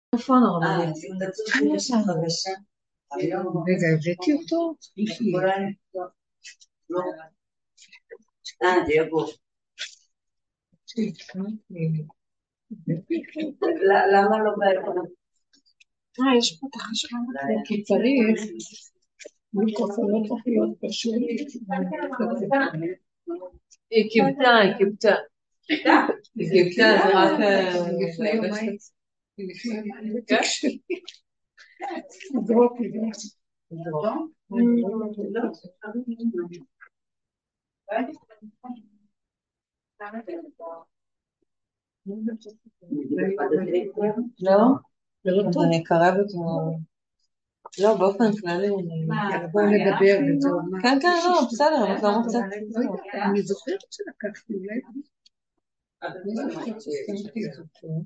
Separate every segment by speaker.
Speaker 1: איפה הרבנית?
Speaker 2: רגע, הבאתי אותו?
Speaker 3: דייגו. למה לא בעיה?
Speaker 1: יש פה את החשמל.
Speaker 2: כי צריך מיקרופון לא להיות פשוט.
Speaker 1: היא קיבתה. היא קיבתה, זה רק...
Speaker 2: לפני יומיים. לפני יומיים בתקשרי. עברות לי.
Speaker 1: לא? אז אני אקרב אותו. לא, באופן כללי.
Speaker 2: בואו נדבר וזהו.
Speaker 1: כן, לא, בסדר, אבל לא מוצאת.
Speaker 2: אני זוכרת שלקחתי אולי. אני זוכרת ששמתי אותו.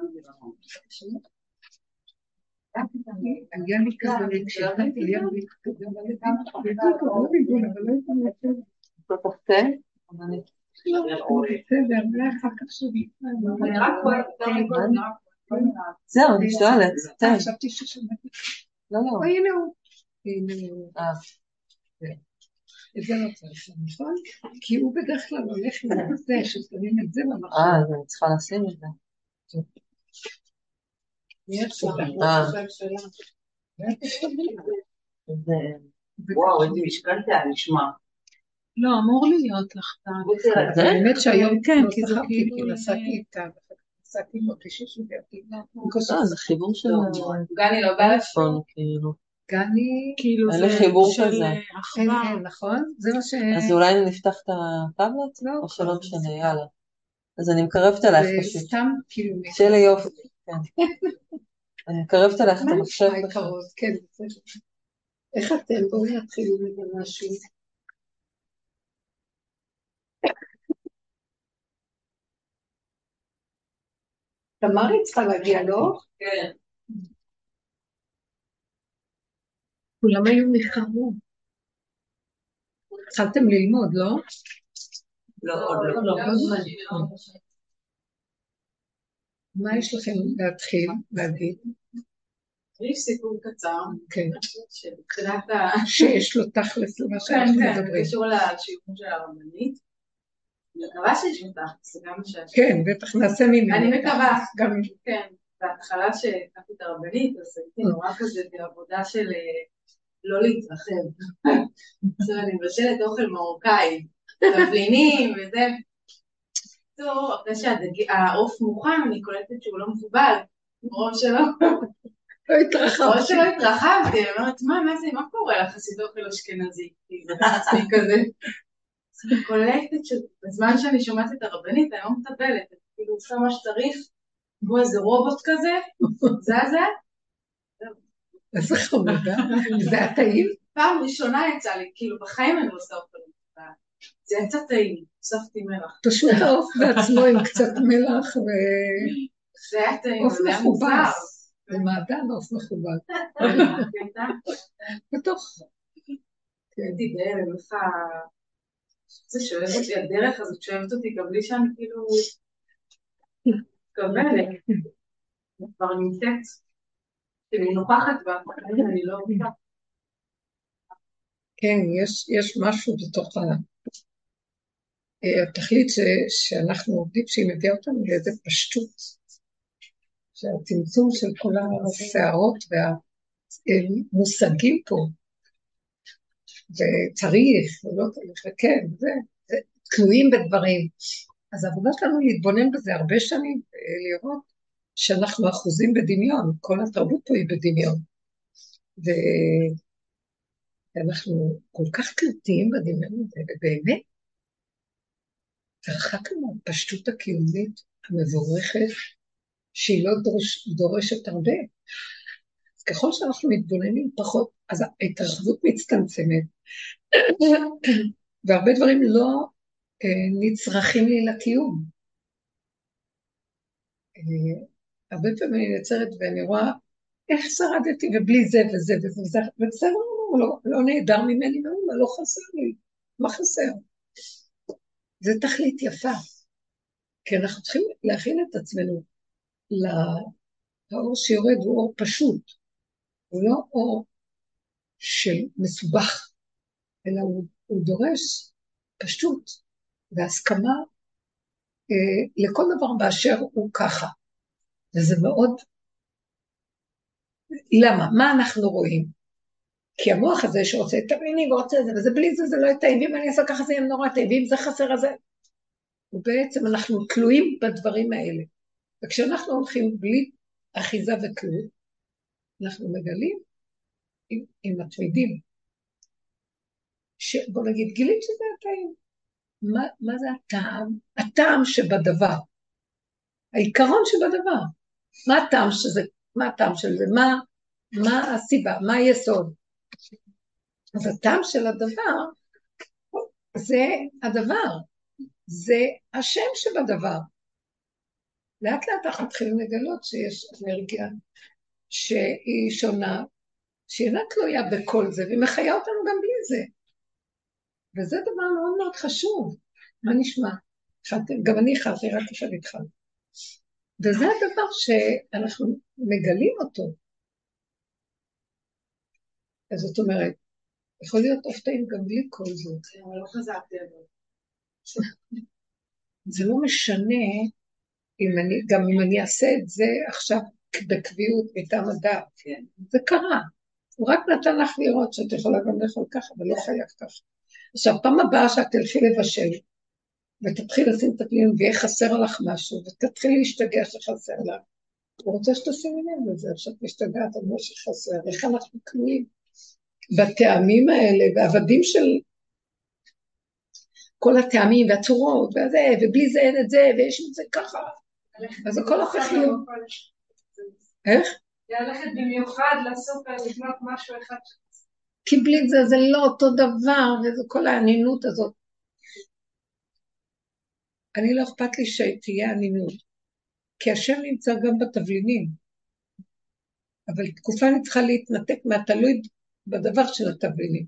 Speaker 2: היה לי כזה, כשהתחלתי היה לי כזה, אבל לא ניגון, אבל לא הייתי מייצרת.
Speaker 1: לא תחתה?
Speaker 2: לא, בסדר, אולי אחר כך שלי.
Speaker 1: זהו, אני שואלת.
Speaker 2: חשבתי ששמעתי.
Speaker 1: לא.
Speaker 2: הנה הוא. את זה לא צריך, נכון? כי הוא בדרך כלל הולך עם זה, ששמים את זה במחשב.
Speaker 1: אז אני צריכה לשים את זה.
Speaker 3: וואו, איזה משקלת, נשמע.
Speaker 2: לא, אמור להיות לך. האמת שהיום כן, כי זה כאילו נסעתי איתה, נסעתי עם אותי ששוגעתי.
Speaker 1: זה חיבור של...
Speaker 3: גני לא בלפון,
Speaker 1: כאילו.
Speaker 2: גני,
Speaker 1: כאילו זה חיבור כזה.
Speaker 2: אין, נכון? זה מה ש...
Speaker 1: אז אולי נפתח את הטאבלט? או שלא משנה, יאללה. אז אני מקרבת עליך פשוט.
Speaker 2: זה סתם כאילו...
Speaker 1: שיהיה לי יופי, כן. אני מקרבת עליך את המחשב.
Speaker 2: כן, איך אתם? בואו נתחילו מזה משהו. תמרי צריכה להגיע, לא?
Speaker 3: כן.
Speaker 2: כולם היו נחרמו. התחלתם ללמוד, לא?
Speaker 3: לא.
Speaker 2: מה יש לכם להתחיל, להגיד?
Speaker 3: יש סיפור קצר.
Speaker 2: כן.
Speaker 3: שבתחילת
Speaker 2: שיש לו תכלס למה שאנחנו מדברים.
Speaker 3: כן, קשור לשיעור של הרבנית. אני מקווה שיש לו תכלס, זה גם מה שיש.
Speaker 2: כן, בטח נעשה ממנו.
Speaker 3: אני מקווה, גם כן. בהתחלה שהקמתי את הרבנית, אז הייתי נורא כזה בעבודה של לא להתרחב. אז אני מבשלת אוכל מרוקאי, תבלינים וזה. טוב, אחרי שהעוף מוכן, אני קולטת שהוא לא מבובל. מרוב שלא התרחבתי, אני אומרת, מה קורה לך עשית אוכל אשכנזי? זה עצמי כזה. אני קולטת שבזמן שאני שומעת את הרבנית, אני לא מטבלת, כאילו עושה מה שצריך, כמו איזה רובוט כזה, זזה.
Speaker 2: איזה חמודה, זה הטעים?
Speaker 3: פעם ראשונה יצא לי, כאילו בחיים אני לא עושה אוכל. זה יצא טעים, הוספתי מלח.
Speaker 2: פשוט העוף בעצמו עם קצת מלח ו...
Speaker 3: זה היה טעים,
Speaker 2: עוף מחובס. זה מעדן עוף מחובס. בתוך.
Speaker 3: הייתי בהלם, לך... זה שואב אותי הדרך הזאת, שואבת אותי גם בלי שאני כאילו... מתכוונת. כבר נמצאת. אני נוכחת בה, אני לא...
Speaker 2: כן, יש משהו בתוך התכלית שאנחנו עובדים, שהיא מביאה אותנו לאיזה פשטות, שהצמצום של כל השערות והמושגים פה, וצריך, ולא צריך, וכן, זה תלויים בדברים. אז העבודה שלנו להתבונן בזה הרבה שנים, לראות שאנחנו אחוזים בדמיון, כל התרבות פה היא בדמיון. ואנחנו כל כך קלטיים בדמיון הזה, ובאמת, תרחקנו הפשטות הקיומית המבורכת, שהיא לא דורשת הרבה. אז ככל שאנחנו מתבוננים פחות, אז ההתרחבות מצטמצמת, והרבה דברים לא נצרכים לי לקיום. הרבה פעמים אני יוצרת ואני רואה איך שרדתי ובלי זה וזה וזה, ובסדר, לא נהדר ממני, לא חסר לי, מה חסר? זה תכלית יפה, כי אנחנו צריכים להכין את עצמנו האור שיורד הוא אור פשוט, הוא לא אור של מסובך, אלא הוא דורש פשוט, והסכמה לכל דבר באשר הוא ככה. וזה מאוד, למה? מה אנחנו רואים? כי המוח הזה שרוצה תביני ורוצה זה, וזה בלי זה, זה לא יתאים, ואם אני אעשה ככה זה יהיה נורא תאים, ואם זה חסר אז זה, ובעצם אנחנו תלויים בדברים האלה. וכשאנחנו הולכים בלי אחיזה ותלות, אנחנו מגלים עם מתמידים, שבוא נגיד, גילית שזה הטעים. מה זה הטעם? הטעם שבדבר. העיקרון שבדבר. מה הטעם שזה? מה הטעם של זה? מה הסיבה? מה היסוד? אז הטעם של הדבר, זה הדבר. זה השם שבדבר. לאט לאט אנחנו מתחילים לגלות שיש אנרגיה שהיא שונה, שהיא אינה תלויה בכל זה, והיא מחיה אותנו גם בלי זה. וזה דבר מאוד מאוד חשוב. מה נשמע? גם אני חלתי, רק עכשיו התחלתי. וזה הדבר שאנחנו מגלים אותו. אז זאת אומרת, יכול להיות אופתעים גם בלי כל זה.
Speaker 3: אבל לא חזרתי על זה.
Speaker 2: זה לא משנה גם אם אני אעשה את זה עכשיו בקביעות מטעם הדעת.
Speaker 3: כן.
Speaker 2: זה קרה. הוא רק נתן לך לראות שאת יכולה גם לאכול ככה, אבל לא חייב ככה. עכשיו, פעם הבאה שאת תלכי לבשל, ותתחיל לשים את הפנים, ויהיה חסר לך משהו, ותתחיל להשתגע שחסר לך. הוא רוצה שתשימי לב לזה, שאת משתגעת על מה שחסר. איך אנחנו כלואים בטעמים האלה, ועבדים של כל הטעמים והצורות, וזה, ובלי זה אין את זה, ויש את זה ככה. אז הכל הופך להיות. איך?
Speaker 3: ללכת במיוחד לסופר, לקנות משהו אחד.
Speaker 2: כי בלי זה, זה לא אותו דבר, וזה כל הענינות הזאת. אני לא אכפת לי שתהיה ענינות, כי השם נמצא גם בתבלינים. אבל תקופה אני צריכה להתנתק מהתלוי בדבר של התבלינים.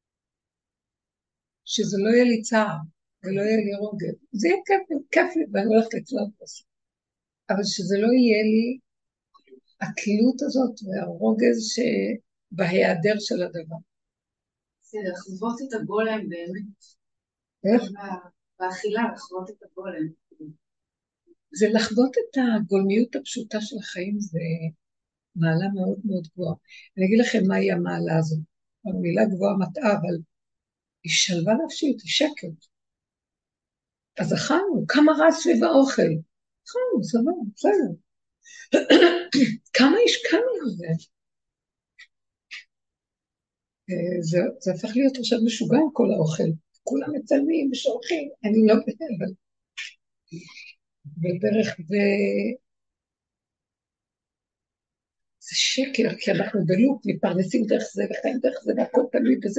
Speaker 2: שזה לא יהיה לי צער, ולא יהיה לי רוגז. זה יהיה כיף לי, ואני הולכת לקנות בסוף. אבל שזה לא יהיה לי התלות הזאת והרוגז שבהיעדר של הדבר.
Speaker 3: זה לחוות את הגולם באמת.
Speaker 2: איך?
Speaker 3: באכילה, לחוות את הגולם.
Speaker 2: זה לחוות את הגולמיות הפשוטה של החיים, זה מעלה מאוד מאוד גבוהה. אני אגיד לכם מהי המעלה הזאת. המילה גבוהה מטעה, אבל היא שלווה נפשית, היא שקט. אז אכלנו, כמה רע סביב האוכל. אכלנו, סבבה, בסדר. כמה השקענו לזה? זה הפך להיות עכשיו משוגע עם כל האוכל. כולם מצלמים ושולחים, אני לא אבל... ובדרך זה שקר, כי אנחנו בלופ, מתפרנסים דרך זה וחיים דרך זה, והכל תלוי בזה.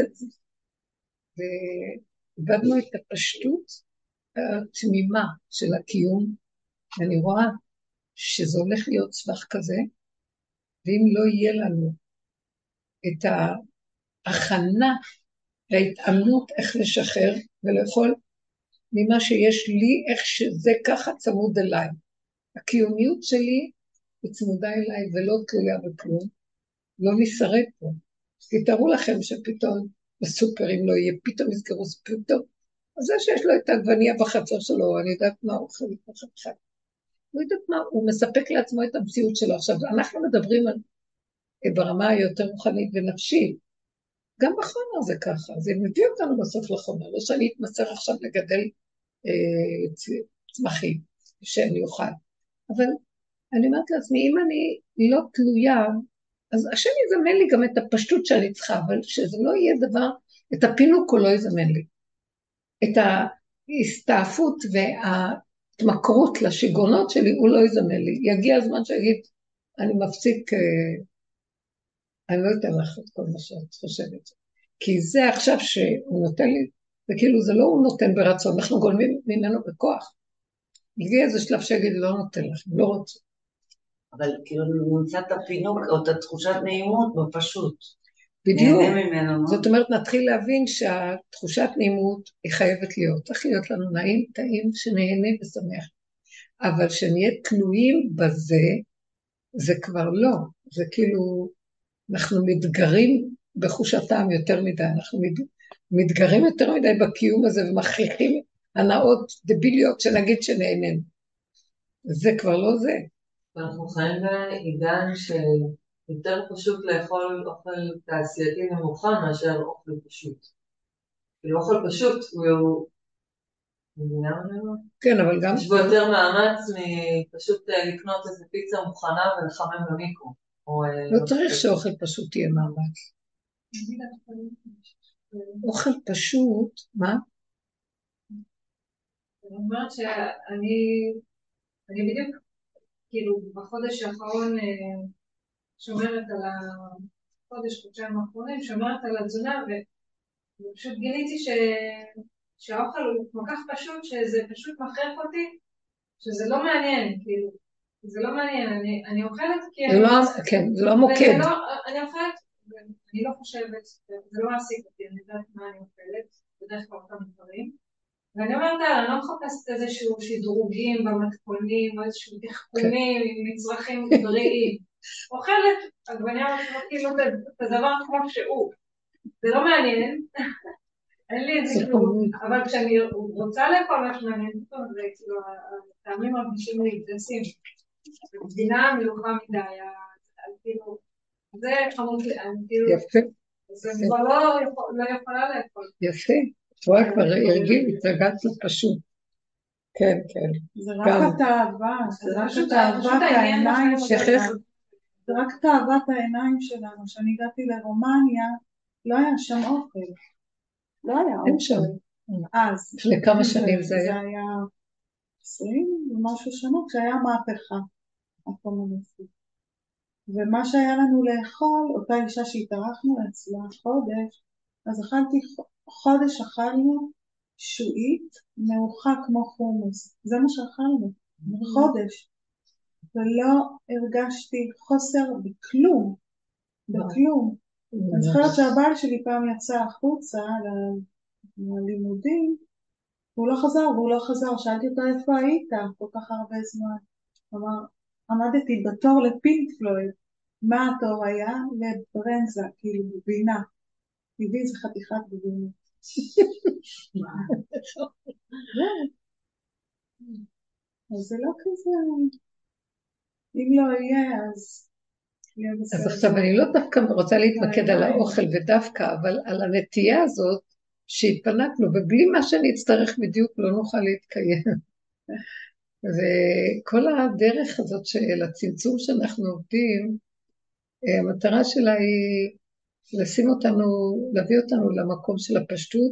Speaker 2: ואיבדנו את הפשטות התמימה של הקיום, ואני רואה שזה הולך להיות צווח כזה, ואם לא יהיה לנו את ההכנה וההתאמנות איך לשחרר ולאכול ממה שיש לי, איך שזה ככה צמוד אליי. הקיומיות שלי היא צמודה אליי ולא תלויה בכלום, לא נשרד פה. תתארו לכם שפתאום בסופרים לא יהיה, פתאום יסגרו פתאום, אז זה שיש לו את העגבניה בחצר שלו, אני יודעת מה הוא אוכל בחצר. לא יודעת מה, הוא מספק לעצמו את המציאות שלו. עכשיו, אנחנו מדברים על ברמה היותר רוחנית ונפשית, גם בחומר זה ככה, זה מביא אותנו בסוף לחומר, לא שאני אתמסר עכשיו לגדל צמחים שאני אוכל, אבל אני אומרת לעצמי, אם אני לא תלויה, אז השם יזמן לי גם את הפשטות שאני צריכה, אבל שזה לא יהיה דבר, את הפינוק הוא לא יזמן לי, את ההסתעפות וההתמכרות לשיגונות שלי הוא לא יזמן לי, יגיע הזמן שיגיד, אני מפסיק, אני לא אתן לך את כל מה שאת חושבת, כי זה עכשיו שהוא נותן לי, וכאילו זה לא הוא נותן ברצון, אנחנו גולמים ממנו בכוח, יגיע איזה שלב שיגיד לא נותן לך, לא רוצה.
Speaker 4: אבל כאילו נמצא את הפינוק או את התחושת נעימות בפשוט.
Speaker 2: בדיוק.
Speaker 4: ממנו,
Speaker 2: זאת אומרת, נתחיל להבין שהתחושת נעימות היא חייבת להיות. צריך להיות לנו נעים, טעים, שנהנה ושמח. אבל שנהיה תלויים בזה, זה כבר לא, זה כאילו, אנחנו מתגרים בחוש הטעם יותר מדי, אנחנו מתגרים יותר מדי בקיום הזה ומכריחים הנאות דביליות שנגיד שנהנן. זה כבר לא זה.
Speaker 1: אנחנו חיים בעידן שיותר פשוט לאכול אוכל תעשייתי ומוכן מאשר אוכל פשוט. כאילו אוכל פשוט הוא מבינה ממנו?
Speaker 2: כן, אבל גם...
Speaker 1: יש בו יותר מאמץ מפשוט לקנות איזה פיצה מוכנה ולחמם במיקרו.
Speaker 2: לא צריך שאוכל פשוט יהיה מאמץ. אוכל פשוט, מה?
Speaker 3: אני אומרת שאני בדיוק, כאילו, בחודש האחרון שומרת על חודשיים האחרונים, שומרת על התזונה, ופשוט גיליתי שהאוכל הוא כל כך פשוט, שזה פשוט מכריח אותי, שזה לא מעניין, כאילו, זה לא מעניין, אני אוכלת כי
Speaker 2: זה לא, כן, זה לא מוקד.
Speaker 3: אני אוכלת, אני לא חושבת, זה לא מעסיק אותי, אני יודעת מה אני אוכלת, בדרך כלל אותם דברים. ואני אומרת, אני לא מחפשת איזשהו שדרוגים במתכונים, או איזשהו תחכומים עם מצרכים בריאים. אוכלת עגבניה כאילו את הדבר כמו שהוא. זה לא מעניין, אין לי איזה כלום, אבל כשאני רוצה לאכול משהו מעניין, זה כאילו, הטעמים מרגישים לי אינטנסיביים. מדינה מלוכה מדי, כאילו, זה חמוד לי, כאילו, זה כבר לא יכולה לאכול.
Speaker 2: יפה, את רואה כבר התרגלת פשוט. כן, כן.
Speaker 5: זה רק התאווה, זה רק תאוות העיניים שלנו. זה רק תאוות העיניים שלנו. כשאני הגעתי לרומניה, לא היה שם אוכל. לא היה אוכל. אז.
Speaker 2: לפני כמה שנים זה היה?
Speaker 5: זה היה 20 ומשהו שנה, כשהיה מהפכה הקומוניסטית. ומה שהיה לנו לאכול, אותה אישה שהתארחנו אצלה חודש, אז חודש אכלנו שועית מעוכה כמו חומוס. זה מה שאכלנו, חודש. ולא הרגשתי חוסר בכלום, בכלום. אני זוכרת שהבעל שלי פעם יצא החוצה ללימודים, והוא לא חזר, שאלתי אותו איפה היית כל כך הרבה זמן. אמר, עמדתי בתור לפינק פלויד. מה התור היה? לברנזה, כאילו בבינה. הביא זה חתיכת בבינה. אז זה לא כזה, אם לא יהיה אז
Speaker 2: אז עכשיו אני לא דווקא רוצה להתמקד על האוכל ודווקא, אבל על הנטייה הזאת שהתפנקנו, ובלי מה שנצטרך בדיוק לא נוכל להתקיים. וכל הדרך הזאת של הצמצום שאנחנו עובדים, המטרה שלה היא לשים אותנו, להביא אותנו למקום של הפשטות,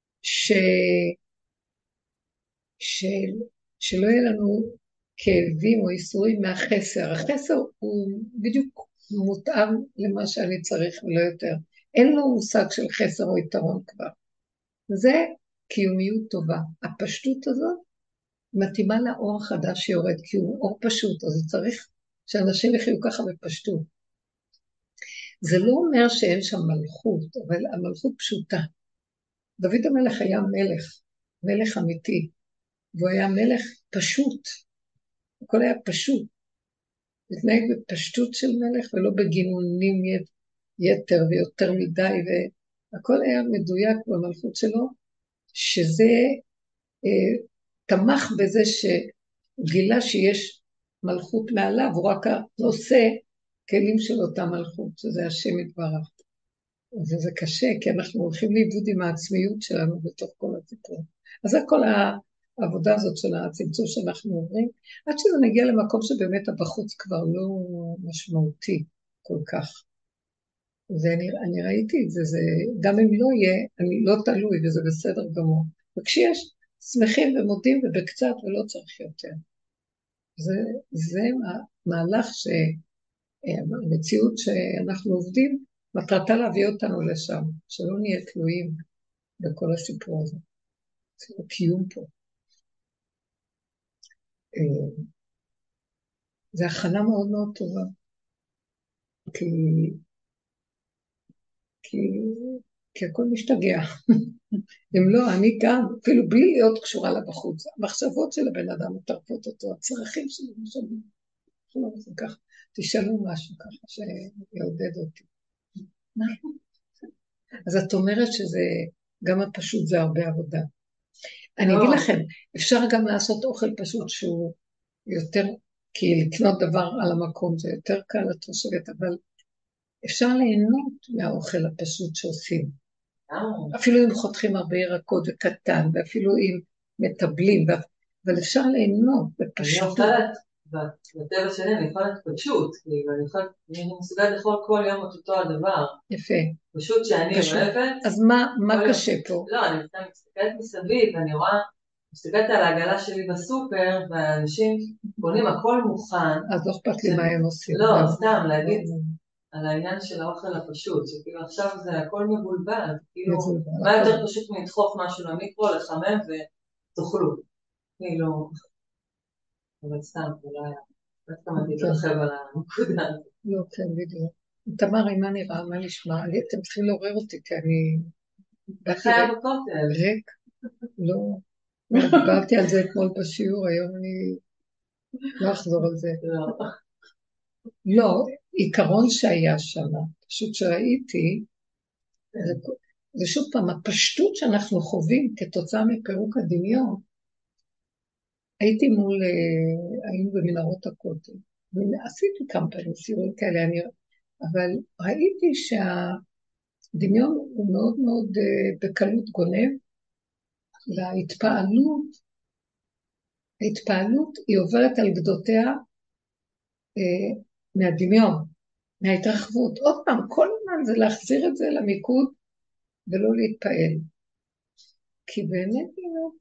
Speaker 2: שלא יהיה לנו כאבים או איסורים מהחסר. החסר הוא בדיוק מותאם למה שאני צריך ולא יותר. אין לו מושג של חסר או יתרון כבר. זה קיומיות טובה. הפשטות הזאת מתאימה לאור חדש שיורד, כי הוא אור פשוט, אז צריך שאנשים יחיו ככה בפשטות. זה לא אומר שאין שם מלכות, אבל המלכות פשוטה. דוד המלך היה מלך אמיתי, והוא היה מלך פשוט, הכל היה פשוט, התנהג בפשטות של מלך ולא בגינונים יתר ויותר מדי, והכל היה מדויק במלכות שלו, שזה תמך בזה שהוא גילה שיש מלכות מעליו, הוא רק נושא כלים של אותה מלכות, שזה השם יתברך. וזה קשה, כי אנחנו הולכים לאיבוד עם העצמיות שלנו בתוך כל הסיפור. אז זה כל העבודה הזאת של הצמצום שאנחנו עוברים, עד שזה נגיע למקום שבאמת הבחוץ כבר לא משמעותי כל כך. ואני ראיתי את זה, גם אם לא יהיה, אני לא תלוי וזה בסדר גמור. וכשיש, שמחים ומודים ובקצת ולא צריך יותר. זה מהלך שהמציאות שאנחנו עובדים, מטרתה להביא אותנו לשם, שלא נהיה תלויים בכל הסיפור הזה. זה קיום פה. זה הכנה מאוד מאוד טובה. כי הכל משתגע. אם לא, אני גם, אפילו בלי להיות קשורה לבחוץ, המחשבות של הבן אדם מטרפות אותו, הצרכים שלו משלמים. לא, זה כך. תשאלו משהו ככה שיעודד אותי. אז את אומרת שזה, גם הפשוט זה הרבה עבודה. אני אגיד לכם, אפשר גם לעשות אוכל פשוט שהוא יותר, כי לקנות דבר על המקום זה יותר קל לתושבת, אבל אפשר ליהנות מהאוכל הפשוט שעושים. אפילו אם חותכים הרבה ירקות וקטן, ואפילו אם מטבלים, אבל אפשר ליהנות בפשוט.
Speaker 1: אני אוכלת, בטבע שלי אני אוכלת פשוט, אני מסוגלת לאכול כל יום את אותו הדבר.
Speaker 2: יפה.
Speaker 1: פשוט שאני אוהבת.
Speaker 2: אז מה קשה פה?
Speaker 1: לא, אני מסתכלת מסביב, ואני רואה, מסתכלת על העגלה שלי בסופר, ואנשים קונים הכל מוכן.
Speaker 2: אז לא אכפת לי מה הם עושים.
Speaker 1: לא, סתם, להגיד על העניין של האוכל הפשוט, שכאילו עכשיו זה הכל מבולבל, כאילו, מה יותר פשוט מדחוף משהו למיקרו, לחמם ותאכלו. כאילו, אבל סתם, אולי, לא התכוונתי להתרחב על הנקודה הזאת.
Speaker 2: לא, כן, בדיוק. תמרי, מה נראה, מה נשמע? אתם צריכים לעורר אותי, כי אני...
Speaker 1: חיה בכותל.
Speaker 2: ריק? לא. דיברתי על זה אתמול בשיעור, היום אני לא אחזור על זה. לא, עיקרון שהיה שם, פשוט שראיתי, זה שוב פעם, הפשטות שאנחנו חווים כתוצאה מפירוק הדמיון, היינו במנהרות הכותל, ועשיתי כמה פעמים סיורים כאלה, אבל ראיתי שהדמיון הוא מאוד מאוד בקלות גונב, וההתפעלות היא עוברת על גדותיה מהדמיון, מההתרחבות. עוד פעם, כל הזמן זה להחזיר את זה למיקוד ולא להתפעל. כי באמת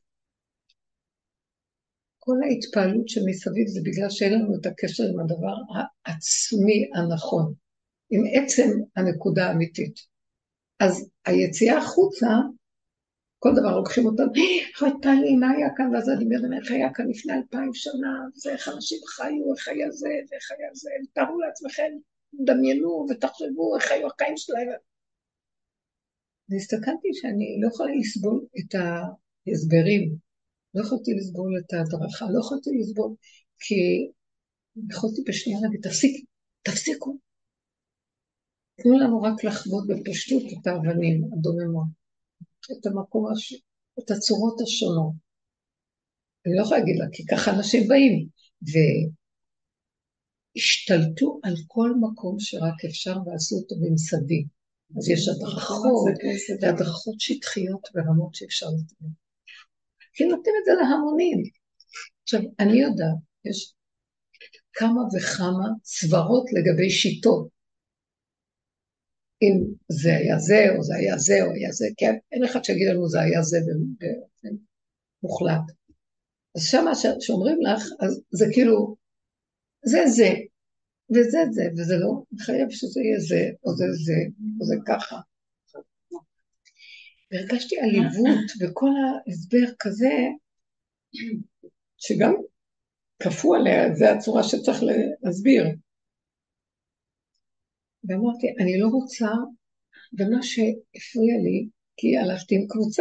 Speaker 2: כל ההתפעלות שמסביב זה בגלל שאין לנו את הקשר עם הדבר העצמי הנכון, עם עצם הנקודה האמיתית. אז היציאה החוצה, כל דבר לוקחים אותם, איך הייתה לי, מה היה כאן, ואז אני אומרת, איך היה כאן לפני 2000 שנה, ואיך אנשים חיו, איך היה זה, ואיך היה זה, תארו לעצמכם, דמיינו ותחשבו איך היו החיים שלהם. והסתכלתי שאני לא יכולה לסבול את ההסברים, לא יכולתי לסבול את ההדרכה, לא יכולתי לסבול, כי יכולתי בשנייה להגיד, תפסיקו. תנו לנו רק לחוות בפשטות את האבנים הדוממות, את המקום, את הצורות השונות. אני לא יכולה להגיד לה, כי ככה אנשים באים, והשתלטו על כל מקום שרק אפשר, ועשו אותו במסדי. אז יש הדרכות, והדרכות שטחיות ברמות שאפשר לתת. כי נותנים את זה להמונים. עכשיו, אני יודעת, יש כמה וכמה סברות לגבי שיטות. אם זה היה זה, או זה היה זה, או היה זה, כן? אין אחד שיגיד לנו זה היה זה באופן מוחלט. אז שמה שאומרים לך, אז זה כאילו, זה, וזה זה, וזה לא מחייב שזה יהיה זה, או זה, או זה ככה. והרגשתי עליבות, וכל ההסבר כזה, שגם כפו עליה, זה הצורה שצריך להסביר. ואמרתי, אני לא רוצה, ומה שהפריע לי, כי הלכתי עם קבוצה.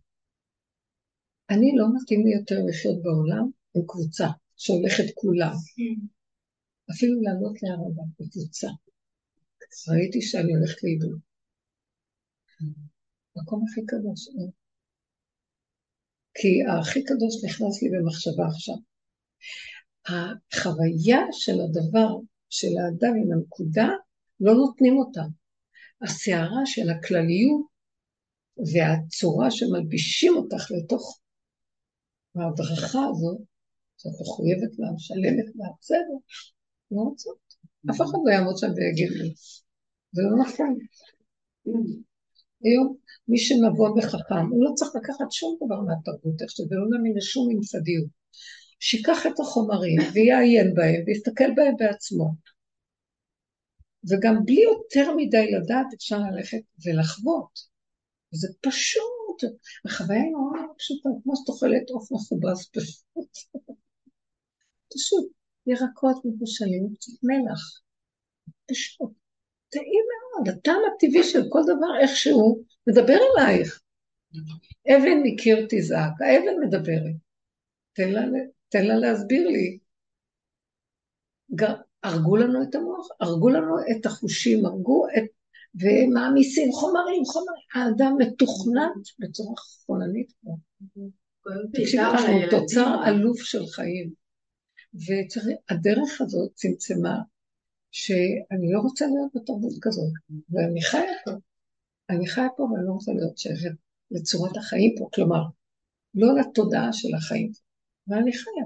Speaker 2: אני לא מתאים לי יותר לחיות בעולם עם קבוצה, שהולכת כולה. אפילו לעלות להרבה בקבוצה. ראיתי שאני הולכת לאיבוד. מקום הכי קדוש. כי הכי קדוש נכנס לי במחשבה עכשיו. החוויה של הדבר, של האדם עם הנקודה, לא נותנים אותה. השערה של הכלליות והצורה שמלבישים אותך לתוך ההדרכה הזאת, שאת מחויבת לה, שלמת לה, בסדר, לא רוצות. אף אחד לא יעמוד שם ויגיד לי. זה לא נכון. היום מי שנבון וחכם, הוא לא צריך לקחת שום דבר מהתרבות, איך שזה לא להאמין לשום ממסדיות. שיקח את החומרים ויעיין בהם ויסתכל בהם בעצמו. וגם בלי יותר מדי לדעת אפשר ללכת ולחוות. וזה פשוט, החוויה היא נורא פשוטה, כמו שתאכלת עוף מכובס פשוט. פשוט, ירקות מבושלים, קצת מלח. פשוט, טעים מאוד, הטעם הטבעי של כל דבר איכשהו מדבר אלייך. אבן מקיר תזעק, האבן מדברת. תן לה להסביר לי. הרגו לנו את המוח, הרגו לנו את החושים, הרגו את... ומעמיסים חומרים. האדם מתוכנת בצורה חולנית. תקשיב, אנחנו תוצר אלוף של חיים. והדרך הזאת צמצמה, שאני לא רוצה להיות בתרבות כזאת, ואני חיה פה. אני חיה פה ואני לא רוצה להיות שייכת לצורת החיים פה, כלומר, לא לתודעה של החיים, ואני חיה.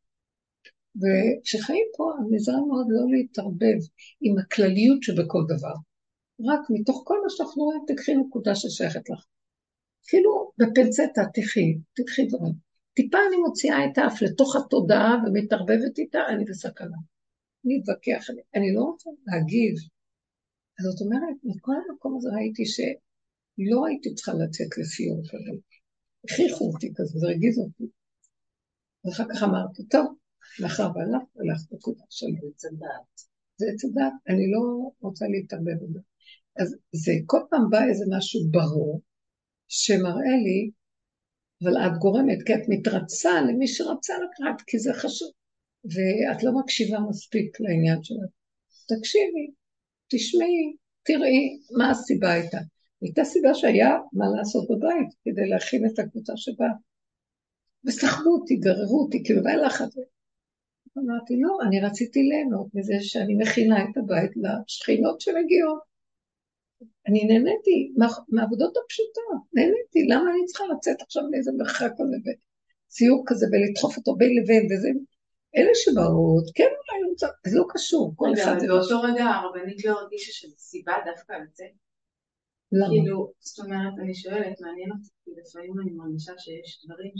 Speaker 2: וכשחיים פה, אני נזהר מאוד לא להתערבב עם הכלליות שבכל דבר. רק מתוך כל מה שאנחנו רואים, תקחי נקודה ששייכת לך. אפילו בפנצטה, תקחי דברים. טיפה אני מוציאה את האף לתוך התודעה ומתערבבת איתה, אני בסכנה. אני אתווכח, אני לא רוצה להגיב. אז זאת אומרת, מכל המקום הזה ראיתי שלא הייתי צריכה לצאת לסיור כזה. הכריחו אותי כזה, זה רגיז אותי. ואחר כך אמרתי, טוב, לאחר והלך ולך נקודה שלי. זה צדק, אני לא רוצה להתערבב בזה. אז זה כל פעם בא איזה משהו ברור, שמראה לי, אבל את גורמת, כי את מתרצה למי שרצה לקראת, כי זה חשוב. ואת לא מקשיבה מספיק לעניין שלך. תקשיבי, תשמעי, תראי מה הסיבה הייתה. הייתה סיבה שהיה מה לעשות בבית, כדי להכין את הקבוצה שבאה. וסחבו אותי, גררו אותי, כאילו בא לחץ. אמרתי, לא, אני רציתי ליהנות מזה שאני מכינה את הבית לשכינות שמגיעות. אני נהניתי מהעבודות הפשוטות, נהניתי, למה אני צריכה לצאת עכשיו לאיזה מרחק כזה, ציור כזה, ולדחוף אותו בין לבין, וזה, אלה שבאות, כן אולי לא צריך, זה לא קשור, כל אחד זה
Speaker 3: באותו רגע הרבנית לא הרגישה שזה סיבה דווקא לצאת.
Speaker 2: למה?
Speaker 3: כאילו, זאת אומרת, אני שואלת, מעניין אותי, כי לפעמים אני מרגישה שיש דברים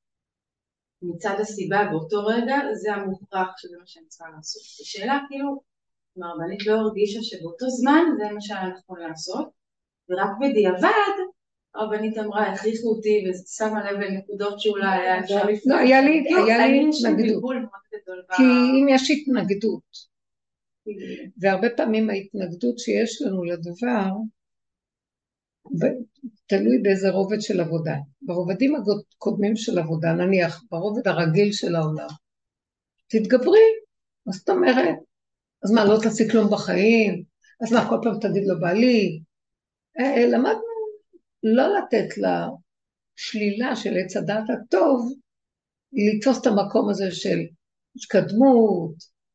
Speaker 3: שמצד הסיבה באותו רגע, זה המוכרח שזה מה שאני צריכה לעשות. השאלה כאילו, אם הרבנית לא הרגישה שבאותו זמן זה מה שהיה נכון לעשות, ורק בדיעבד, הרבנית אמרה, הכריחו אותי ושמה לב לנקודות שאולי היה אפשר לפני.
Speaker 2: לא, היה לי התנגדות. כי אם יש התנגדות, והרבה פעמים ההתנגדות שיש לנו לדבר, תלוי באיזה רובד של עבודה. ברובדים הקודמים של עבודה, נניח, ברובד הרגיל של העולם, תתגברי, מה זאת אומרת? אז מה, לא תעשי כלום בחיים? אז מה, כל פעם תגיד לו, בעלי? למדנו לא לתת לשלילה של עץ הדעת הטוב, לתפוס את המקום הזה של התקדמות,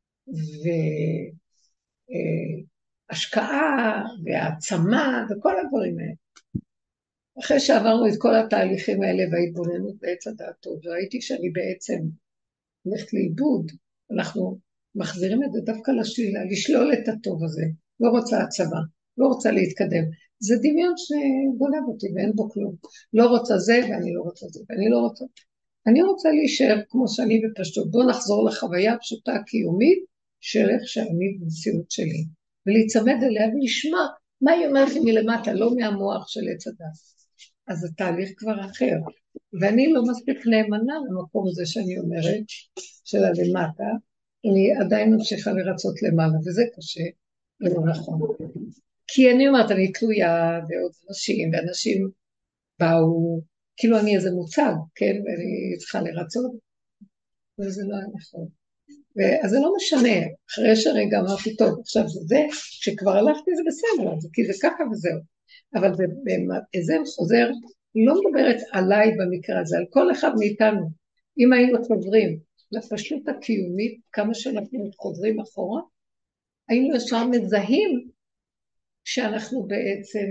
Speaker 2: והשקעה, והעצמה, וכל הדברים האלה. אחרי שעברנו את כל התהליכים האלה, וההתבוננות בעץ הדעת טוב, וראיתי שאני בעצם הולכת לאיבוד, אנחנו מחזירים את זה דווקא לשלילה, לשלול את הטוב הזה, לא רוצה הצבא, לא רוצה להתקדם. זה דמיון שגונב אותי ואין בו כלום. לא רוצה זה ואני לא רוצה זה, ואני לא רוצה. אני רוצה להישאר כמו שאני בפשטות. בוא נחזור לחוויה הפשוטה הקיומית של איך שאני במציאות שלי. ולהיצמד אליה ולשמע מה היא אומרת לי מלמטה, לא מהמוח של עץ הדת. אז התהליך כבר אחר. ואני לא מספיק נאמנה למקום הזה שאני אומרת, של הלמטה, אני עדיין ממשיכה לרצות למעלה, וזה קשה, ולא נכון. כי אני אומרת, אני תלויה בעוד אנשים, ואנשים באו, כאילו אני איזה מוצג, כן, ואני צריכה לרצות, וזה לא היה נכון. אז זה לא משנה, אחרי שרגע אמרתי, טוב, עכשיו זה, כשכבר הלכתי זה בסדר, כי זה ככה וזהו. אבל זה חוזר, היא לא מדברת עליי במקרה הזה, על כל אחד מאיתנו. אם היינו חוזרים לפשטות הקיומית, כמה שאנחנו חוזרים אחורה, היינו ישר מזהים שאנחנו בעצם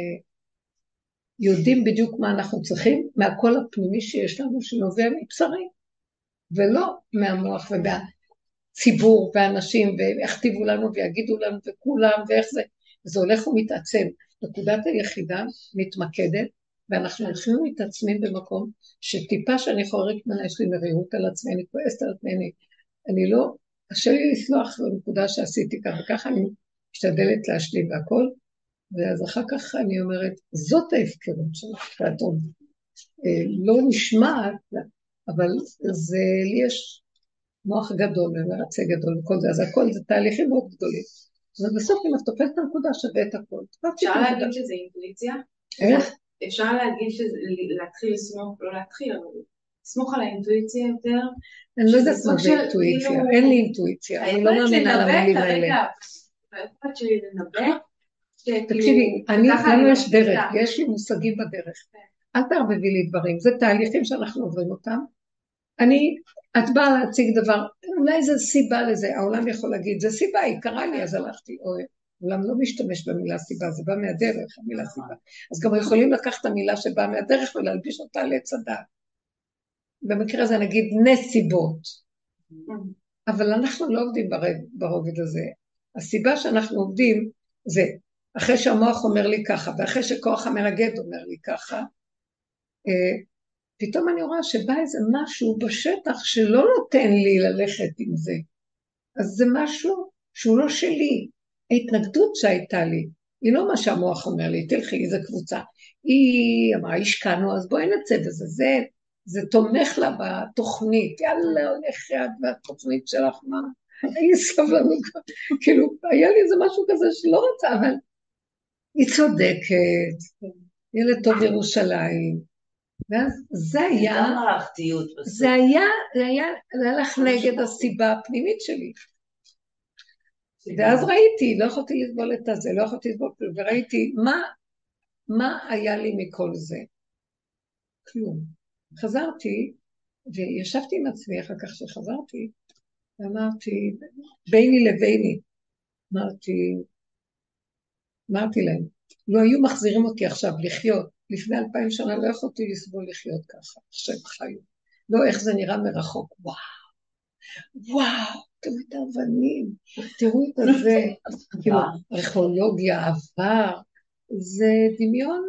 Speaker 2: יודעים בדיוק מה אנחנו צריכים, מהכל הפנימי שיש לנו שנובע מבשרי, ולא מהמוח ומהציבור והאנשים, והכתיבו לנו ויגידו לנו וכולם ואיך זה, זה הולך ומתעצם. נקודת היחידה מתמקדת, ואנחנו הולכים ומתעצמים במקום שטיפה שאני חורק ממנה, יש לי מרירות על עצמי, אני כועסת על עצמי, אני לא, קשה לי לסלוח לנקודה שעשיתי כך, וככה אני משתדלת להשלים והכל, ואז אחר כך אני אומרת, זאת ההפקרות שלך, והטוב, לא נשמעת, אבל זה, לי יש מוח גדול ומרצה גדול וכל זה, אז הכל זה תהליכים מאוד גדולים. ובסוף אם את תופסת את הנקודה שווה את הכל.
Speaker 3: אפשר להגיד שזה אינטואיציה?
Speaker 2: איך?
Speaker 3: אפשר להגיד שזה להתחיל לסמוך, לא להתחיל, אבל לסמוך על האינטואיציה יותר.
Speaker 2: אני לא יודעת
Speaker 3: שזה
Speaker 2: מה
Speaker 3: סוג
Speaker 2: זה
Speaker 3: של,
Speaker 2: אינטואיציה,
Speaker 3: כאילו,
Speaker 2: אין לי אינטואיציה, אני לא
Speaker 3: היכולת
Speaker 2: מאמינה
Speaker 3: לנבא
Speaker 2: למילים
Speaker 3: את
Speaker 2: האלה.
Speaker 3: הרגע, היכולת שלי לנבא,
Speaker 2: תקשיבי,
Speaker 3: שככה
Speaker 2: לנו
Speaker 3: אני
Speaker 2: יש דרך,
Speaker 3: מרגישה.
Speaker 2: יש לי מושגים בדרך. אל תערבבי לי דברים, זה תהליכים שאנחנו עוברים אותם. את באה להציג דבר, אולי זה סיבה לזה, העולם יכול להגיד, זה סיבה, היא קרה לי, אז הלכתי, או העולם לא משתמש במילה סיבה, זה בא מהדרך, המילה סיבה. אז גם יכולים לקחת את המילה שבאה מהדרך ולהלביש אותה לעץ הדעת. במקרה הזה נגיד נסיבות, אבל אנחנו לא עובדים ברובד הזה. הסיבה שאנחנו עובדים זה, אחרי שהמוח אומר לי ככה, ואחרי שכוח המנגד אומר לי ככה, פתאום אני רואה שבא איזה משהו בשטח שלא נותן לי ללכת עם זה. אז זה משהו שהוא לא שלי. ההתנגדות שהייתה לי, היא לא מה שהמוח אומר לי, תלכי, זה קבוצה. היא אמרה, השקענו, אז בואי נצא בזה. זה תומך לה בתוכנית. יאללה, הולך יד והתוכנית שלך, מה? אין סבלנות. כאילו, היה לי איזה משהו כזה שלא רצה, אבל היא צודקת. ילד טוב ירושלים. ואז זה היה,
Speaker 4: גם מערכתיות בסוף.
Speaker 2: זה הלך נגד הסיבה הפנימית שלי. ואז ראיתי, לא יכולתי לסבול את הזה, לא יכולתי לסבול כלום, וראיתי מה היה לי מכל זה. כלום. חזרתי, וישבתי עם עצמי אחר כך שחזרתי, ואמרתי, ביני לביני, אמרתי להם, לא היו מחזירים אותי עכשיו לחיות, לפני 2000 שנה לא יכולתי לסבול לחיות ככה, עכשיו חיו. לא איך זה נראה מרחוק, וואו, תראו את האבנים, תראו את הזה, כאילו, ארכיאולוגיה, עבר, זה דמיון,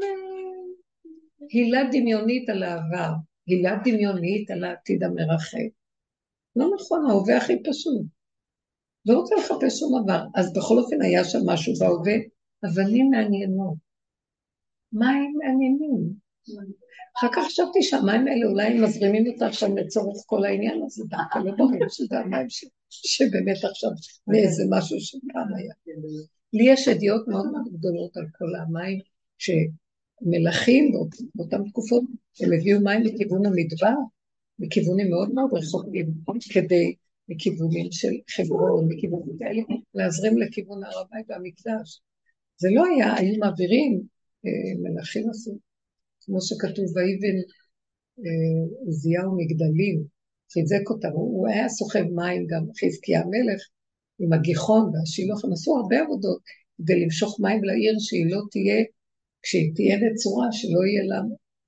Speaker 2: הילה דמיונית על העבר, הילה דמיונית על העתיד המרחק. לא נכון, ההווה הכי פשוט. לא רוצה לחפש שום עבר, אז בכל אופן היה שם משהו בהווה, אבנים מעניינות. מים מעניינים. אחר כך חשבתי שהמים האלה אולי הם מזרימים אותה עכשיו לצורך כל העניין הזה, דווקא לא ברור שזה המים שבאמת עכשיו מאיזה משהו שפעם היה. לי יש ידיעות מאוד מאוד גדולות על כל המים שמלכים באותן תקופות, הם הביאו מים לכיוון המדבר, מכיוונים מאוד מאוד רחוקים, כדי מכיוונים של חברון, מכיוונים כאלה, להזרים לכיוון הר הבית והמקדש. זה לא היה, היו מעבירים, מלכים עשו. כמו שכתוב, ויבן עזיהו מגדלים, חיזק אותם, הוא היה סוחב מים גם, חזקיה המלך, עם הגיחון והשילוח, הם עשו הרבה עבודות, כדי למשוך מים לעיר שהיא לא תהיה, כשהיא תהיה נצורה, שלא יהיה לה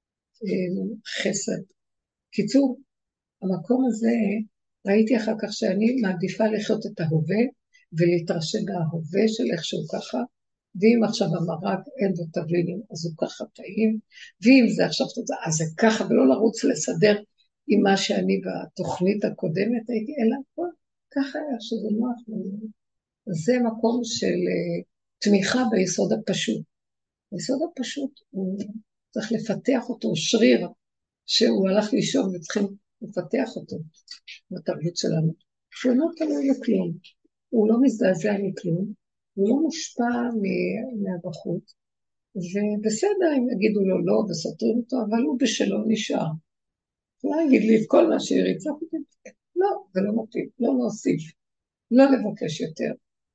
Speaker 2: חסד. קיצור, המקום הזה, ראיתי אחר כך שאני מעדיפה לחיות את ההווה, ולהתרשם בהווה של איכשהו ככה, ואם עכשיו המרק אין בו תבלינים, אז הוא ככה טעים, ואם זה עכשיו תודה, אז זה ככה, ולא לרוץ לסדר עם מה שאני בתוכנית הקודמת הייתי, אלא פה, ככה היה שזה נוח לנו. זה מקום של תמיכה ביסוד הפשוט. היסוד הפשוט, הוא צריך לפתח אותו, שריר, שהוא הלך לישון וצריכים לפתח אותו בתרבות שלנו. שהוא לא תלוי לכלום, הוא לא מזדעזע מכלום, הוא לא מושפע מהבחוץ, ובסדר אם יגידו לו לא וסותרים אותו, אבל הוא בשלו נשאר. אולי יגיד לי את כל מה שהריצה, לא, זה לא מתאים, לא להוסיף, לא לבקש יותר.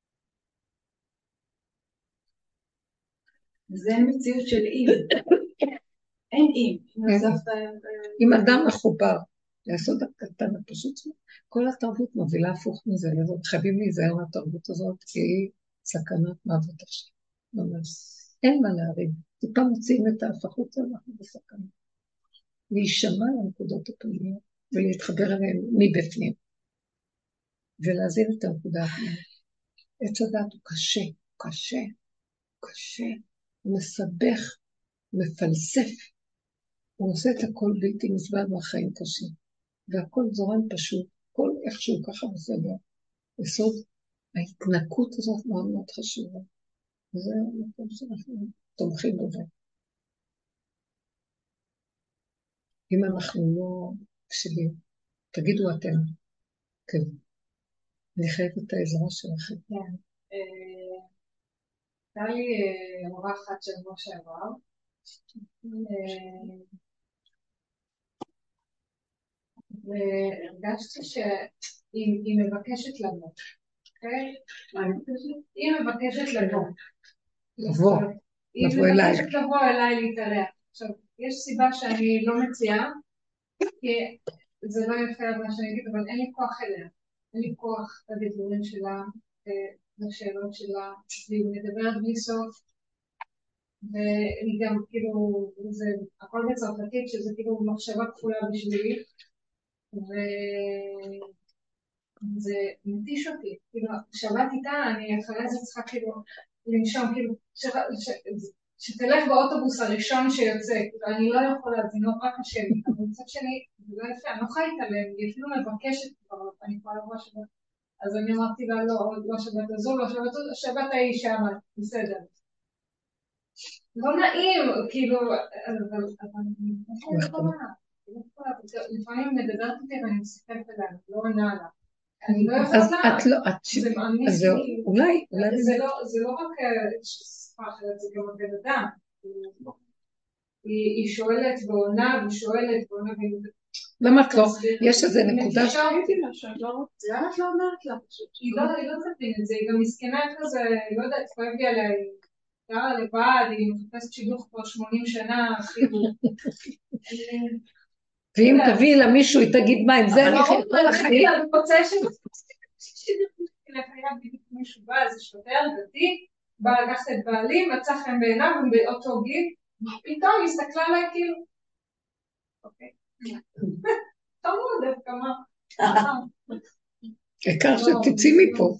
Speaker 3: זה מציאות של אי. אין אי.
Speaker 2: אם אדם מחובר, לעשות הקטן הפשוט שלו, כל התרבות מובילה הפוך מזה, חייבים להיזהר מהתרבות הזאת, כי היא סכנת מוות עכשיו. ממש. אין מה להרים. טיפה מוציאים את ההפכות, אנחנו בסכנה. להישמע לנקודות הפנימיות, ולהתחבר אליהן מבפנים. ולהזין את הנקודה הפנימית. עץ הדעת הוא קשה, קשה, קשה. הוא מסבך, מפלסף. הוא עושה את הכל בלתי נסבל מהחיים קשים. והכל זורם פשוט, כל איכשהו ככה בסדר. בסוד, ההתנקות הזאת מאוד מאוד חשובה. וזה המקום שאנחנו תומכים בזה. אם אנחנו לא קשיבים, תגידו אתם, כן. אני חייבת את העזרה שלכם.
Speaker 3: כן. הייתה לי אמרה אחת שבוע שעבר. והרגשתי שהיא מבקשת לבוא, אוקיי? היא מבקשת לבוא. היא מבקשת לבוא אליי להתארח. עכשיו, יש סיבה שאני לא מציעה, כי זה לא יפה על מה שאני אגיד, אבל אין לי כוח אליה. אין לי כוח לדיבורים שלה, לשאלות שלה, והיא מדברת בלי סוף, והיא גם כאילו, זה הכל בצרפתית, שזה כאילו מחשבה כפולה בשבילי, וזה מתיש אותי. כאילו, שבת איתה, אני אחרי זה צריכה כאילו לנשום, כאילו, שתלך באוטובוס הראשון שיוצא, אני לא יכולה, זה נורא קשה לי, אבל מצד שני, זה לא יפה, אני לא יכולה להתעלם, היא אפילו מבקשת כבר, אני יכולה לבוא שבת, אז אני אמרתי לה, לא שבת הזו, לא שבת הזו, שבת ההיא שמה, בסדר. לא נעים, כאילו, אבל אני לא יכולה, לפעמים מדברת אותי ואני מסתכלת עליה, לא עונה לה. אני לא יכולה, זה מאמין שלי,
Speaker 2: אולי,
Speaker 3: זה לא רק שפה אחרת, זה גם הבן אדם. היא שואלת ועונה, ושואלת ועונה,
Speaker 2: למה את לא? יש איזה נקודה
Speaker 3: למה את לא אומרת לה? היא לא תבין את זה, היא גם מסכנה כזה, לא יודעת, כואב לי עליה, היא גרה לבד, היא מחפשת שידוך כבר 80 שנה, אפילו.
Speaker 2: ואם תביאי לה מישהו, היא תגיד מה, עם זה אני חייבת כל החיים.
Speaker 3: אני רוצה היה בדיוק מישהו בא, איזה שוטר דתי, בא לקחת את בעלי, מצא חן בעיניו, באותו גיל, פתאום הסתכלה עליי כאילו, אוקיי. תמוד, דווקא מה?
Speaker 2: העיקר שתצאי מפה.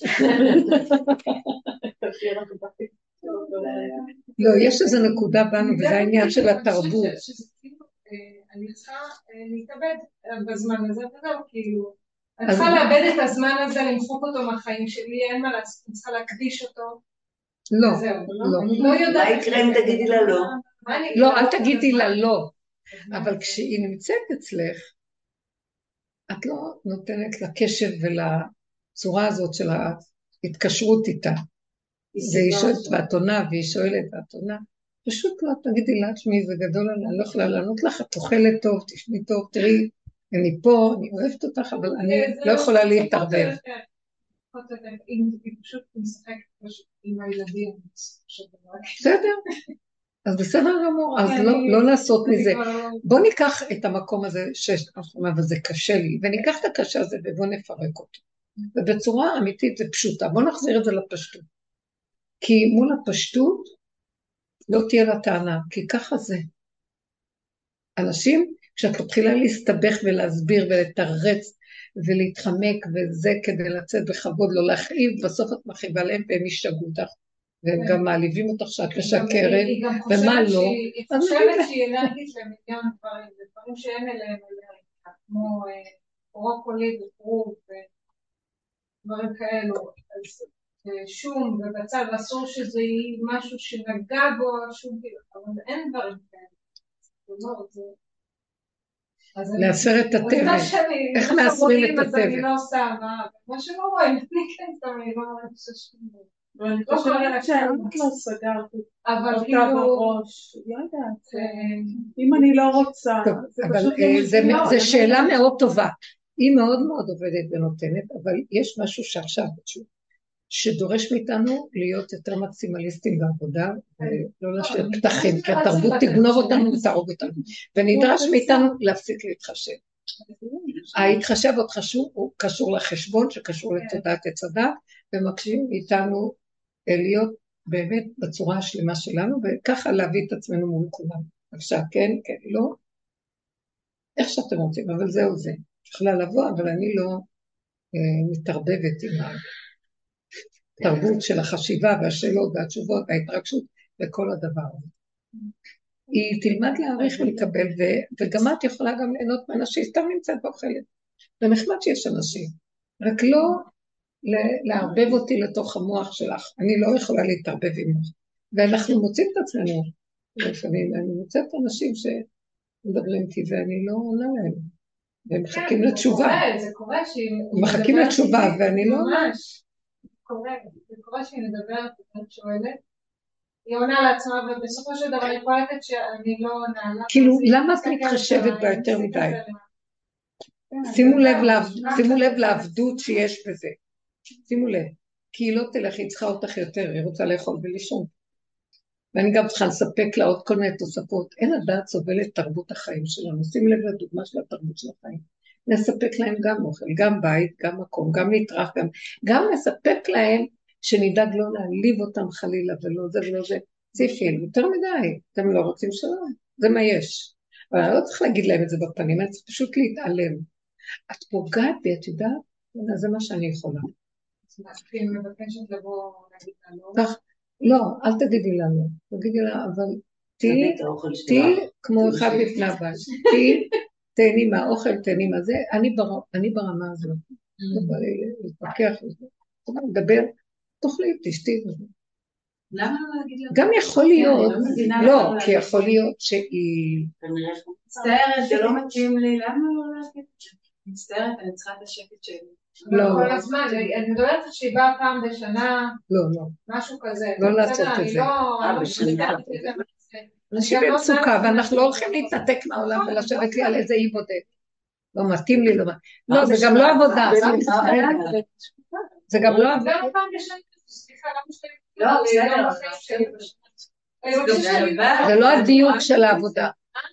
Speaker 2: לא, יש איזו נקודה בנו, וזה העניין של התרבות.
Speaker 3: אני צריכה להתאבד בזמן הזה, וזהו, כאילו, אני צריכה לאבד את הזמן הזה, למחוק אותו מהחיים שלי, אין מה לעשות, אני צריכה להקדיש אותו.
Speaker 2: לא,
Speaker 3: לא יודעת.
Speaker 4: מה יקרה אם תגידי לה לא?
Speaker 2: לא, אל תגידי לה לא, אבל כשהיא נמצאת אצלך, את לא נותנת לקשב ולצורה הזאת של ההתקשרות איתה. והיא שואלת ואת עונה, והיא שואלת ואת עונה. פשוט לא תגידי לה, תשמעי, זה גדול, אני לא יכולה לענות לך, את אוכלת טוב, תשמעי טוב, תראי, אני פה, אני אוהבת אותך, אבל אני לא יכולה להתערבב.
Speaker 3: היא פשוט משחקת עם הילדים.
Speaker 2: בסדר, אז בסדר גמור, אז לא לעשות מזה. בוא ניקח את המקום הזה, אבל זה קשה לי, וניקח את הקשה הזה ובוא נפרק אותו. ובצורה אמיתית ופשוטה, בוא נחזיר את זה לפשטות. כי מול הפשטות לא תהיה לה טענה, כי ככה זה. אנשים, כשאת מתחילה להסתבך ולהסביר ולתרץ ולהתחמק וזה כדי לצאת בכבוד, לא להכאיב, בסוף את מכאיבה להם והם ישתגעו אותך, והם גם מעליבים אותך שאת משקרת, ומה לא.
Speaker 3: היא חושבת שהיא אנרגית למיליון דברים שאין אליהם אלרגיה, כמו ברוקולי ופרוק ודברים כאלו, אז שום ובצד אסור שזה יהיה משהו שנגע בו, שום כאילו, אבל אין דברים כאלה.
Speaker 2: לאסר את הטבע. איך מאסרים את הטבע?
Speaker 3: אז אני לא עושה, מה שלא רואים, אני כן תמיד, לא רואים ששום דבר.
Speaker 5: ואני חושבת שאת לא סגרת אותה בראש, לא יודעת, אם אני לא רוצה,
Speaker 2: זה שאלה מאוד טובה, היא מאוד מאוד עובדת ונותנת, אבל יש משהו שעכשיו, שדורש מאיתנו להיות יותר מקסימליסטים בעבודה, ולא להשאיר פתחים, כי התרבות תגנוב אותנו ותהרוג אותנו, ונדרש מאיתנו להפסיק להתחשב. ההתחשב עוד חשוב, הוא קשור לחשבון, שקשור לתודעת הצדת, ומקשים מאיתנו להיות באמת בצורה השלמה שלנו, וככה להביא את עצמנו מול כולם. עכשיו, כן, כן, לא, איך שאתם רוצים, אבל זהו זה. יכולה לבוא, אבל אני לא מתערבבת עם התרבות של החשיבה והשאלות והתשובות וההתרגשות וכל הדבר הזה. היא תלמד להעריך ולקבל, וגם את יכולה גם ליהנות מאנשים, סתם נמצאת באוכלת. זה נחמד שיש אנשים, רק לא לערבב אותי לתוך המוח שלך, אני לא יכולה להתערבב עם מוח. ואנחנו מוצאים את עצמנו, לפעמים, אני מוצאת אנשים שמדברים איתי ואני לא עונה להם, והם מחכים לתשובה.
Speaker 3: זה קורה שהיא...
Speaker 2: מחכים לתשובה ואני לא...
Speaker 3: ממש. זה קורה שהיא מדברת, את שואלת, היא עונה לעצמה, ובסופו של דבר היא קולטת שאני לא עונה לה.
Speaker 2: כאילו, למה את מתחשבת בה יותר מדי? שימו לב לעבדות שיש בזה. שימו לב, כי היא לא תלך, היא צריכה אותך יותר, היא רוצה לאכול ולישון. ואני גם צריכה לספק לה עוד כל מיני תוספות. אין הדעת סובלת תרבות החיים שלנו. שים לב לדוגמה של התרבות של החיים. נספק להם גם אוכל, גם בית, גם מקום, גם נטרח, גם נספק להם שנדאג לא להעליב אותם חלילה ולא זה ולא זה. ציפים, יותר מדי, אתם לא רוצים שלום, זה מה יש. אבל אני לא צריך להגיד להם את זה בפנים, אני צריך פשוט להתעלם. את פוגעת בי, את יודעת? זה מה שאני יכולה.
Speaker 3: אני מבקשת לבוא להגיד לנו.
Speaker 2: לא, אל תגידי לנו, תגידי לה, אבל תהי כמו אחד לפני הבית, תהני מהאוכל, תהני מהזה, אני ברמה הזאת, להתפקח, לדבר, תאכלי, תשתי.
Speaker 3: למה לא להגיד לנו?
Speaker 2: גם יכול להיות, לא, כי יכול להיות שהיא...
Speaker 3: מצטערת, זה לא מתאים לי, למה לא להגיד את זה? מצטערת, אני צריכה את השקט שלי.
Speaker 2: לא,
Speaker 3: כל הזמן, אני מדברת שהיא באה פעם בשנה,
Speaker 2: לא,
Speaker 3: משהו כזה.
Speaker 2: לא לעשות את זה. אנשים במצוקה, ואנחנו לא הולכים להתנתק מהעולם ולשבת לי על איזה אי בודד. לא מתאים לי, לא, זה גם לא עבודה. זה גם לא עבודה. זה לא הדיוק של העבודה.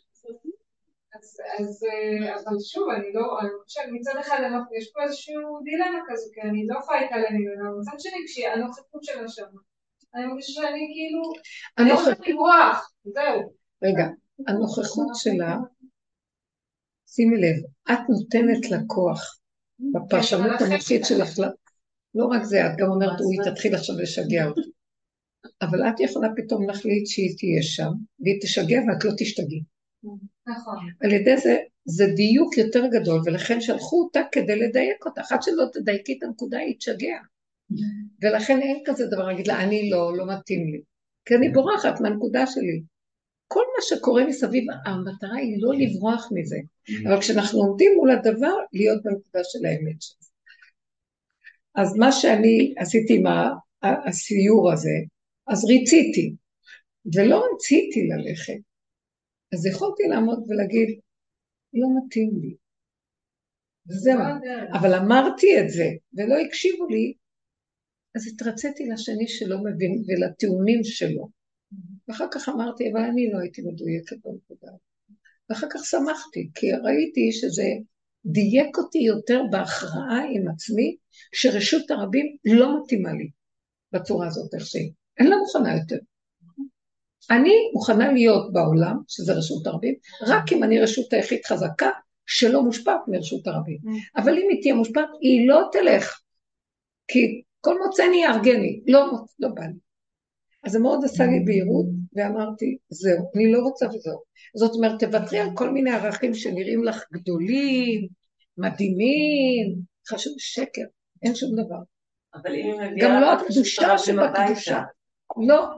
Speaker 3: אבל שוב, אני חושבת, מצד אחד יש פה איזשהו דילמה כזו, כי אני לא יכולה להתעלם ממנו, מצד שני, כשהנוכחות שלה שם, אני מרגישה שאני כאילו, אני רוצה לברוח, זהו.
Speaker 2: רגע, הנוכחות שלה, שימי לב, את נותנת לה כוח, בפרשנות המוחית שלך, לא רק זה, את גם אומרת, היא תתחיל עכשיו לשגע אותי, אבל את יכולה פתאום להחליט שהיא תהיה שם, והיא תשגע ואת לא תשתגעי.
Speaker 3: נכון.
Speaker 2: על ידי זה דיוק יותר גדול, ולכן שלחו אותה כדי לדייק אותה. אחת שלא תדייקי את הנקודה, היא תשגע. ולכן אין כזה דבר, להגיד לה, אני לא מתאים לי. כי אני בורחת מהנקודה שלי. כל מה שקורה מסביב, המטרה היא לא לברוח מזה. אבל כשאנחנו עומדים מול הדבר, להיות בנקודה של האמת שלנו. אז מה שאני עשיתי עם הסיור הזה, אז ריציתי, ולא רציתי ללכת. אז יכולתי לעמוד ולהגיד, לא מתאים לי. זהו, אבל אמרתי את זה, ולא הקשיבו לי, אז התרציתי לשני שלא מבין, ולטיעונים שלו. ואחר כך אמרתי, אבל אני לא הייתי מדויקת בנקודה. ואחר כך שמחתי, כי ראיתי שזה דייק אותי יותר בהכרעה עם עצמי, שרשות הרבים לא מתאימה לי בצורה הזאת איך שהיא. אין לה מוכנה יותר. אני מוכנה להיות בעולם, שזה רשות הרבים, רק אם אני רשות היחיד חזקה, שלא מושפעת מרשות הרבים. אבל אם היא תהיה מושפעת, היא לא תלך. כי כל מוצאני יארגני, לא בא לי. אז זה מאוד עשה לי בהירות, ואמרתי, זהו, אני לא רוצה וזהו. זאת אומרת, תוותרי על כל מיני ערכים שנראים לך גדולים, מדהימים, חשוב שקר, אין שום דבר. גם לא הקדושה שבקדושה. לא.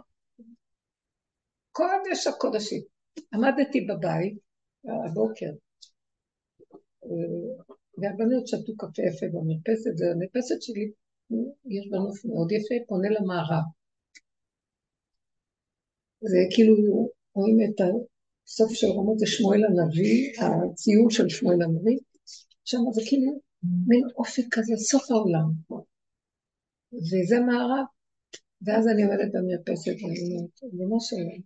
Speaker 2: קודש הקודשים. עמדתי בבית, הבוקר, והבנות שתו קפה יפה במרפסת, זה המרפסת שלי, יש בנוף מאוד יפה, פונה למערב. זה כאילו, רואים את הסוף של רמות, זה שמואל הנביא, הציור של שמואל הנביא, שם זה כאילו מין אופק כזה, סוף העולם. וזה מערב, ואז אני עומדת במרפסת, ואני אומרת, אמא שלי,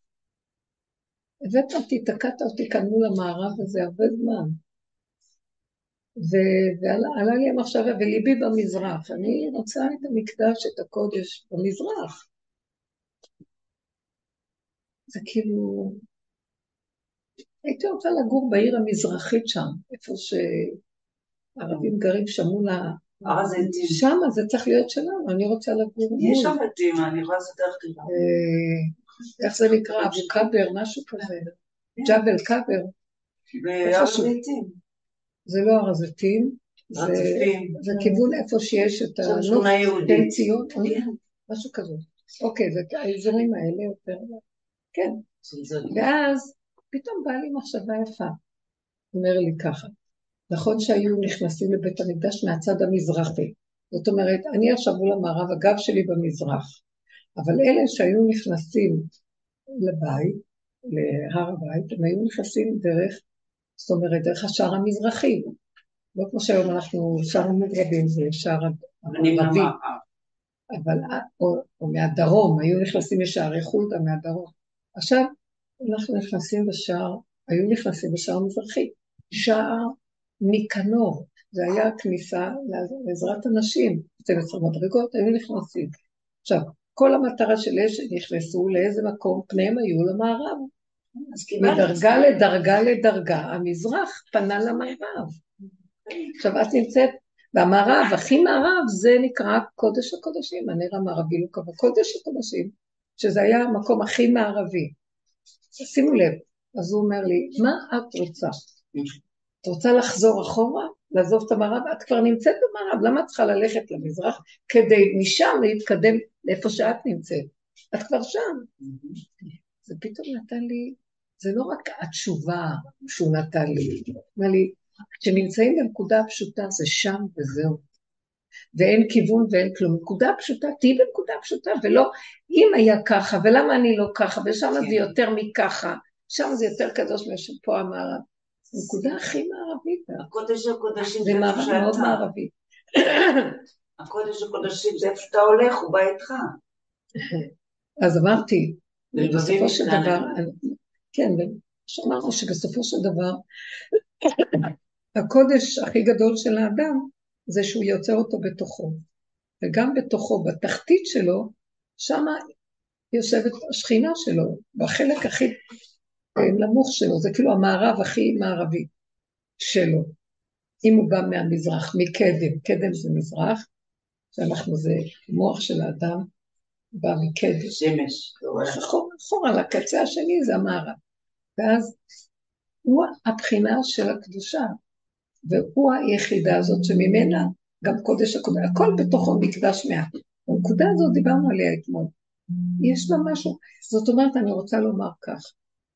Speaker 2: הבאת אותי, תקעת אותי כאן מול המערב הזה הרבה זמן. ועלה לי המחשבה, וליבי במזרח. אני רוצה את המקדש, את הקודש במזרח. זה כאילו... הייתי רוצה לגור בעיר המזרחית שם, איפה שהערבים גרים שמעו לה... שם זה צריך להיות שלנו, אני רוצה לגור.
Speaker 4: יש שם בתים, אני יכולה לעשות איך דירה.
Speaker 2: איך זה נקרא? אבו קבר, משהו כזה. ג'בל קבר.
Speaker 4: בהר הזיתים.
Speaker 2: זה לא הר הזיתים. זה כיוון איפה שיש את הנוף בן ציון. משהו כזה. אוקיי, זה האזורים האלה יותר. כן. ואז פתאום בא לי מחשבה יפה. אומר לי ככה. נכון שהיו נכנסים לבית המקדש מהצד המזרחי. זאת אומרת, אני עכשיו מול המערב, הגב שלי במזרח. אבל אלה שהיו נכנסים לבית, להר הבית, הם היו נכנסים דרך, זאת אומרת, דרך השער המזרחי. לא כמו שהיום אנחנו שער המוגרבים, זה שער
Speaker 4: אני
Speaker 2: המערבי,
Speaker 4: מהמערב.
Speaker 2: אבל, או מהדרום, היו נכנסים לשערי חולדה מהדרום. עכשיו, אנחנו נכנסים בשער, היו נכנסים בשער המזרחי, שער ניקנור, זה היה הכניסה לעזרת הנשים, 12 מדרגות, היו נכנסים. עכשיו, כל המטרה של אלה שנכנסו לאיזה מקום, פניהם היו למערב.
Speaker 4: אז קיבלת.
Speaker 2: מדרגה לדרגה לדרגה, המזרח פנה למערב. עכשיו את נמצאת, והמערב, הכי מערב, זה נקרא קודש הקודשים, הנר המערבי לא קבע, קודש הקודשים, שזה היה המקום הכי מערבי. שימו לב, אז הוא אומר לי, מה את רוצה? את רוצה לחזור אחורה? לעזוב את המערב? את כבר נמצאת במערב, למה את צריכה ללכת למזרח? כדי משם להתקדם לאיפה שאת נמצאת. את כבר שם. זה פתאום נתן לי, זה לא רק התשובה שהוא נתן לי, אמר לי, כשנמצאים בנקודה הפשוטה זה שם וזהו, ואין כיוון ואין כלום, נקודה פשוטה, תהי בנקודה פשוטה, ולא אם היה ככה, ולמה אני לא ככה, ושם זה יותר מככה, שם זה יותר קדוש משפה המערב, נקודה הכי מערבית,
Speaker 4: הקודש הקודשים
Speaker 2: זה
Speaker 4: זה
Speaker 2: מערב
Speaker 4: איפה
Speaker 2: מאוד
Speaker 4: שאתה.
Speaker 2: מערבי.
Speaker 4: הקודש הקודשים זה איפה שאתה הולך, הוא בא איתך.
Speaker 2: אז אמרתי,
Speaker 4: ולבבים
Speaker 2: בסופו של
Speaker 4: מכאן
Speaker 2: דבר,
Speaker 4: אחד.
Speaker 2: כן, שאמרנו שבסופו של דבר, הקודש הכי גדול של האדם, זה שהוא יוצר אותו בתוכו, וגם בתוכו, בתחתית שלו, שם יושבת השכינה שלו, בחלק הכי נמוך שלו, זה כאילו המערב הכי מערבי שלו, אם הוא בא מהמזרח, מקדם, קדם זה מזרח, שאנחנו זה מוח של האדם, בא מקדם.
Speaker 4: שמש.
Speaker 2: אחורה לקצה השני זה המערב, ואז הוא הבחינה של הקדושה, והוא היחידה הזאת שממנה גם קודש הקודש, הכל בתוכו מקדש מעט. הנקודה הזאת דיברנו עליה אתמול. יש לה משהו, זאת אומרת, אני רוצה לומר כך,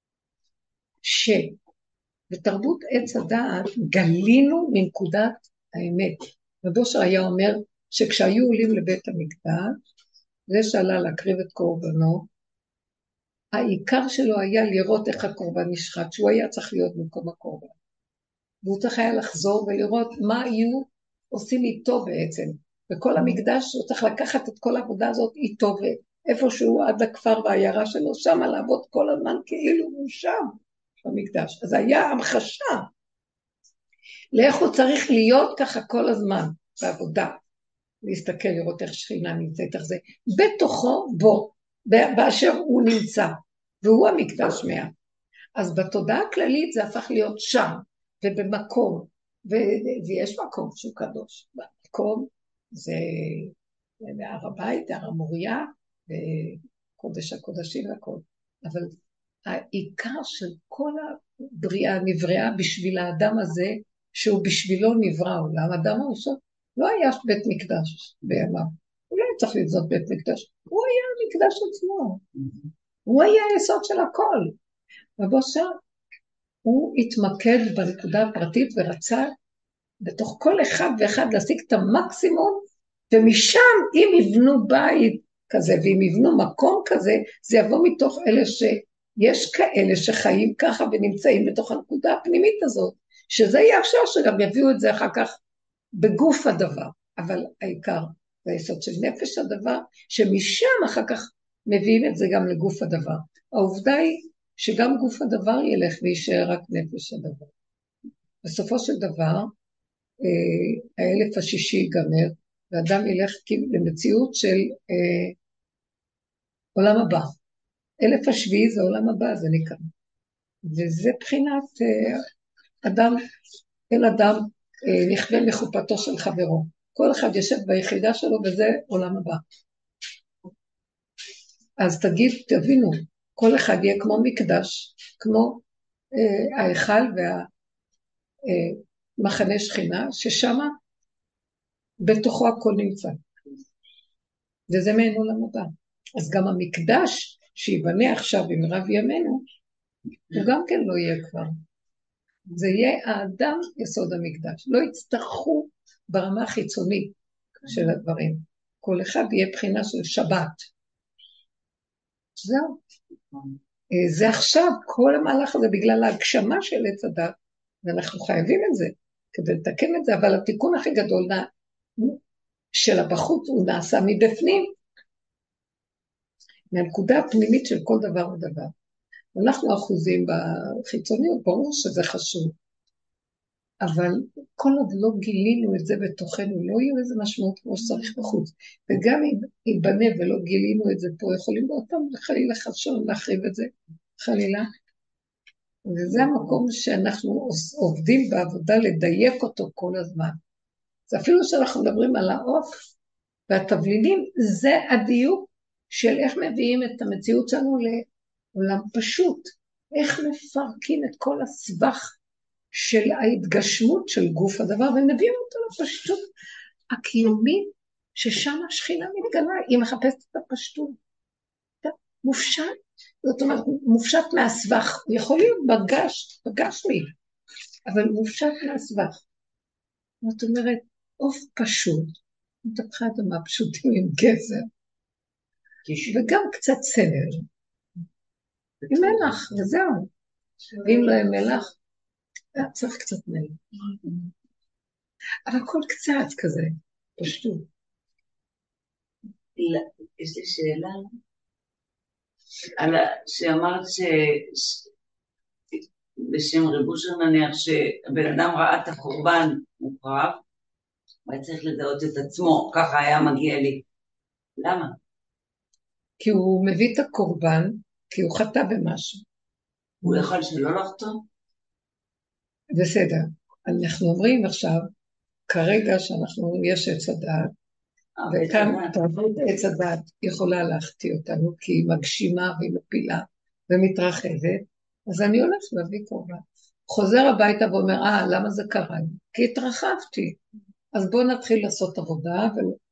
Speaker 2: שבתרבות עץ הדעת גלינו מנקודת האמת. רבושר היה אומר שכשהיו עולים לבית המקדש, זה שעלה להקריב את קורבנו, העיקר שלו היה לראות איך הקורבן נשחט, שהוא היה צריך להיות במקום הקורבן. והוא צריך היה לחזור ולראות מה היו עושים איתו בעצם. וכל המקדש הוא צריך לקחת את כל העבודה הזאת איתו, ואיפשהו עד הכפר והעיירה שלו, שם לעבוד כל הזמן כאילו הוא שם במקדש. אז היה המחשה לאיך הוא צריך להיות ככה כל הזמן בעבודה. להסתכל, לראות איך שכינה נמצאת, איך זה. בתוכו, בו, באשר הוא נמצא, והוא המקדש מעט. אז בתודעה הכללית זה הפך להיות שם, ובמקום, ויש מקום שהוא קדוש. במקום זה בהר הבית, הר המוריה, וקודש הקודשים והכל. אבל העיקר של כל הבריאה נבראה בשביל האדם הזה, שהוא בשבילו נברא עולם. האדם הראשון לא היה בית מקדש בימיו. הוא לא היה צריך לבנות בית מקדש. הוא היה המקדש עצמו. הוא היה היסוד של הכל. ובוסר, הוא התמקד בנקודה הפרטית ורצה בתוך כל אחד ואחד להשיג את המקסימום, ומשם אם יבנו בית כזה ואם יבנו מקום כזה, זה יבוא מתוך אלה שיש כאלה שחיים ככה ונמצאים בתוך הנקודה הפנימית הזאת, שזה יהיה עכשיו שגם יביאו את זה אחר כך בגוף הדבר, אבל העיקר זה היסוד של נפש הדבר, שמשם אחר כך מביאים את זה גם לגוף הדבר. העובדה היא שגם גוף הדבר ילך וישאר רק נפש הדבר. בסופו של דבר, האלף השישי ייגמר, ואדם ילך למציאות של עולם הבא. אלף השביעי זה עולם הבא, זה נקרא. וזה בחינת אדם, אין אדם נכווה מחופתו של חברו. כל אחד יושב ביחידה שלו, וזה עולם הבא. אז תבינו, כל אחד יהיה כמו מקדש, כמו ההיכל והמחנה שכינה, ששם בתוכו הכל נמצא. וזה מעין עולם הבא. אז גם המקדש שיבנה עכשיו במרב ימינו, הוא גם כן לא יהיה כבר. זה יהיה האדם יסוד המקדש. לא יצטרכו ברמה החיצונית של הדברים. כל אחד יהיה בחינה של שבת. זהו. זה עכשיו, כל המהלך הזה בגלל ההגשמה של עץ הדת, ואנחנו חייבים את זה, כדי לתקן את זה, אבל התיקון הכי גדול של הבחוץ הוא נעשה מבפנים, מהנקודה הפנימית של כל דבר ודבר. אנחנו אחוזים בחיצוניות, ברור שזה חשוב, אבל כל עוד לא גילינו את זה בתוכנו, לא יהיו איזה משמעות כמו שצריך בחוץ. וגם אם ייבנה ולא גילינו את זה פה, יכולים באותם חלילה חשון להחריב את זה, חלילה. וזה המקום שאנחנו עובדים בעבודה לדייק אותו כל הזמן. זה אפילו שאנחנו מדברים על העוף והתבלינים, זה הדיוק של איך מביאים את המציאות שלנו לעולם פשוט. איך מפרקים את כל הסבך של ההתגשמות של גוף הדבר, ומביאים אותו לפשטות הקיומית, ששם השכינה מתגלה, היא מחפשת את הפשטות. מופשט, זאת אומרת, מופשט מהסבך, הוא יכול להיות בגשמי, אבל מופשט מהסבך. זאת אומרת, עוף פשוט, מתפחת אדמה פשוטים עם גזר, וגם קצת סדר, עם מלח, וזהו. ואם לא עם מלח, צריך קצת מלח. אבל כל קצת כזה, פשוט.
Speaker 4: יש לי שאלה, שאמרת בשם רב אושר נניח, שהבן אדם ראה את הקורבן מוקרב, והיה צריך לדעות את עצמו, ככה היה מגיע לי. למה?
Speaker 2: כי הוא מביא את הקורבן, כי הוא חטא במשהו.
Speaker 4: הוא יכול שלא לחתום?
Speaker 2: בסדר. אנחנו אומרים עכשיו, כרגע שאנחנו, יש עץ הדעת, וכאן תרבות עץ הדעת יכולה להחטיא אותנו, כי היא מגשימה והיא מפילה ומתרחבת, אז אני הולך להביא קורבן. חוזר הביתה ואומר, למה זה קרה? כי התרחבתי. אז בואו נתחיל לעשות עבודה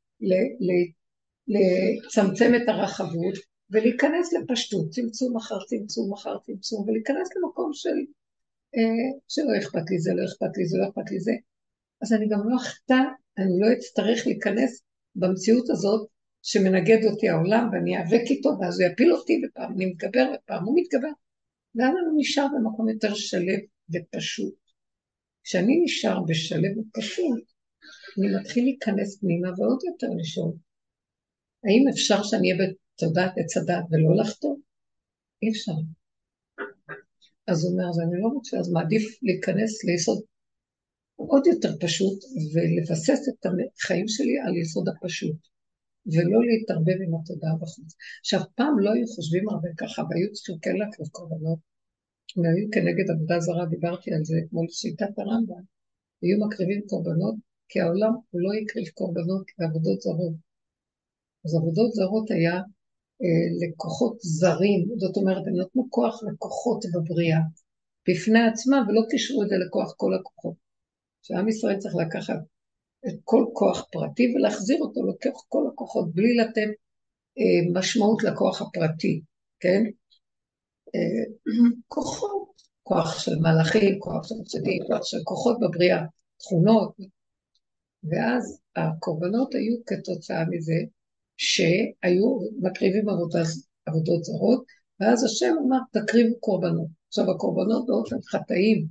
Speaker 2: ולצמצם את הרחבות, ולהיכנס לפשטות, צמצום אחר צמצום אחר צמצום, ולהיכנס למקום שלא אכפת לי זה, לא אכפת לי זה, לא אכפת לי זה. אז אני גם לא אחטא, אני לא אצטרך להיכנס במציאות הזאת שמנגד אותי העולם, ואני אאבק איתו, ואז הוא יפיל אותי, ופעם אני מתגבר, ופעם הוא מתגבר. ואז אני נשאר במקום יותר שלב ופשוט. כשאני נשאר בשלב ופשוט, אני מתחיל להיכנס פנימה ועוד יותר לשאול. האם אפשר שאני אהיה בתודעת עץ הדעת ולא לחתום? אי אפשר. אז הוא אומר, אז אני לא רוצה, אז מעדיף להיכנס ליסוד עוד יותר פשוט, ולבסס את החיים שלי על יסוד הפשוט, ולא להתערבב עם התודעה בחוץ. עכשיו, פעם לא היו חושבים הרבה ככה, והיו צריכים כן להקריב קורבנות, והיו כנגד עבודה זרה, דיברתי על זה, כמו שיטת הרמב"ם, היו מקריבים קורבנות, כי העולם הוא לא יקריב קורבנות לעבודות זרות. אז עבודות זרות היה לקוחות זרים, זאת אומרת, הם נתנו כוח לקוחות בבריאה, בפני עצמם, ולא קישרו את זה לכוח כל הכוחות. שעם ישראל צריך לקחת את כל כוח פרטי, ולהחזיר אותו לכוח כל הכוחות, בלי לתת משמעות לכוח הפרטי, כן? כוחות, כוח של מלאכים, כוח של צדיקים, כוח של כוחות בבריאה, תכונות, ואז הקורבנות היו כתוצאה מזה, שהיו מקריבים עבודות זרות, ואז השם אמר, תקריבו קורבנות. עכשיו, הקורבנות באופן חטאים,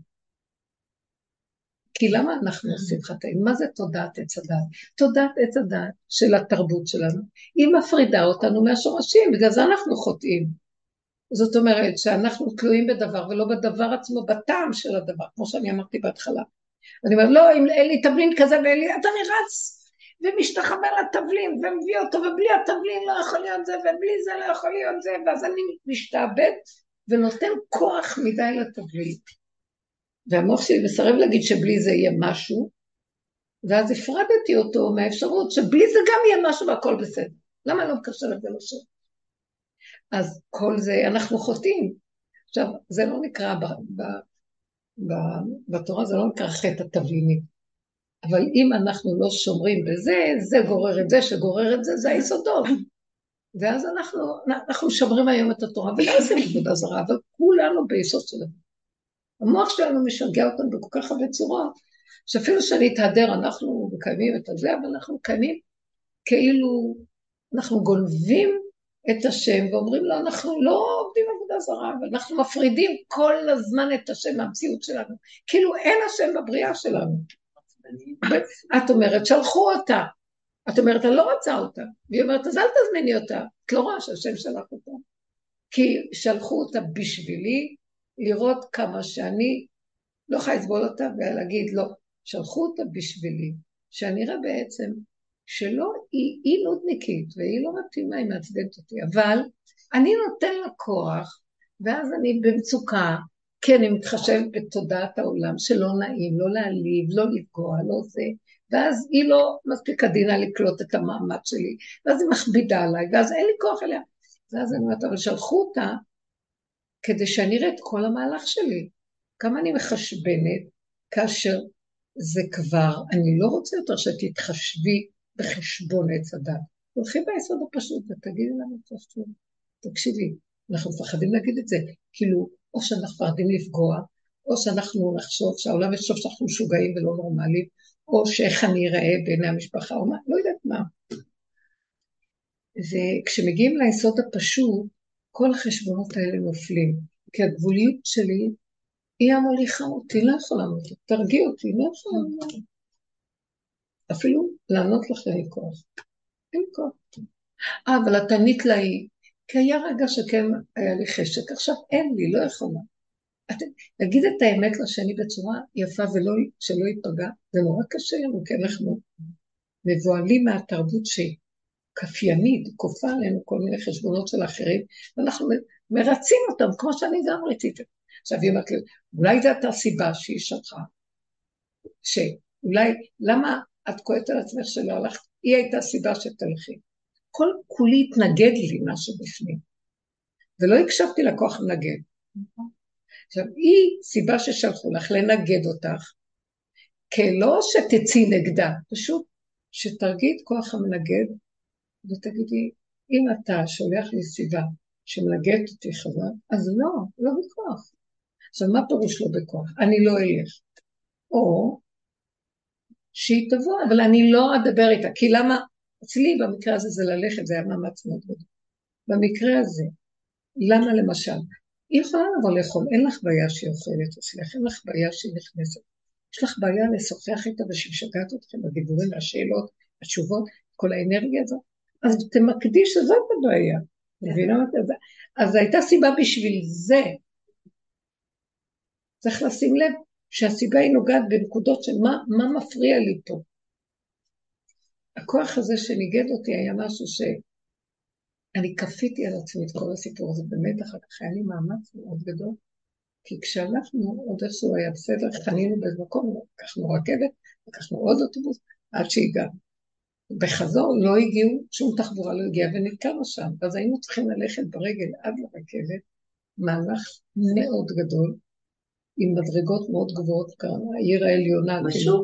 Speaker 2: כי למה אנחנו עושים חטאים? מה זה תודעת עץ הדעת? תודעת עץ הדעת של התרבות שלנו, היא מפרידה אותנו מהשורשים, בגלל זה אנחנו חוטאים. זאת אומרת שאנחנו תלויים בדבר, ולא בדבר עצמו, בטעם של הדבר, כמו שאני אמרתי בהתחלה. אני אומרת, לא, אם אין לי תבלין כזה, אז אני רץ ומשתחבר לתבלין, ומביא אותו, ובלי התבלין לא יכול להיות זה, ובלי זה לא יכול להיות זה, ואז אני משתעבד, ונותן כוח מדי לתבלין. והמוח שלי מסרב להגיד שבלי זה יהיה משהו, ואז הפרדתי אותו מהאפשרות שבלי זה גם יהיה משהו והכל בסדר. למה לא מקשר את זה לשם? אז כל זה אנחנו חוטאים. עכשיו, זה לא נקרא, בתורה זה לא נקרא חטא התבלינים. אבל אם אנחנו לא שומרים בזה, זה גורר את זה, שגורר את זה, זה היסודות. ואז אנחנו שומרים היום את התורה, ולא עושים עבודה זרה, אבל כולנו ביסוד שלנו. המוח שלנו משגע אותנו בכל כך הרבה צורות, שאפילו שאני אתהדר, אנחנו מקיימים את זה, אבל אנחנו מקיימים כאילו אנחנו גונבים את השם, ואומרים לו, אנחנו לא עובדים עבודה זרה, ואנחנו מפרידים כל הזמן את השם מהמציאות שלנו, כאילו אין השם בבריאה שלנו, את אומרת, שלחו אותה. את אומרת, אני לא רוצה אותה. והיא אומרת, אז אל תזמיני אותה. את לא רואה שהשם שלח אותה. כי שלחו אותה בשבילי, לראות כמה שאני לא יכולה לסבול אותה, ולהגיד, לא, שלחו אותה בשבילי, שאני אראה בעצם שלא, היא נודניקית, והיא לא מתאימה, היא מעצבנת אותי, אבל אני נותן לה כוח, ואז אני במצוקה, כי אני מתחשבת בתודעת העולם, שלא נעים, לא להעליב, לא לפגוע, לא זה, ואז היא לא מספיק עדינה לקלוט את המעמד שלי, ואז היא מכבידה עליי, ואז אין לי כוח אליה. ואז אני אומרת, אבל שלחו אותה, כדי שאני אראה את כל המהלך שלי. כמה אני מחשבנת, כאשר זה כבר, אני לא רוצה יותר שתתחשבי בחשבון עץ הדת. הולכי ביסוד הפשוט ותגידי לנו פשוט, תקשיבי, אנחנו מפחדים להגיד את זה, כאילו, או שאנחנו מפחדים לפגוע, או שאנחנו נחשוב, שהעולם יחשוב שאנחנו משוגעים ולא נורמליים, או שאיך אני אראה בעיני המשפחה, או מה, לא יודעת מה. וכשמגיעים ליסוד הפשוט, כל החשבונות האלה נופלים, כי הגבוליות שלי היא המוליכה אותי, לא יכולה אותי, תרגיע אותי, לא יכולה אותי. אפילו לענות לך אין לי כוח, אין לי כוח. אבל את ענית לה היא, כי היה רגע שכן היה לי חשק, עכשיו אין לי, לא יכולה. להגיד את האמת לשני בצורה יפה שלא ייפגע, זה נורא קשה לנו, כי אנחנו מבועלים מהתרבות שהיא כפיינית, כופה עלינו כל מיני חשבונות של אחרים, ואנחנו מרצים אותם, כמו שאני גם רציתי. עכשיו היא אומרת לי, אולי זו הייתה הסיבה שהיא שלחה, שאולי, למה את כועסת על עצמך שלא הלכת? היא הייתה סיבה שתלכי. כל כולי התנגד לי משהו בפנים, ולא הקשבתי לכוח לנגד. עכשיו, היא סיבה ששלחו לך לנגד אותך, כלא שתצאי נגדה, פשוט שתרגיד כוח המנגד, ותגידי, אם אתה שולח לי סיבה שמנגדת אותי חזק, אז לא בכוח. עכשיו, מה פירוש לא בכוח? אני לא אלך. או שהיא תבוא, אבל אני לא אדבר איתה. כי למה? אצלי במקרה הזה זה ללכת, זה היה מאמץ מאוד גדול. במקרה הזה, למה למשל? היא יכולה לבוא לאכול, אין לך בעיה שהיא אוכלת אצלך, אין לך בעיה שהיא נכנסת. יש לך בעיה לשוחח איתה ושמשגעת אתכם בדיבורים, השאלות, התשובות, כל האנרגיה הזאת. אז תמקדי שזאת הבעיה. מבינה את זה? אז הייתה סיבה בשביל זה. צריך לשים לב שהסיבה היא נוגעת בנקודות של מה מפריע לי פה. הכוח הזה שניגד אותי היה משהו שאני כפיתי על עצמי את כל הסיפור הזה, באמת אחר כך היה לי מאמץ מאוד גדול, כי כשאנחנו עוד איכשהו היה בסדר, חנינו באיזה מקום, לקחנו רכבת, לקחנו עוד אוטובוס, עד שהגענו. בחזור לא הגיעו, שום תחבורה לא הגיעה ונתקענו שם, אז היינו צריכים ללכת ברגל עד לרכבת, מהלך מאוד גדול, עם מדרגות מאוד גבוהות כאן, העיר העליונה,
Speaker 4: משהו?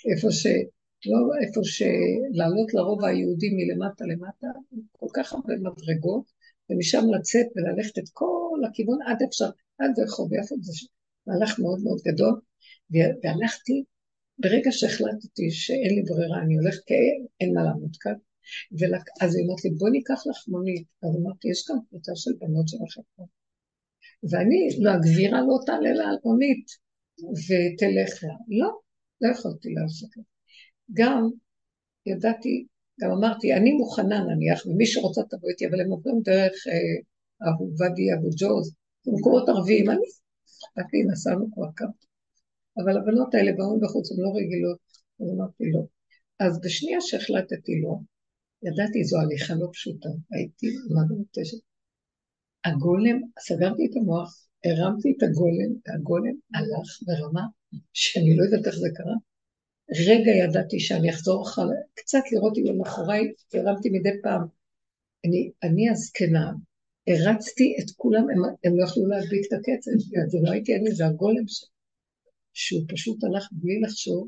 Speaker 2: איפה שלעלות לרובע היהודי מלמטה למטה, כל כך הרבה מדרגות, ומשם לצאת וללכת את כל הכיוון עד אפשר, עד רחוב יפו, זה מהלך מאוד מאוד גדול, והלכתי, ברגע שהחלטתי שאין לי ברירה, אני הולכת אין מה לעמוד כאן, אז היא אמרת לי, בוא ניקח לך מונית, אז אמרתי, יש כאן קבוצה של בנות שמחכות, ואני, לא, הגבירה לא תעלה לה על מונית, ותלך לה, לא יכולתי לעשות. גם ידעתי, גם אמרתי, אני מוכנה נניח, ומי שרוצה תבוא איתי, אבל הם עוברים דרך עובדיה וג'וז, במקומות ערביים, אני חכתי, נסענו כבר כמה. אבל הבנות האלה באו בחוץ, הן לא רגילות, אז אמרתי לא. אז בשנייה שהחלטתי לא, ידעתי זו הליכה לא פשוטה, הייתי מגנוטשת. הגולם, סגרתי את המוח, הרמתי את הגולם, והגולם הלך ברמה שאני לא יודעת איך זה קרה. רגע ידעתי שאני אחזור קצת לראות אם למחוריי, הרמתי מדי פעם. אני הזקנה, הרצתי את כולם, הם לא יכלו להדביק את הקצב, זה לא הייתי אני, זה הגולם שהוא פשוט הלך בלי לחשוב,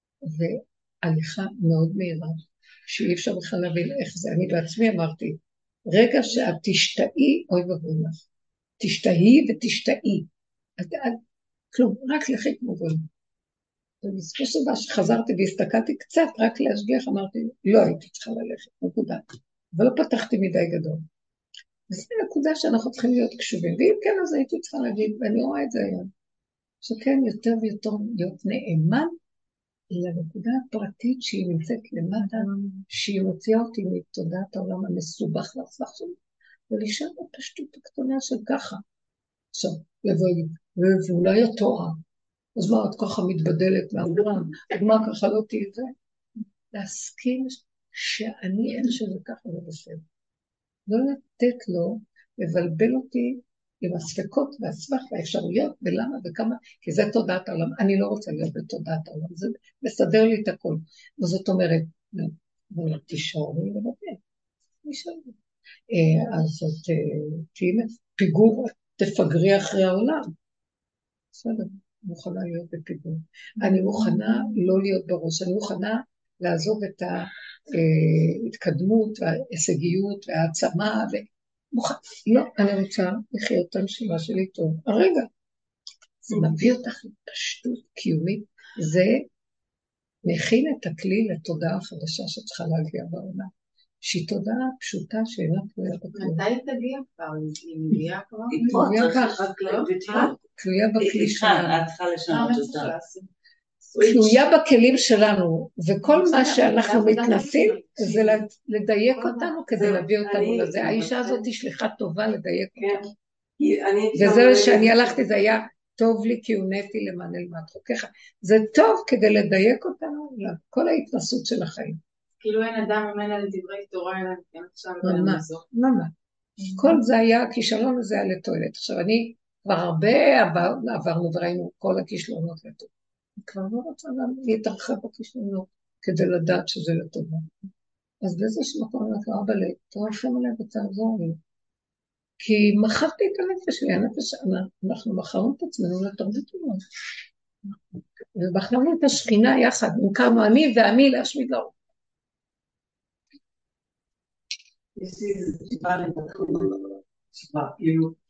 Speaker 2: והליכה מאוד מהירה, שאי אפשר בכלל להבין איך זה. אני בעצמי אמרתי, רגע שאת תשתאי, אוי ובואי לך, תשתאי ותשתאי, כלום, רק לכי כמו בואי. ובסופו של דבר שחזרתי והסתכלתי קצת, רק להשגיח, אמרתי, לא הייתי צריכה ללכת, נקודה. אבל לא פתחתי מדי גדול. וזו נקודה שאנחנו צריכים להיות קשובים, ואם כן, אז הייתי צריכה להגיד, ואני רואה את זה היום, שכן יותר ויותר להיות נאמן לנקודה הפרטית שהיא נמצאת למטה, שהיא מוציאה אותי מתודעת העולם המסובך והסבך שלו, ולשם הפשטות הקטנה של ככה. עכשיו, יבוא יגיד, ואולי את טועה, אז מה את ככה מתבדלת מהעולם, אז מה ככה לא תהיה זה? להסכים שאני איך שזה ככה זה בסדר. לא לתת לו לבלבל אותי עם הספקות והסבך והאפשרויות ולמה וכמה, כי זה תודעת העולם. אני לא רוצה להיות בתודעת העולם, זה מסדר לי את הכל. וזאת אומרת, תישארי לבטל, נשארי. אז את תהיי פיגור, תפגרי אחרי העולם. בסדר, מוכנה להיות בפיגור. אני מוכנה לא להיות בראש, אני מוכנה לעזוב את ההתקדמות וההישגיות והעצמה. לא, אני רוצה לחיות את הנשימה שלי טוב. הרגע, זה מביא אותך לפשטות קיומית, זה מכין את הכלי לתודעה החדשה שצריכה להגיע בעולם. שהיא תודעה פשוטה שאינה תלויה בכלום.
Speaker 3: מתי תגיע כבר? היא מגיעה כבר?
Speaker 2: תלויה בכלי שלנו.
Speaker 4: את צריכה לשנות אותה.
Speaker 2: תלויה בכלים שלנו, וכל מה שאנחנו מתנסים זה לדייק אותנו כדי להביא אותנו לזה. האישה הזאת היא שליחה טובה לדייק אותנו. וזה שאני הלכתי, זה היה טוב לי כי הונאתי למען אלמד חוקיך. זה טוב כדי לדייק אותנו לכל ההתנסות של החיים.
Speaker 3: כאילו אין אדם ממנה לדברי תורה, אלא כן עכשיו
Speaker 2: ממש, ממש. כל זה היה, הכישלון הזה היה לתועלת. עכשיו אני כבר הרבה עברנו וראינו כל הכישלונות לטוב. אני כבר לא רוצה להתרחב בכישלונות כדי לדעת שזה לטובה. אז באיזשהו מקום אני קרא בלב, תרחם עליי ותעזור לי. כי מכרתי את הנפש שלי, אנחנו מכרנו את עצמנו לתרבות שלנו. ובחרנו את השכינה יחד, נמכרנו אני ועמי להשמיד לאור.
Speaker 1: יש לי איזו תשובה לתחום, כאילו,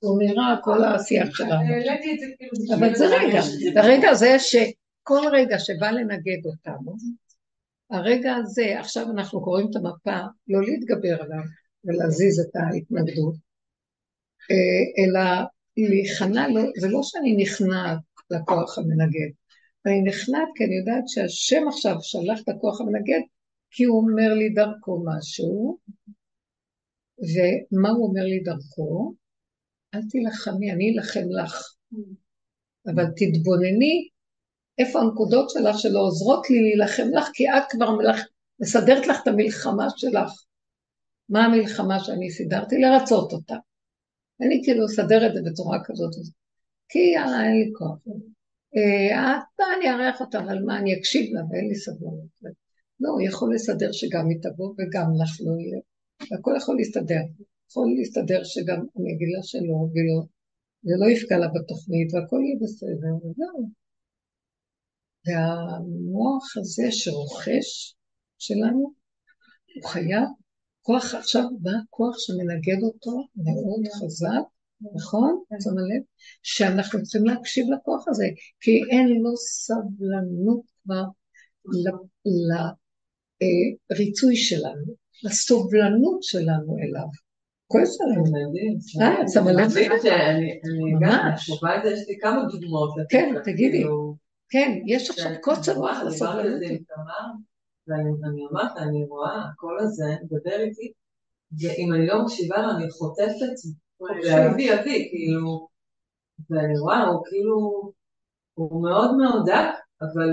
Speaker 2: הוא נראה כל השיח שלנו.
Speaker 1: העליתי את זה כאילו...
Speaker 2: אבל זה רגע, הרגע זה שכל רגע שבא לנגד אותנו, הרגע הזה, עכשיו אנחנו קוראים את המפה, לא להתגבר עליו ולהזיז את ההתנגדות, אלא להיכנע לו, זה לא שאני נכנעת לכוח המנגד, אני נכנעת כי אני יודעת שהשם עכשיו שלח את הכוח המנגד, כי הוא אומר לי דרכו משהו, ומה הוא אומר לי דרכו? אל תלחמי, אני אלחם לך, אבל תתבונני איפה הנקודות שלך שלא עוזרות לי להילחם לך, כי את כבר מסדרת לך את המלחמה שלך. מה המלחמה שאני סידרתי? לרצות אותה. אני כאילו אסדר את זה בצורה כזאת, כי יאללה, אין לי כוח. אני אערך אותה, אבל מה, אני אקשיב לה ואין לי סבלנות. לא, הוא יכול לסדר שגם היא תבוא וגם לך לא יהיה. הכל יכול להסתדר. יכול להסתדר שגם אני אגיד לה שלא, ולא, זה לא יפגע לה בתוכנית, והכל יהיה בסדר, וזהו. והמוח הזה שרוכש שלנו, הוא חייב, כוח עכשיו בא כוח שמנגד אותו מאוד חזק, נכון? שמה לב? שאנחנו צריכים להקשיב לכוח הזה, כי אין לו סבלנות כבר לריצוי שלנו, לסובלנות שלנו אליו. כועס עלינו. שמה לב?
Speaker 1: אני גם, יש לי כמה דוגמאות.
Speaker 2: כן, תגידי. כן, יש עכשיו קוצר רוח לסבלנות.
Speaker 1: ואני אומרת, אני רואה, הקול הזה מדבר איתי, ואם אני לא מקשיבה לו, אני חוטפת, ואבי, כאילו, ואני רואה, הוא כאילו, הוא מאוד מאוד דק, אבל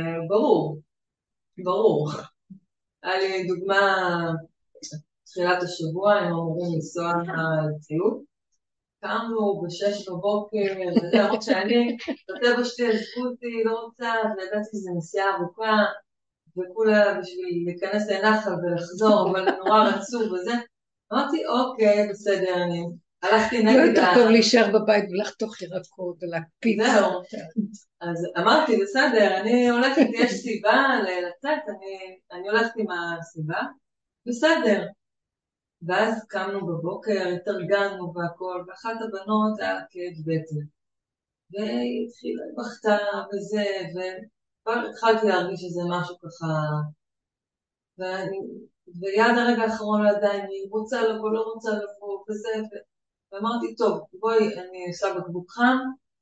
Speaker 1: ברור. היה לי דוגמה, תחילת השבוע, הם אמורים לנסוע לציוד, קמנו ב6 בבוקר, וזה אמרת שאני, בטבע שלי עזבו אותי, לא רוצה, וידעתי שזה נסיעה ארוכה, וכולה בשביל להיכנס לנחל ולחזור, אבל נורא רצו וזה. אמרתי, אוקיי, בסדר, אני הלכתי נגד...
Speaker 2: לא יותר טוב להישאר בבית ולחתוך ירקות ולהקפיץ.
Speaker 1: זהו. אז אמרתי, בסדר, אני הולכת, יש סיבה לצאת, אני הולכת עם הסיבה, בסדר. ואז קמנו בבוקר, התארגנו והכל, ואחת הבנות היה כאב בטן. והיא התחילה, בכתה וזה, וכבר התחלתי להרגיש שזה משהו ככה, ויד הרגע האחרון עדיין, היא רוצה לבוא, לא רוצה לבוא, וזה, ואמרתי, טוב, בואי, אני עושה בקבוק חם,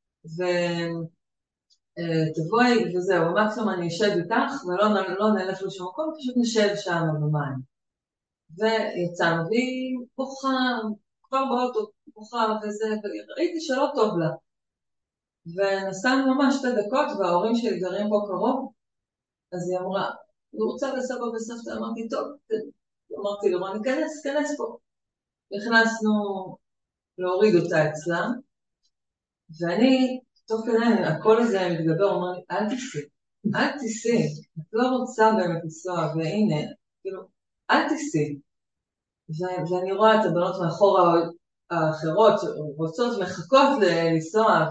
Speaker 1: ותבואי, וזהו, מקסימום אני אשב איתך, ולא נלך לשום מקום, פשוט נשב שם במים. ויצאנו, והיא בוכה, כבר באוטו, בוכה וזה, וראיתי שלא טוב לה. ונסענו ממש 2 דקות, וההורים שלי גרים פה קרוב, אז היא אמרה, היא רוצה לסבא וסבתא, אמרתי, טוב, אמרתי לו, ניכנס פה. נכנסנו להוריד אותה אצלה, ואני, תוך כדי, הקול הזה מתגבר, אומר לי, אל תיסי, את לא רוצה באמת לנסוע, והנה, כאילו, אל תיסי. ואני רואה את הבנות מאחור האחרות, רוצות, מחכות לנסוע,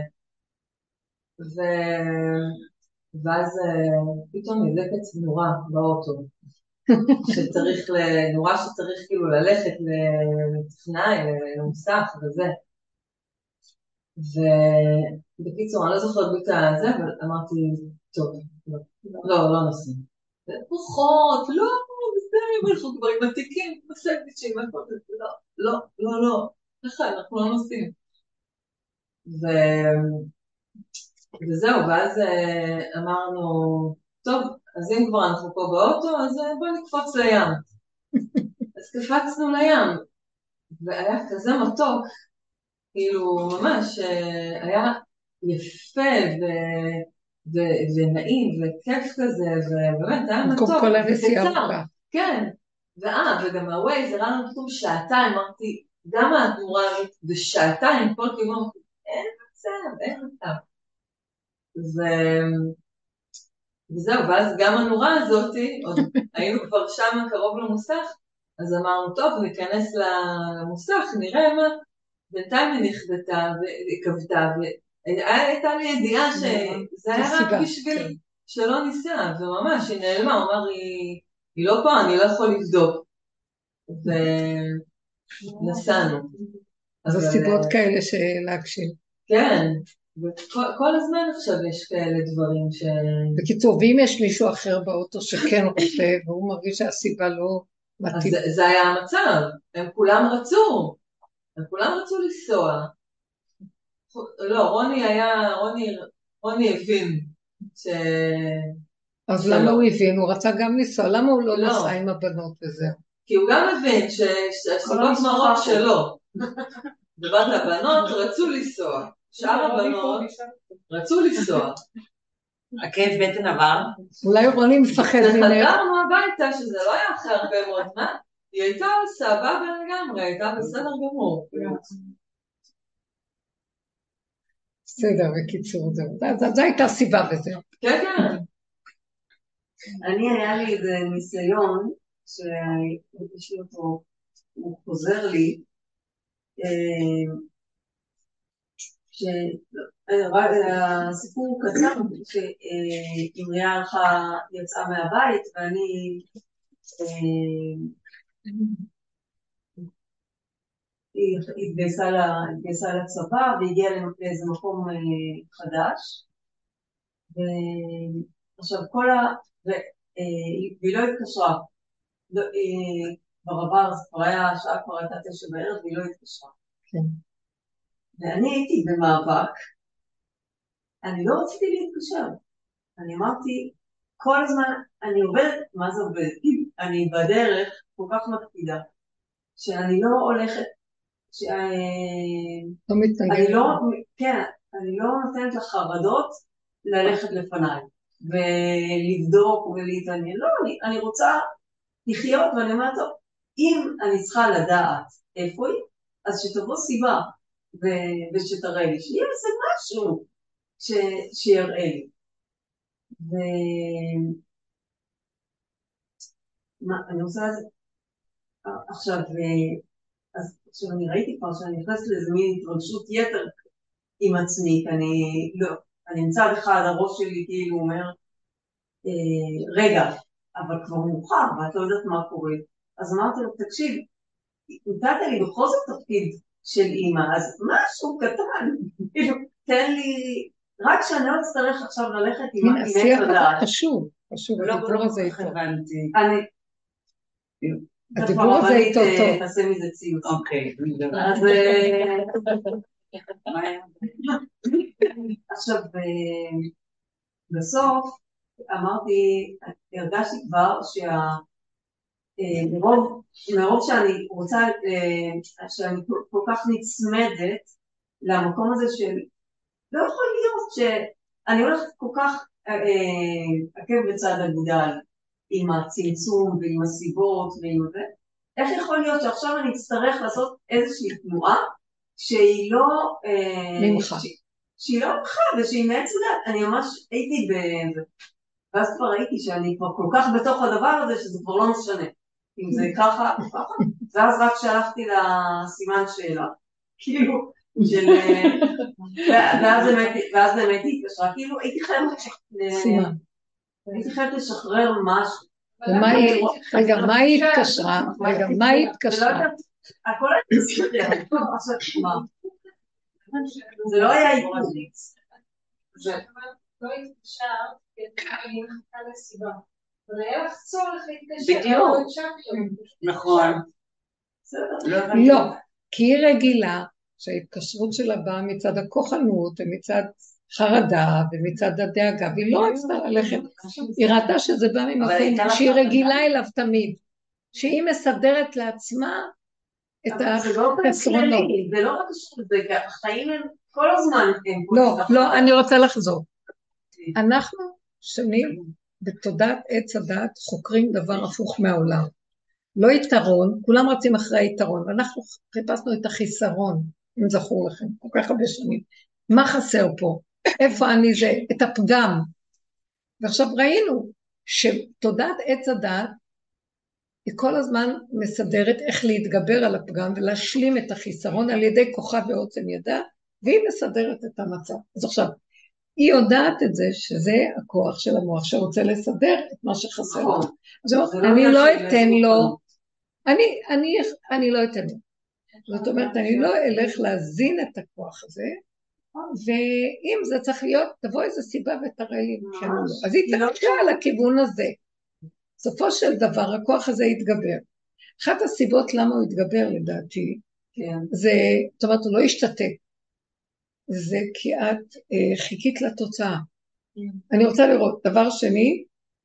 Speaker 1: ואז פתאום נדלקת נורה באוטו, נורה שצריך כאילו ללכת לטכנאי, למוסך וזה. ובקיצור, אני לא זוכרת ביטה זה, אבל אמרתי, טוב, לא נוסעים. פחות, לא, בסדר, אנחנו כבר עם עתיקים, בסדר, לא, ככה, אנחנו לא נוסעים. וזהו, ואז אמרנו, טוב, אז אם כבר אנחנו פה באוטו, אז בואו נקפוץ לים. אז קפצנו לים, והיה כזה מתוק, כאילו ממש היה יפה ונעים וכיף כזה, ובאמת היה מתוק.
Speaker 2: כל הנסיעה ארוכה.
Speaker 1: כן, וגם הווייז הראה לנו פתאום 2 שעתיים, אמרתי, גם התנורה בשעתיים, כל כיוון, אין מצב. וזהו, ואז גם הנורה הזאת, עוד היינו כבר שם קרוב למוסך, אז אמרנו, טוב, ניכנס למוסך, נראה מה, בינתיים היא נכבדה וכבדה, והייתה לי ידיעה שזה היה רק בשביל שלא ניסה, וממש היא נעלמה, הוא אמר, היא לא פה, אני לא יכול לבדוק, ונסענו.
Speaker 2: אז הסיבות כאלה שלהקשיב.
Speaker 1: כן, כל הזמן עכשיו יש כאלה דברים
Speaker 2: בקיצור, ואם יש מישהו אחר באוטו שכן רוצה, והוא מרגיש שהסיבה לא
Speaker 1: אז
Speaker 2: מתאים.
Speaker 1: זה היה המצב, הם כולם רצו לנסוע. לא, רוני הבין ש...
Speaker 2: אז
Speaker 1: שלא.
Speaker 2: למה הוא הבין? הוא רצה גם לנסוע, למה הוא לא
Speaker 1: לא.
Speaker 2: נסע עם הבנות וזהו?
Speaker 1: כי הוא גם הבין שהסיבות מראות שלא. ובת הבנות רצו לנסוע. שאר הבנות רצו לנסוע.
Speaker 4: הכאב בטן עבר.
Speaker 2: אולי רוני מפחד ממך.
Speaker 1: וחזרנו הביתה, שזה לא היה אחרי הרבה מאוד זמן, היא הייתה סבבה לגמרי, הייתה בסדר גמור.
Speaker 2: בסדר, בקיצור, זו הייתה סיבה בזה.
Speaker 1: כן, כן.
Speaker 6: היה לי איזה ניסיון, שיש לי אותו, הוא חוזר לי, הסיפור קצר, שאמריה יצאה מהבית, ואני היא התגייסה לצבא והגיעה לאיזה מקום חדש, ועכשיו והיא לא התקשרה, ברבר זה כבר היה, השעה כבר הייתה 9 בערב והיא לא התקשרה. ואני הייתי במאבק, אני לא רציתי להתקשר, אני אמרתי, כל הזמן אני עובדת, מה זה עובדת? אני בדרך כל כך מקפידה, שאני לא הולכת, אני לא נותנת לחרדות ללכת לפניי, ולבדוק ולהתעניין, לא, אני רוצה לחיות, ואני אומרת, טוב, אם אני צריכה לדעת איפה היא, אז שתבוא סיבה, ושתראה לי, שיהיה איזה משהו שיראה לי. אני עושה את זה, עכשיו אני ראיתי כבר שאני נכנסת לאיזה מין התרגשות יתר עם עצמי, אני מצד אחד הראש שלי כאילו אומר, רגע, אבל כבר מאוחר, ואת לא יודעת מה קורה. אז אמרתי לו, תקשיב, נתת לי בכל זאת תפקיד של אימא, אז משהו קטן, תן לי, רק שאני לא אצטרך עכשיו ללכת עם
Speaker 2: השיח הזה חשוב,
Speaker 6: הדיבור
Speaker 2: הזה איתו.
Speaker 6: הדיבור
Speaker 2: הזה איתו טוב.
Speaker 6: תעשה מזה ציוץ.
Speaker 4: אוקיי.
Speaker 6: אז עכשיו, בסוף אמרתי, הרגשתי כבר מרוב שאני רוצה, שאני כל כך נצמדת למקום הזה של, לא יכול להיות שאני הולכת כל כך עקב בצד אגודל עם הצמצום ועם הסיבות ועם זה, איך יכול להיות שעכשיו אני אצטרך לעשות איזושהי תנועה שהיא לא
Speaker 2: ממך.
Speaker 6: שהיא לא ממך ושהיא מעצם דעת, אני ממש הייתי ואז כבר ראיתי שאני כבר כל כך בתוך הדבר הזה שזה כבר לא משנה. אם זה ככה, ואז רק שלחתי לה סימן שאלה. כאילו, ואז באמת היא התקשרה, כאילו הייתי חייבת לשחרר משהו.
Speaker 2: רגע, מה היא התקשרה?
Speaker 6: הכל היה מסתדר, זה לא היה איתוניץ.
Speaker 3: לא התקשר, כי אני מחכה לסיבה. אבל היה לך צורך להתקשר.
Speaker 4: בדיוק. נכון.
Speaker 2: לא, כי היא רגילה שההתקשרות שלה באה מצד הכוחנות ומצד חרדה ומצד הדאגה, והיא לא רצתה ללכת. היא ראתה שזה בא ממקום שהיא רגילה אליו תמיד, שהיא מסדרת לעצמה את החסרונות.
Speaker 6: זה לא רק שזה, החיים הם כל הזמן.
Speaker 2: לא, אני רוצה לחזור. אנחנו שנים בתודעת עץ הדת חוקרים דבר הפוך מהעולם. לא יתרון, כולם רצים אחרי היתרון, ואנחנו חיפשנו את החיסרון, אם זכור לכם, כל כך הרבה שנים. מה חסר פה? איפה אני זה? את הפגם. ועכשיו ראינו שתודעת עץ הדת היא כל הזמן מסדרת איך להתגבר על הפגם ולהשלים את החיסרון על ידי כוחה ועוצם ידה, והיא מסדרת את המצב. אז עכשיו, היא יודעת את זה שזה הכוח של המוח שרוצה לסדר את מה שחסר לו. אז אני לא אתן לו, אני לא אתן לו. זאת אומרת, אני לא אלך להזין את הכוח הזה, ואם זה צריך להיות, תבוא איזו סיבה ותראה לי כן או לא. אז היא תקשה על הכיוון הזה. בסופו של דבר, הכוח הזה יתגבר. אחת הסיבות למה הוא יתגבר לדעתי, זה, זאת אומרת, הוא לא ישתתק. זה כי את חיכית לתוצאה. אני רוצה לראות, דבר שני,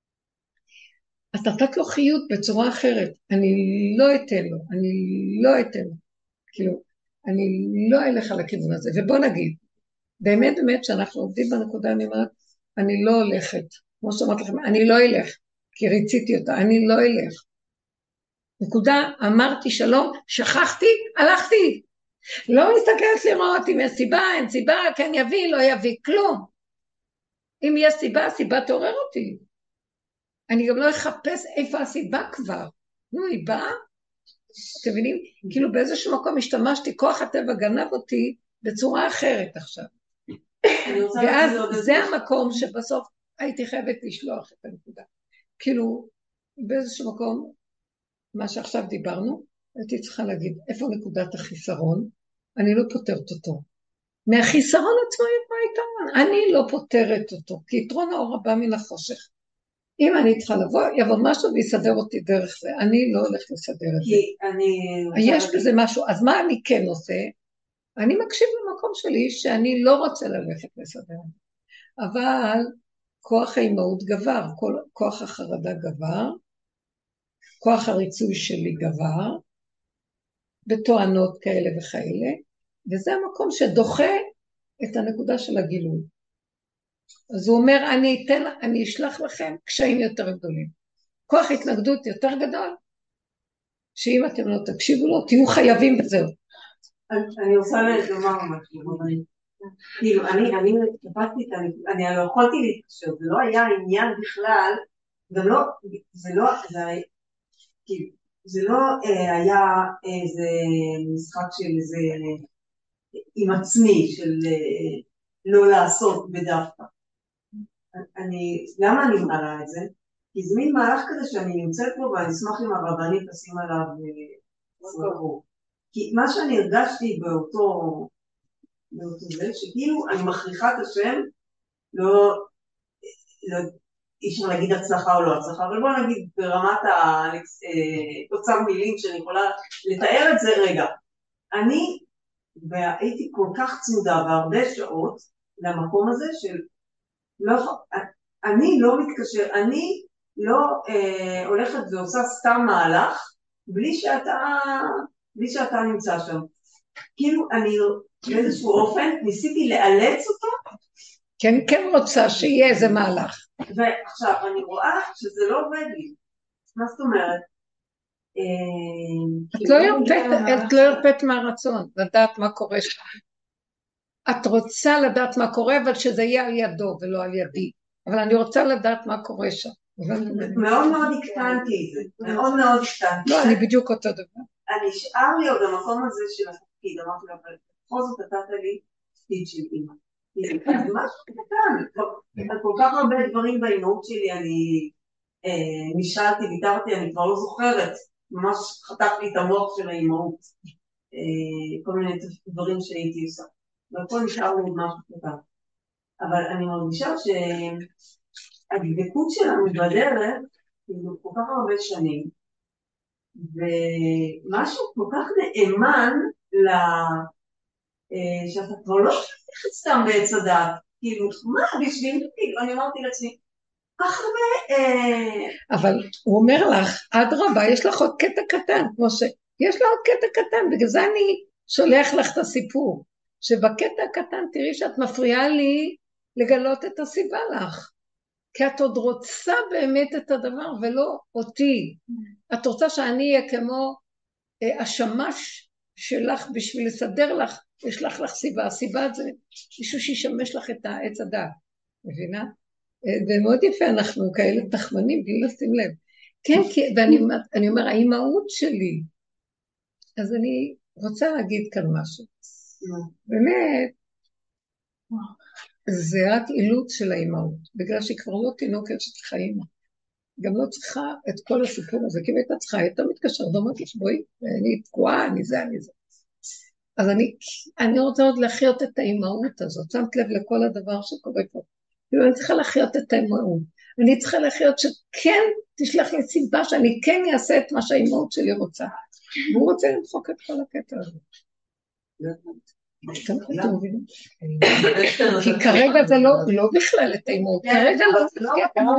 Speaker 2: את נתת לו חיות בצורה אחרת. אני לא אתן לו, אני לא אתן לו. כאילו, אני לא אלך על הכיוון הזה. ובוא נגיד, באמת שאנחנו עובדים בנקודה, אני אומרת, אני לא הולכת. כמו שאומרת לכם, אני לא אלך, כי ריציתי אותה, אני לא אלך. נקודה, אמרתי שלום, שכחתי, הלכתי. לא מסתכלת לראות אם יש סיבה, אין סיבה, כן יביא, לא יביא, כלום. אם יש סיבה, הסיבה תעורר אותי. אני גם לא אחפש איפה הסיבה כבר. נו, היא באה? אתם מבינים? כאילו באיזשהו מקום השתמשתי, כוח הטבע גנב אותי בצורה אחרת עכשיו. ואז זה המקום שבסוף הייתי חייבת לשלוח את הנקודה. כאילו, באיזשהו מקום, מה שעכשיו דיברנו, הייתי צריכה להגיד, איפה נקודת החיסרון? אני לא פותרת אותו. מהחיסרון עצמו יבוא היתרון. אני לא פותרת אותו, כי יתרון האור הבא מן החושך. אם אני צריכה לבוא, יבוא משהו ויסדר אותי דרך זה. אני לא הולך לסדר את זה. יש בזה משהו. אז מה אני כן עושה? אני מקשיב למקום שלי שאני לא רוצה ללכת לסדר. אבל כוח האימהות גבר, כוח החרדה גבר, כוח הריצוי שלי גבר, בתואנות כאלה וכאלה, וזה המקום שדוחה את הנקודה של הגילוי. אז הוא אומר, אני אשלח לכם קשיים יותר גדולים. כוח התנגדות יותר גדול, שאם אתם לא תקשיבו לו, תהיו חייבים בזהו.
Speaker 6: אני רוצה לומר משהו, כאילו, אני קפצתי, אני לא יכולתי להתקשר, זה לא היה עניין בכלל, גם לא, זה לא היה איזה משחק של איזה עם עצמי, של לא לעשות בדווקא. למה אני מעלה את זה? כי זה מין מהלך כזה שאני נמצאת פה ואני אשמח עם הרבנית לשים עליו סגור. כי מה שאני הרגשתי באותו זה, שכאילו אני מכריחה את השם, לא אי אפשר להגיד הצלחה או לא הצלחה, אבל בוא נגיד ברמת תוצר מילים שאני יכולה לתאר את זה רגע. אני הייתי כל כך צמודה בהרבה שעות למקום הזה של אני לא מתקשר, אני לא הולכת ועושה סתם מהלך בלי שאתה נמצא שם. כאילו אני באיזשהו אופן ניסיתי לאלץ אותו.
Speaker 2: כן רוצה שיהיה איזה מהלך.
Speaker 6: ועכשיו אני רואה שזה לא עובד לי. מה זאת אומרת?
Speaker 2: את לא הרפאת מהרצון, לדעת מה קורה שם. את רוצה לדעת מה קורה, אבל שזה יהיה על ידו ולא על ידי. אבל אני רוצה לדעת מה קורה שם.
Speaker 6: מאוד מאוד הקטנתי את זה. מאוד מאוד הקטנתי.
Speaker 2: לא, אני בדיוק אותו דבר.
Speaker 6: אני נשאר לי עוד המקום הזה של התפקיד, אמרתי לו, אבל בכל זאת נתת לי תפקיד של אימא. זה משהו קטן. על כל כך הרבה דברים באימהות שלי, אני נשאלתי, ויתרתי, אני כבר לא זוכרת. ממש חתך לי את המוח של האימהות. כל מיני דברים שהייתי עושה. ופה נשאר לי משהו קטן. אבל אני מרגישה שהדבקות שלנו בדרך, כאילו כל כך הרבה שנים, ומשהו כל כך נאמן שאתה כבר לא תלכת סתם בעץ הדעת. כאילו, מה בשביל? אני אמרתי לעצמי, כך הרבה...
Speaker 2: אבל הוא אומר לך, אדרבה, יש לך עוד קטע קטן, כמו יש לה עוד קטע קטן, בגלל זה אני שולח לך את הסיפור, שבקטע הקטן תראי שאת מפריעה לי לגלות את הסיבה לך, כי את עוד רוצה באמת את הדבר ולא אותי. את רוצה שאני אהיה כמו השמש שלך בשביל לסדר לך, ישלח לך סיבה. הסיבה זה מישהו שישמש לך את העץ הדעת, מבינה? ומאוד יפה, אנחנו כאלה תחמנים בלי לשים לב. כן, ואני אומר, האימהות שלי, אז אני רוצה להגיד כאן משהו. באמת, זה רק אילוץ של האימהות, בגלל שהיא כבר לא תינוקת שצריכה אימא. גם לא צריכה את כל הסיפור הזה, כי הייתה צריכה, הייתה מתקשרת, ואומרת לך, בואי, אני תקועה, אני זה. אז אני רוצה עוד לחיות את האימהות הזאת, שמת לב לכל הדבר שקורה פה. כאילו אני צריכה לחיות את האימהות. אני צריכה לחיות שכן תשלח לי סיבה שאני כן אעשה את מה שהאימהות שלי רוצה. והוא רוצה למחוק את כל הקטע הזה. כי כרגע זה לא בכלל את האימהות. כרגע לא.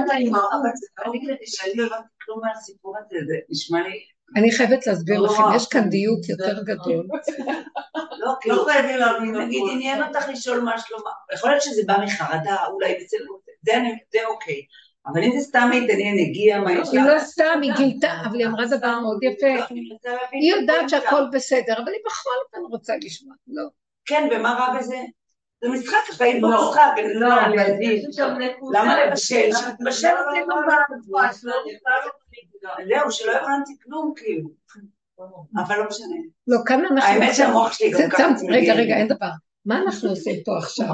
Speaker 4: אני לא הבנתי כלום מהסיפור הזה, זה נשמע לי...
Speaker 2: אני חייבת להסביר לכם, יש כאן דיוק יותר גדול.
Speaker 4: לא, כאילו, חייבים להבין, נגיד, עניין אותך לשאול מה שלמה, יכול להיות שזה בא מחרדה, אולי זה אוקיי, אבל אם זה סתם מתעניין, הגיע, מה יש לה?
Speaker 2: היא לא סתם, היא גילתה, אבל היא אמרה דבר מאוד יפה, היא יודעת שהכל בסדר, אבל היא בכל אופן רוצה לשמוע, לא.
Speaker 4: כן, ומה רע בזה? זה משחק, חיים במשחק, לא, למה לבשל? שבשל זה לא בא, זהו, שלא הבנתי כלום, כאילו. אבל לא משנה.
Speaker 2: לא, כאן אנחנו...
Speaker 4: האמת שהמוח שלי גם ככה...
Speaker 2: רגע, אין דבר. מה אנחנו עושים פה עכשיו?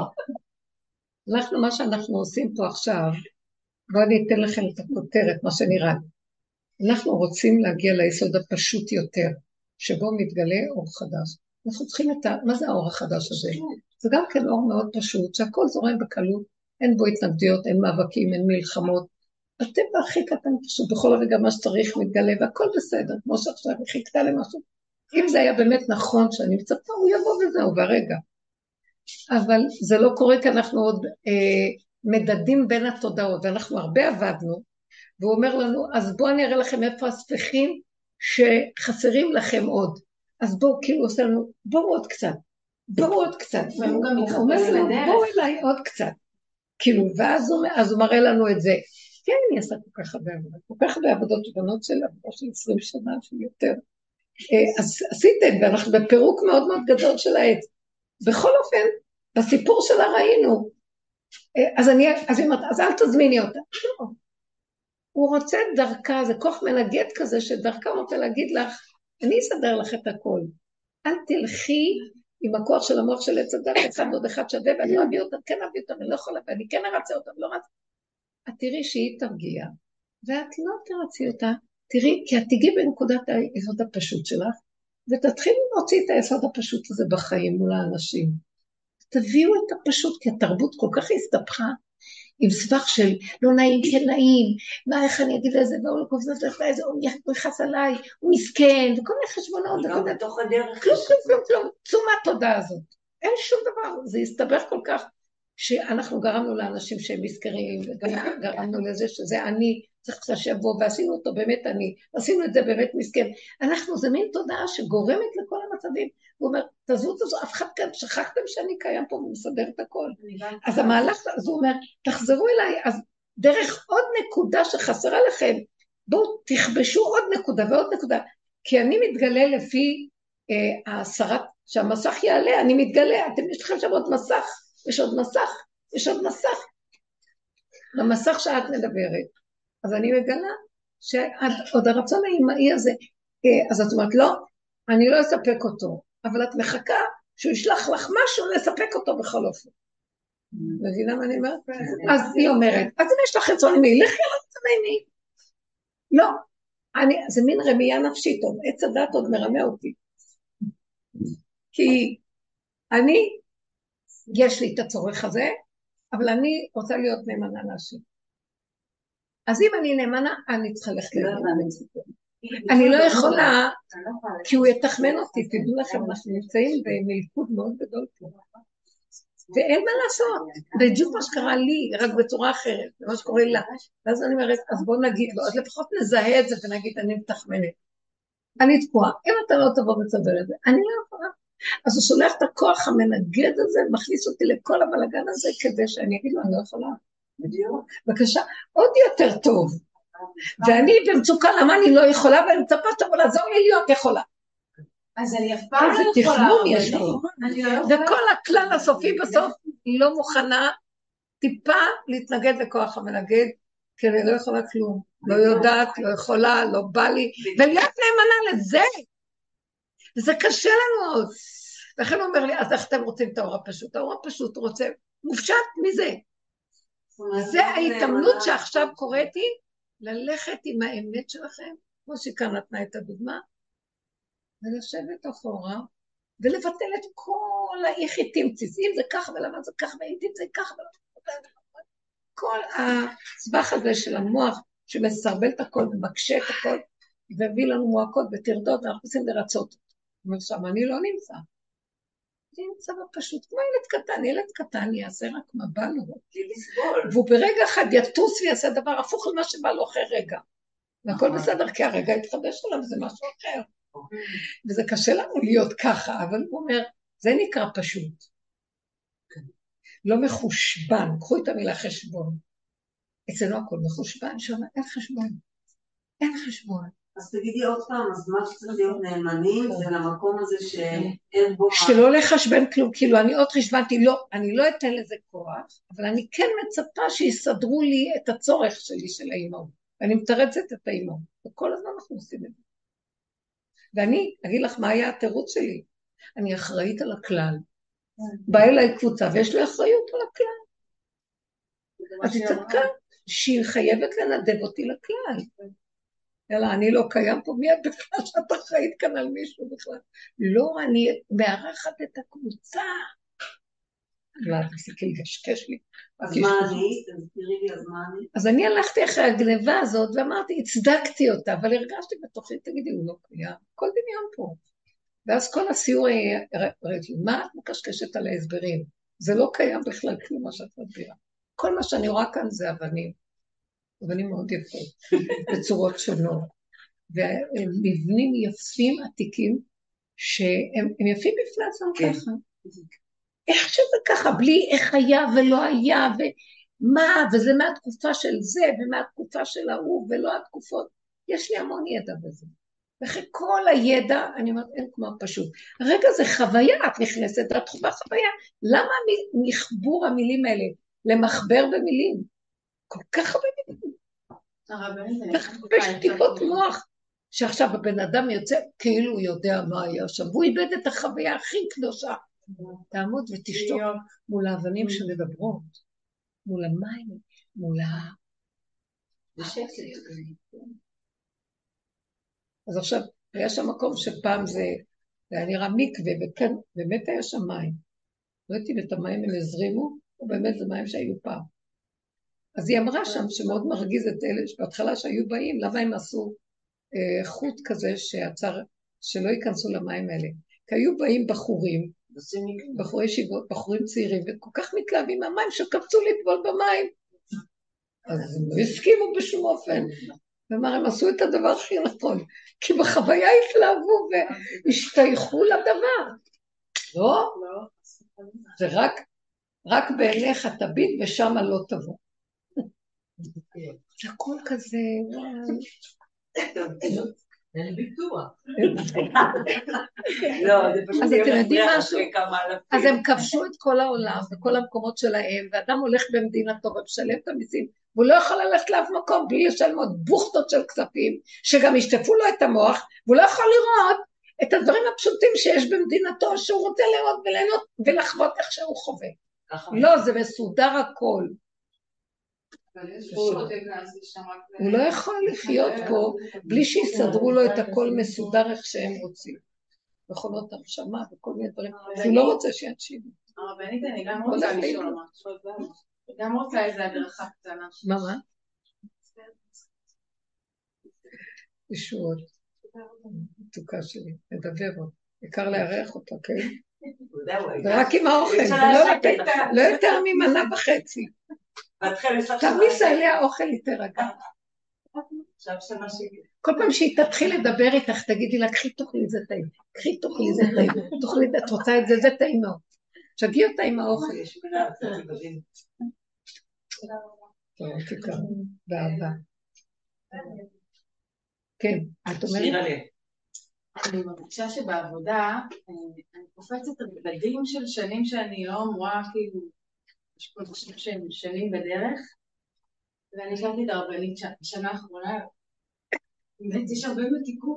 Speaker 2: מה שאנחנו עושים פה עכשיו, בואו אני אתן לכם את הכותרת, מה שנראה. אנחנו רוצים להגיע ליסוד הפשוט יותר, שבו מתגלה אור חדש. אנחנו צריכים מה זה האור החדש הזה? זה גם כן אור מאוד פשוט, שהכל זורם בקלות, אין בו התנגדויות, אין מאבקים, אין מלחמות. הטבע הכי קטן פשוט, בכל רגע מה שצריך מתגלה, והכל בסדר, כמו שעכשיו היא חיכתה למשהו. אם זה היה באמת נכון שאני מצפה, הוא יבוא וזהו, ברגע. אבל זה לא קורה כי אנחנו עוד מדדים בין התודעות, ואנחנו הרבה עבדנו, והוא אומר לנו, אז בואו אני אראה לכם איפה הספחים שחסרים לכם עוד. אז בואו, כאילו עושה לנו, בואו עוד קצת, בואו עוד קצת. הוא אומר לנו, בואו אליי עוד קצת. כאילו, ואז הוא מראה לנו את זה. כן, אני אעשה כל כך הרבה עבודות, כל כך הרבה עבודות שבנות של עבודה של 20 שנה, של יותר. אז עשיתם, ואנחנו בפירוק מאוד מאוד גדול של העץ. בכל אופן, בסיפור שלה ראינו. אז אל תזמיני אותה. לא. הוא רוצה את דרכה, זה כוח מנגד כזה, שדרכה הוא רוצה להגיד לך, אני אסדר לך את הכל. אל תלכי עם הכוח של המוח של עץ הדת, אחד עוד אחד שווה, ואני לא אביא אותה, כן אביא אותה, ואני לא יכולה, ואני כן ארצה אותה, ולא רצה. את תראי שהיא תרגיע, ואת לא תרצי אותה, תראי, כי את תגיעי בנקודת היסוד הפשוט שלך, ותתחילי להוציא את היסוד הפשוט הזה בחיים מול האנשים. תביאו את הפשוט, כי התרבות כל כך הסתבכה, עם סבך של לא נעים, כן נעים, מה, איך אני אגיד לזה, והוא לא קופץ לך איזה, הוא יחס עליי, הוא מסכן, וכל מיני חשבונות.
Speaker 4: גם בתוך הדרך.
Speaker 2: כלום, צומה תודה הזאת. אין שום דבר, זה הסתבך כל כך, שאנחנו גרמנו לאנשים שהם מסכרים, וגם גרמנו לזה שזה אני, צריך שיבוא, ועשינו אותו באמת אני, עשינו את זה באמת מסכן. זה מין תודעה שגורמת לכל המצבים, הוא אומר, תעזבו, אף אחד כאן, שכחתם שאני קיים פה ומסדר את הכל. אז המהלך, אז הוא אומר, תחזרו אליי, אז דרך עוד נקודה שחסרה לכם, בואו תכבשו עוד נקודה ועוד נקודה, כי אני מתגלה לפי הסרת, שהמסך יעלה, אני מתגלה, יש לכם שם עוד מסך, יש עוד מסך, במסך שאת מדברת, אז אני מגלה שעוד הרצון האימהי הזה, אז את אומרת, לא, אני לא אספק אותו, אבל את מחכה שהוא ישלח לך משהו לספק אותו בכל אופן. מבינה מה אני אומרת? אז היא אומרת, אז אם יש לך רצון אימהי, לכי על רצון אימהי. לא, זה מין רמייה נפשית, עץ הדת עוד מרמה אותי. כי יש לי את הצורך הזה, אבל אני רוצה להיות נאמנה להשם. אז אם אני נאמנה, אני צריכה ללכת לבית. אני לא יכולה, כי הוא יתחמן אותי, תדעו לכם, אנחנו נמצאים במלכוד מאוד גדול פה. ואין מה לעשות, בדיוק מה שקרה לי, רק בצורה אחרת, זה מה שקורה לה. ואז אני אומרת, אז בואו נגיד לו, אז לפחות נזהה את זה ונגיד, אני מתחמנת. אני תקועה, אם אתה לא תבוא וצבר את זה, אני לא יכולה. אז הוא שולח את הכוח המנגד הזה, מכניס אותי לכל הבלגן הזה, כדי שאני אגיד לו, אני לא יכולה. בבקשה, עוד יותר טוב. ואני במצוקה, למה אני לא יכולה, ואני מצפה שתבוא לעזור לי להיות יכולה.
Speaker 3: אז אני אף פעם לא יכולה.
Speaker 2: איזה תכנון יש לו. וכל הכלל הסופי בסוף, היא לא מוכנה טיפה להתנגד לכוח המנגד, כי אני לא יכולה כלום. לא יודעת, לא יכולה, לא בא לי, ולהיות נאמנה לזה. וזה קשה לנו עוד. לכן הוא אומר לי, אז איך אתם רוצים את האור הפשוט? האור הפשוט רוצה, מופשט מזה. זה ההתאמנות שעכשיו קוראתי, ללכת עם האמת שלכם, כמו שכאן נתנה את הדוגמה, ולשבת אחורה, ולבטל את כל האיך תמצית, אם זה כך ולמה זה כך, ואם תמצא כך ולמה זה כך, כל הסבך הזה של המוח שמסרבל את הכל ומקשה את הכל, והביא לנו מועקות וטרדות, ואנחנו עושים לרצות. עכשיו, אני לא נמצא. אני נמצא בפשוט, כמו ילד קטן יעשה רק מה בא לו. והוא ברגע אחד יטוס ויעשה דבר הפוך למה שבא לו אחרי רגע. והכל בסדר, כי הרגע יתחדש עליו, זה משהו אחר. וזה קשה לנו להיות ככה, אבל הוא אומר, זה נקרא פשוט. לא מחושבן, קחו את המילה חשבון. אצלנו הכל מחושבן, שאומר, אין חשבון. אין חשבון.
Speaker 6: אז תגידי עוד פעם, אז מה שצריך להיות נאמנים זה למקום הזה שאין בו...
Speaker 2: שלא לחשבן כלום, כאילו אני עוד חשבנתי, לא, אני לא אתן לזה כוח, אבל אני כן מצפה שיסדרו לי את הצורך שלי של האימהות. ואני מתרצת את האימהות, וכל הזמן אנחנו עושים את זה. ואני אגיד לך מה היה התירוץ שלי, אני אחראית על הכלל. באה אליי קבוצה ויש לי אחריות על הכלל. אז היא צדקה שהיא חייבת לנדב אותי לכלל. אלא אני לא קיים פה, מי את בכלל שאת אחראית כאן על מישהו בכלל? לא, אני מארחת את הקבוצה. לא, תפסיקי לגשקש לי.
Speaker 6: אז מה אני? תראי לי, אז מה אני?
Speaker 2: אז אני הלכתי אחרי הגניבה הזאת ואמרתי, הצדקתי אותה, אבל הרגשתי בתוכי, תגידי, הוא לא קיים. כל דמיון פה. ואז כל הסיור ראיתי, מה את מקשקשת על ההסברים? זה לא קיים בכלל כלום מה שאת מסבירה. כל מה שאני רואה כאן זה אבנים. אבנים מאוד יפות, בצורות שונות. ומבנים יפים עתיקים, שהם יפים בפני עצמם ככה. איך שזה ככה, בלי איך היה ולא היה, ומה, וזה מהתקופה של זה, ומהתקופה של ההוא, ולא התקופות. יש לי המון ידע בזה. ואחרי כל הידע, אני אומרת, אין כמו פשוט. הרגע זה חוויה, את נכנסת, את חווה חוויה. למה נכבור המילים האלה? למחבר במילים. כל כך הרבה מילים. כך הרבה שטיפות מוח. שעכשיו הבן אדם יוצא, כאילו הוא יודע מה היה שם, והוא איבד את החוויה הכי קדושה. תעמוד ותשתוק מול האבנים שמדברות, מול המים, מול אז עכשיו, היה שם מקום שפעם זה היה נראה מקווה, וכן, באמת היה שם מים. ראיתי את המים הם הזרימו, ובאמת זה מים שהיו פעם. אז היא אמרה שם שמאוד מרגיז את אלה שבהתחלה שהיו באים, למה הם עשו חוט כזה שעצר, שלא ייכנסו למים האלה. כי היו באים בחורים, בחורי ישיבות, בחורים צעירים, וכל כך מתלהבים מהמים שקפצו לטבול במים. אז הם לא הסכימו בשום אופן. ואמר, הם עשו את הדבר הכי נכון, כי בחוויה התלהבו והשתייכו לדבר. לא? זה רק בעיניך תביט ושמה לא תבוא. זה הכל כזה,
Speaker 1: אין ביטוח.
Speaker 2: אז אתם יודעים משהו? אז הם כבשו את כל העולם וכל המקומות שלהם, ואדם הולך במדינתו ומשלם את המיסים, והוא לא יכול ללכת לאף מקום בלי לשלם עוד בוכטות של כספים, שגם ישטפו לו את המוח, והוא לא יכול לראות את הדברים הפשוטים שיש במדינתו, שהוא רוצה לראות וליהנות ולחוות איך שהוא חווה. לא, זה מסודר הכל. הוא לא יכול לחיות פה בלי שיסדרו לו את הכל מסודר איך שהם רוצים. מכונות הרשמה וכל מיני דברים. הוא לא רוצה שיאנשימו.
Speaker 3: הרבנית, אני גם רוצה לשאול משהו. גם רוצה איזה הדרכה קטנה.
Speaker 2: מה? ישועות. מתוקה שלי, נדבר עוד. עיקר להריח אותה, כן? ורק עם האוכל, לא יותר ממנה וחצי. תמיס עליה האוכל תירגע. כל פעם שהיא תתחיל לדבר איתך, תגידי לה, קחי תאכלי זה טעים, קחי תאכלי זה טעים, תאכלי, את רוצה את זה, זה טעים מאוד. שגעי אותה עם האוכל. טוב, תקרא, באהבה. כן, את אומרת?
Speaker 3: אני מרגישה שבעבודה, אני קופצת על בגדים של שנים שאני לא אמורה, כאילו, יש פה אנשים שהם שנים בדרך, ואני שאלתי את הרבנית שנה האחרונה, באמת יש הרבה מתיקות.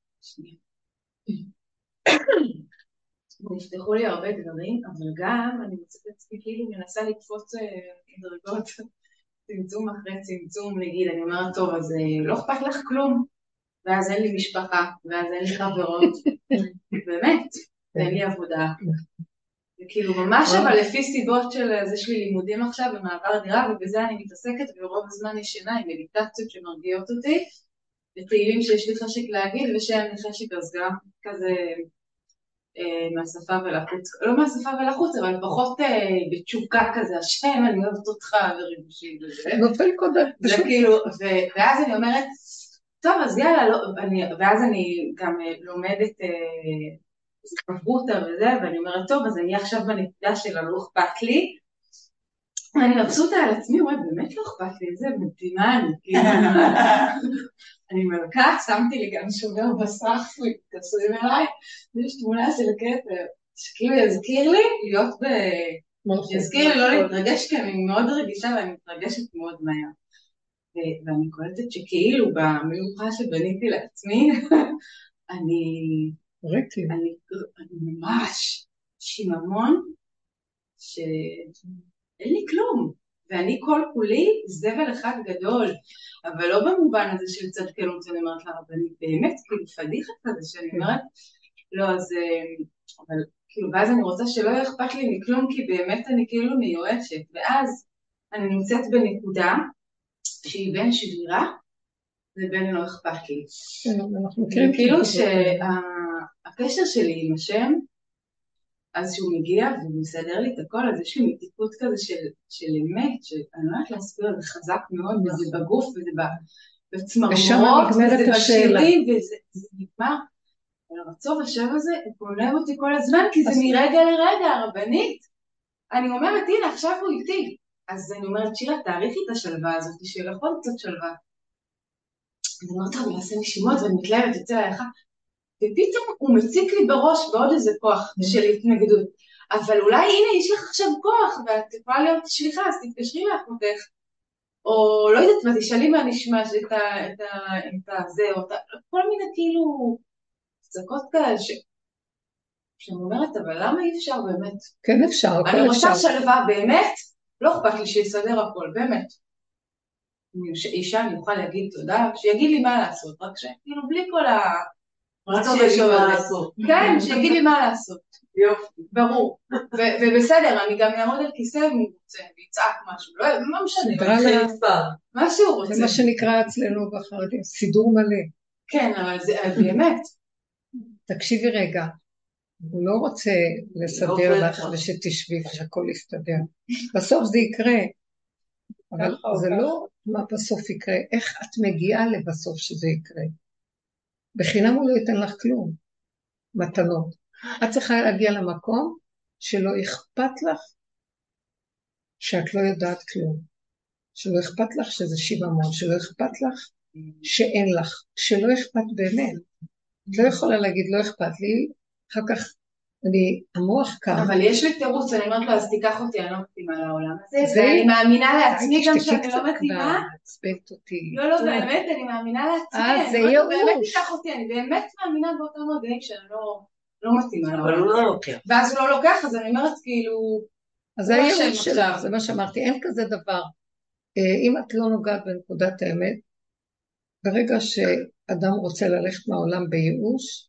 Speaker 3: ונפתחו לי הרבה דברים, אבל גם אני מוצאת את עצמי כאילו מנסה לקפוץ דרגות, צמצום אחרי צמצום, נגיד, אני אומרת, טוב, אז לא אכפת לך כלום, ואז אין לי משפחה, ואז אין לי חברות, באמת, ואין לי עבודה. וכאילו ממש אבל לפי סיבות של זה שלי לימודים עכשיו ומעבר דירה, ובזה אני מתעסקת ורוב הזמן ישנה עם מדיטציות שמרגיעות אותי, ותהילים שיש לי חשק להגיד ושאין לי חשק, אז גם כזה מהשפה ולחוץ, לא מהשפה ולחוץ, אבל פחות בתשוקה כזה, השם אני אוהבת אותך וריבושי וזה.
Speaker 2: נופל קודם.
Speaker 3: זה כאילו, ואז אני אומרת, טוב אז יאללה, ואז אני גם לומדת חברותא וזה, ואני אומרת, טוב, אז אני עכשיו בנקודה שלה, לא אכפת לי, אני מבסוטה על עצמי, וואי, באמת לא אכפת לי, איזה מדהימה אני, כאילו, אני מלכה, שמתי לי גם שובר בסך, מתקשרים אליי, יש תמונה של כתר, שכאילו יזכיר לי להיות יזכיר לי לא להתרגש, כי אני מאוד רגישה ואני מתרגשת מאוד מהר. ואני קולטת שכאילו במלוכה שבניתי לעצמי, אני ממש שיממון שאין לי כלום, ואני כל כולי זבל אחד גדול, אבל לא במובן הזה של צדקנות, אני אומרת לרבנית, באמת, כאילו פדיחה כזה שאני אומרת, לא, אז, אבל כאילו, ואז אני רוצה שלא יהיה אכפת לי מכלום, כי באמת אני כאילו מיואשת, ואז אני נמצאת בנקודה שהיא בין שבירה, ובין לא אכפת לי. כאילו שהקשר שלי עם השם, אז שהוא מגיע והוא מסדר לי את הכל, אז יש לי מתיקות כזה של אמת, שאני לא יודעת להסביר, זה חזק מאוד, וזה בגוף, וזה בצמרמורות, וזה בשירים, וזה נגמר. הרצון השם הזה, הוא קונב אותי כל הזמן, כי זה מרגע לרגע, הרבנית. אני אומרת, הנה, עכשיו הוא איתי. אז אני אומרת, שירה, תאריכי את השלווה הזאת, שיהיה לך עוד קצת שלווה. אני אומרת, אני אעשה נשימות, ואני מתלהבת, יוצא ליך. ופתאום הוא מציק לי בראש בעוד איזה כוח של התנגדות. אבל אולי, הנה, יש לך עכשיו כוח, ואת יכולה להיות שליחה, אז תתקשרי לאחותך. או לא יודעת מה, תשאלי מה נשמע, את הזה, או כל מיני כאילו... צעקות כאלה שאני אומרת, אבל למה אי אפשר באמת?
Speaker 2: כן אפשר, הכל אפשר.
Speaker 3: אני רוצה שלווה באמת, לא אכפת לי שיסדר הכל, באמת. אישה אני אוכל להגיד תודה, שיגיד לי מה לעשות, רק שכאילו בלי כל
Speaker 6: רצון שיגיד מה לעשות.
Speaker 3: כן, שיגיד לי מה לעשות. יופי. ברור. ובסדר, אני גם אעמוד על כיסא אם הוא רוצה, ויצעק משהו, לא משנה. מה שהוא רוצה.
Speaker 2: זה מה שנקרא אצלנו בחרדים, סידור מלא.
Speaker 3: כן, אבל זה באמת.
Speaker 2: תקשיבי רגע, הוא לא רוצה לסדר לך ושתשבי ושהכל יסתדר. בסוף זה יקרה, אבל זה לא מה בסוף יקרה, איך את מגיעה לבסוף שזה יקרה. בחינם הוא לא ייתן לך כלום, מתנות. את צריכה להגיע למקום שלא אכפת לך שאת לא יודעת כלום. שלא אכפת לך שזה שיממון, שלא אכפת לך שאין לך, שלא אכפת באמת. את לא יכולה להגיד, לא אכפת לי, אחר כך המוח קם.
Speaker 3: אבל יש לי תירוץ, אני אומרת לו, אז תיקח אותי, אני לא מתאימה לעולם הזה, ואני מאמינה לעצמי גם שאני לא מתאימה.
Speaker 2: עצבנת אותי.
Speaker 3: לא, באמת, אני מאמינה לעצמי.
Speaker 2: זה ייאוש.
Speaker 3: באמת תיקח אותי, אני באמת מאמינה באותם רגעים שאני לא מתאימה לעולם.
Speaker 4: אבל הוא לא לוקח.
Speaker 3: ואז הוא לא לוקח, אז אני אומרת כאילו...
Speaker 2: אז זה הייאוש שלך, זה מה שאמרתי, אין כזה דבר. אם את לא נוגעת בנקודת האמת, ברגע שאדם רוצה ללכת מהעולם בייאוש,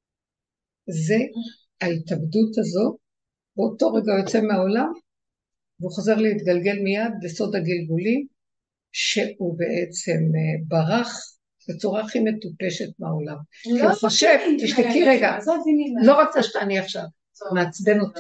Speaker 2: זה ההתאבדות הזו, באותו רגע יוצא מהעולם, והוא חוזר להתגלגל מיד בסוד הגלגולים, שהוא בעצם ברח בצורה הכי מטופשת מהעולם. כי הוא חושב, תשתקי רגע, לא רוצה שתעני עכשיו, מעצבן אותי.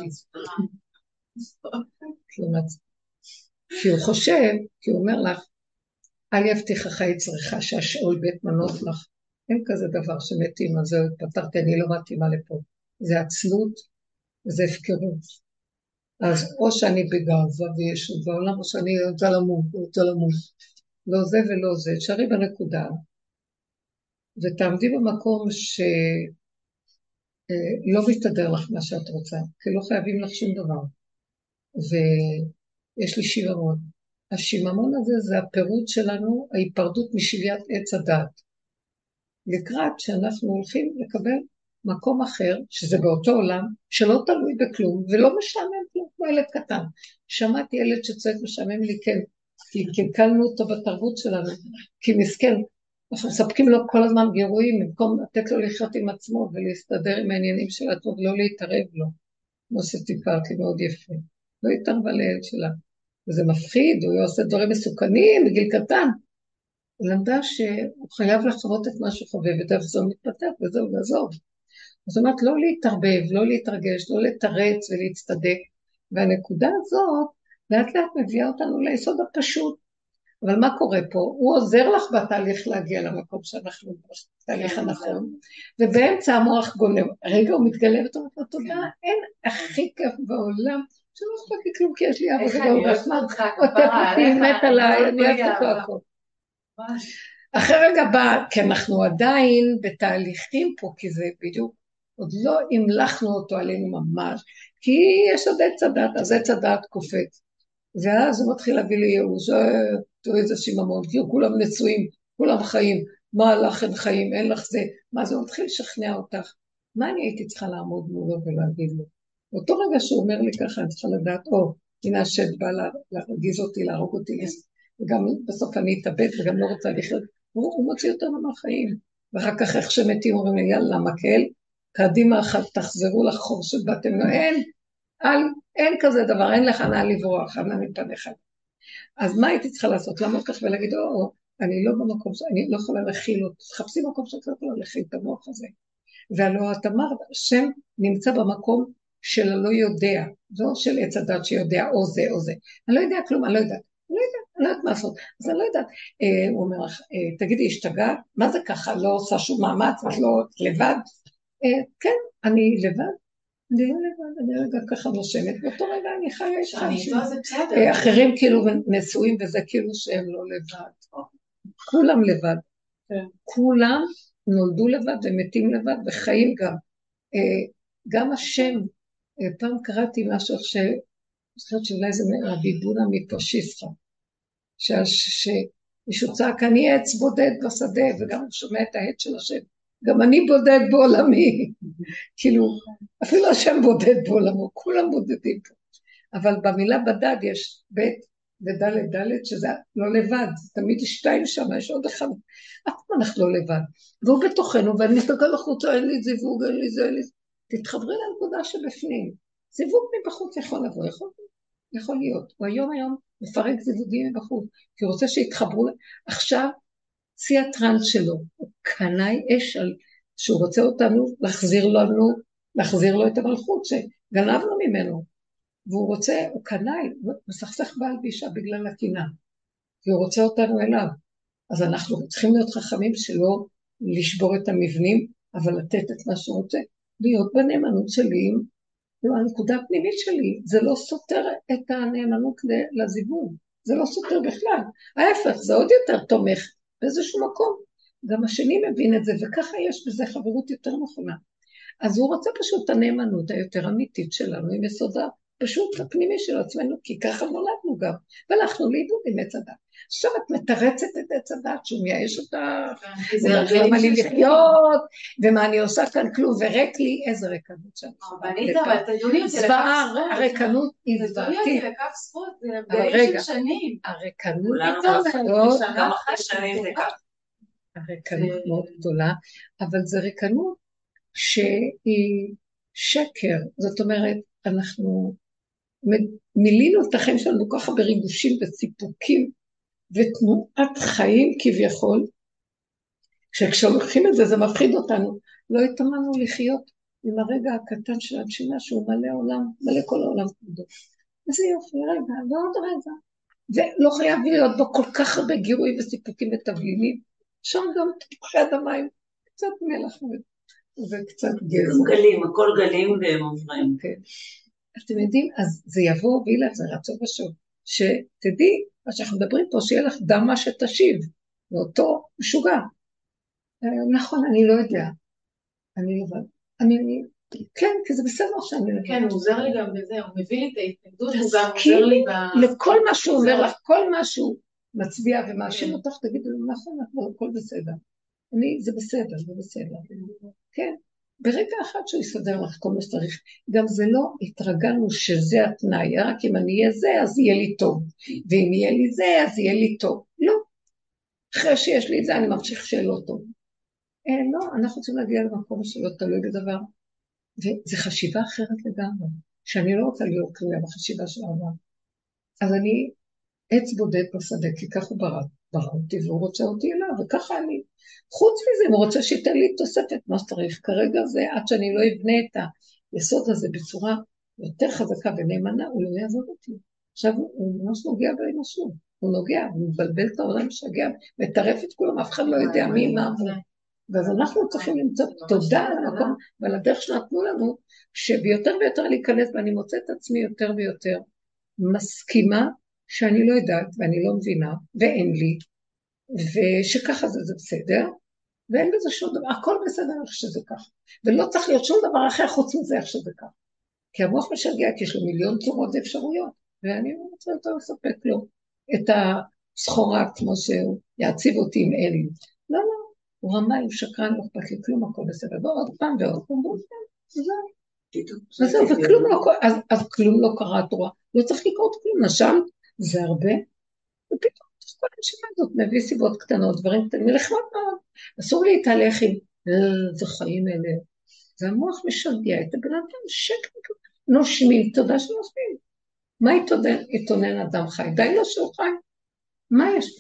Speaker 2: כי הוא חושב, כי הוא אומר לך, אל יבטיחך יצרך שהשאול בית מנות לך. אין כזה דבר שמתאים, אז זהו, פתרתי, אני לא מתאימה לפה. זה עצלות, זה הפקרות. אז או שאני בגאווה וישות בעולם, או שאני רוצה למות, לא זה ולא זה, תשארי בנקודה, ותעמדי במקום שלא מסתדר לך מה שאת רוצה, כי לא חייבים לך שום דבר. ויש לי שיממון. השיממון הזה זה הפירוט שלנו, ההיפרדות משוויית עץ הדעת. לקראת שאנחנו הולכים לקבל מקום אחר, שזה באותו עולם, שלא תלוי בכלום, ולא משעמם כלום, כמו ילד קטן. שמעתי ילד שצועק משעמם לי, כן, כי קלקלנו אותו בתרבות שלנו, כי מסכן, אנחנו מספקים לו כל הזמן גירויים, במקום לתת לו לחיות עם עצמו ולהסתדר עם העניינים של עצמו, ולא להתערב לו, כמו שסיפרתי, מאוד יפה. לא התערבה לילד שלה. וזה מפחיד, הוא עושה דברים מסוכנים בגיל קטן. הוא למדה שהוא חייב לחוות את מה שחווה, ודרך זה הוא מתפתח, וזהו, ועזוב. זאת אומרת, לא להתערבב, לא להתרגש, לא לתרץ ולהצטדק. והנקודה הזאת, לאט לאט מביאה אותנו ליסוד הפשוט. אבל מה קורה פה? הוא עוזר לך בתהליך להגיע למקום שאנחנו בתהליך הנכון, ובאמצע המוח גונב. רגע הוא מתגלה ואומרת לו, תודה, אין הכי כיף בעולם, שלא אכפת לי כלום, כי יש לי אבא גדול רחמן, עוטף אותי, מת עליי, אני אוהבת אותו הכל. אחרי רגע בא, כי אנחנו עדיין בתהליכים פה, כי זה בדיוק, עוד לא המלכנו אותו עלינו ממש, כי יש עוד עץ הדת, אז עץ הדת קופץ. ואז הוא מתחיל להביא לי ייאוש, תראי איזה שיממון, כי כולם נשואים, כולם חיים, מה לך אין חיים, אין לך זה, מה זה, הוא מתחיל לשכנע אותך, מה אני הייתי צריכה לעמוד מולו ולהגיד לו? באותו רגע שהוא אומר לי ככה, אני צריכה לדעת, הנה השד בא להרגיז אותי, להרוג אותי, וגם בסוף אני אתאבד וגם לא רוצה לחיות, הוא מוציא אותנו מהחיים, ואחר כך איך שמתים אומרים לי, יאללה מקל, קדימה אחת תחזרו לחור שבאתם לו, אין כזה דבר, אין לך נא לברוח, נא מפניך. אז מה הייתי צריכה לעשות? לעמוד כך ולהגיד, אני לא במקום, אני לא יכולה להכיל אותו, תחפשי מקום שאת לא יכולה להכיל את המוח הזה. והלא את אמרת, השם נמצא במקום של הלא יודע, לא של עץ הדת שיודע או זה או זה. אני לא יודע כלום, אני לא יודעת מה לעשות. אז אני לא יודעת, הוא אומר, תגידי, השתגעת? מה זה ככה? לא עושה שום מאמץ, את לא לבד? כן, אני לבד. אני לא לבד, אני רגע ככה נושמת, באותו רגע אני חיה איתך. אחרים כאילו נשואים וזה כאילו שהם לא לבד. כולם לבד. כולם נולדו לבד ומתים לבד וחיים גם. גם השם, פעם קראתי משהו חושבת שאולי זה מהביבונה מפשיסחה, שמישהו צעק, אני עץ בודד בשדה, וגם הוא שומע את העץ של השם. גם אני בודד בעולמי, כאילו, אפילו השם בודד בעולמו, כולם בודדים פה. אבל במילה בדד יש בית ודלת דלת, שזה לא לבד, תמיד יש שתיים שם, יש עוד אחד, אף פעם אנחנו לא לבד. והוא בתוכנו, ואני מסתכל לחוצה, אין לי זיווג, אין לי זה, אין לי זה. תתחברי לנקודה שבפנים. זיווג מבחוץ יכול לבוא, יכול להיות. הוא היום מפרק זיווגים מבחוץ, כי הוא רוצה שיתחברו, עכשיו, צי הטרנס שלו, הוא קנאי אש על שהוא רוצה אותנו להחזיר לו את המלכות שגנבנו ממנו, והוא רוצה, הוא קנאי, הוא מסכסך בעל ואישה בגלל הקינה, כי הוא רוצה אותנו אליו, אז אנחנו צריכים להיות חכמים שלא לשבור את המבנים, אבל לתת את מה שהוא רוצה, להיות בנאמנות שלי, זו הנקודה הפנימית שלי, זה לא סותר את הנאמנות לזיווג, זה לא סותר בכלל, ההפך, זה עוד יותר תומך, באיזשהו מקום, גם השני מבין את זה, וככה יש בזה חברות יותר נכונה. אז הוא רוצה פשוט את הנאמנות היותר אמיתית שלנו, עם יסודה פשוט הפנימי של עצמנו, כי ככה נולדנו גם, והלכנו לאיבוד עם עץ הדת. עכשיו את מתרצת את עץ הדת, שהוא מייאש אותה, למה לי לחיות, ומה אני עושה כאן כלום, ורק לי, איזה רקנות שם.
Speaker 3: אבל תדוני אותי לקף זכות.
Speaker 2: הרקנות היא זוועתית.
Speaker 3: תדוני אותי לקף זכות, זה דברים של שנים.
Speaker 2: הרקנות
Speaker 4: גם אחרי שנים זה כך.
Speaker 2: הרקנות מאוד גדולה, אבל זה רקנות שהיא שקר, זאת אומרת, אנחנו מילינו את החיים שלנו ככה בריגושים וסיפוקים ותנועת חיים כביכול, כשהולכים את זה, זה מפחיד אותנו, לא התאמנו לחיות עם הרגע הקטן של הנשימה שהוא מלא עולם, מלא כל העולם כבודו. איזה יופי, רגע, ועוד רגע. ולא חייב להיות בו כל כך הרבה גירויים וסיפוקים ותבלינים, שם גם תפוחי אדמה עם קצת מלח וקצת גזר.
Speaker 4: גלים, הכל גלים והם עוברים.
Speaker 2: כן. אתם יודעים, אז זה יבוא וילך, זה רצו ושוב, שתדעי, מה שאנחנו מדברים פה, שיהיה לך דמה שתשיב, ואותו משוגע. נכון, אני לא יודע. אני לבד. כן, כי זה בסדר שאני לבד.
Speaker 3: כן, הוא עוזר לי גם בזה, הוא מביא לי את ההתנגדות, הוא גם עוזר לי
Speaker 2: לכל מה שהוא אומר לך, כל מה שהוא מצביע ומאשים אותך, תגידו, נכון, הכל בסדר. זה בסדר, זה בסדר. כן. ברגע אחד שהוא יסדר לך כל מה שצריך, גם זה לא התרגלנו שזה התנאי, רק אם אני אהיה זה, אז יהיה לי טוב, ואם יהיה לי זה, אז יהיה לי טוב. לא. אחרי שיש לי את זה, אני ממשיך שלא טוב. לא, אנחנו רוצים להגיע למקום שלא תלוי בדבר. וזו חשיבה אחרת לגמרי, שאני לא רוצה להיות תלויה בחשיבה של העולם. אז אני עץ בודד בשדה, כי ככה הוא ברא אותי, והוא רוצה אותי אליו, וככה אני. חוץ מזה, הוא רוצה שייתן לי תוספת מה שצריך. כרגע זה, עד שאני לא אבנה את היסוד הזה בצורה יותר חזקה ונאמנה, הוא לא יעזוב אותי. עכשיו, הוא ממש נוגע באנושות. הוא נוגע, הוא מבלבל את העולם, משגע, מטרף את כולם, אף אחד לא יודע מי מה הוא. ואז אנחנו צריכים למצוא תודה על המקום, ועל הדרך שנתנו לנו, שביותר ויותר להיכנס, ואני מוצאת את עצמי יותר ויותר מסכימה, שאני לא יודעת ואני לא מבינה, ואין לי, ושככה זה בסדר, ואין בזה שום דבר, הכל בסדר איך שזה ככה, ולא צריך להיות שום דבר אחר חוץ מזה איך שזה ככה, כי המוח משגע, כי יש לו מיליון צורות ואפשרויות, ואני לא רוצה יותר לספק לו את הסחורה כמו שהוא יעציב אותי אם אין לי. לא, לא, הוא רמאי, הוא שקרן, הוא אכפת לי כלום, הכל בסדר, ועוד פעם ועוד פעם, וזהו, וכלום לא, אז כלום לא קרה תורה, לא צריך לקרות כלום, נשם, זה הרבה, ופתאום כל הנשימה הזאת מביא סיבות קטנות, דברים קטנים, מלחמות מאוד, אסור להתהלך עם, זה חיים אלה, זה המוח משגע את הבן אדם, שקט, נושמים, תודה שנושמים, מה יתונן אדם חי? די לו שהוא חי, מה יש?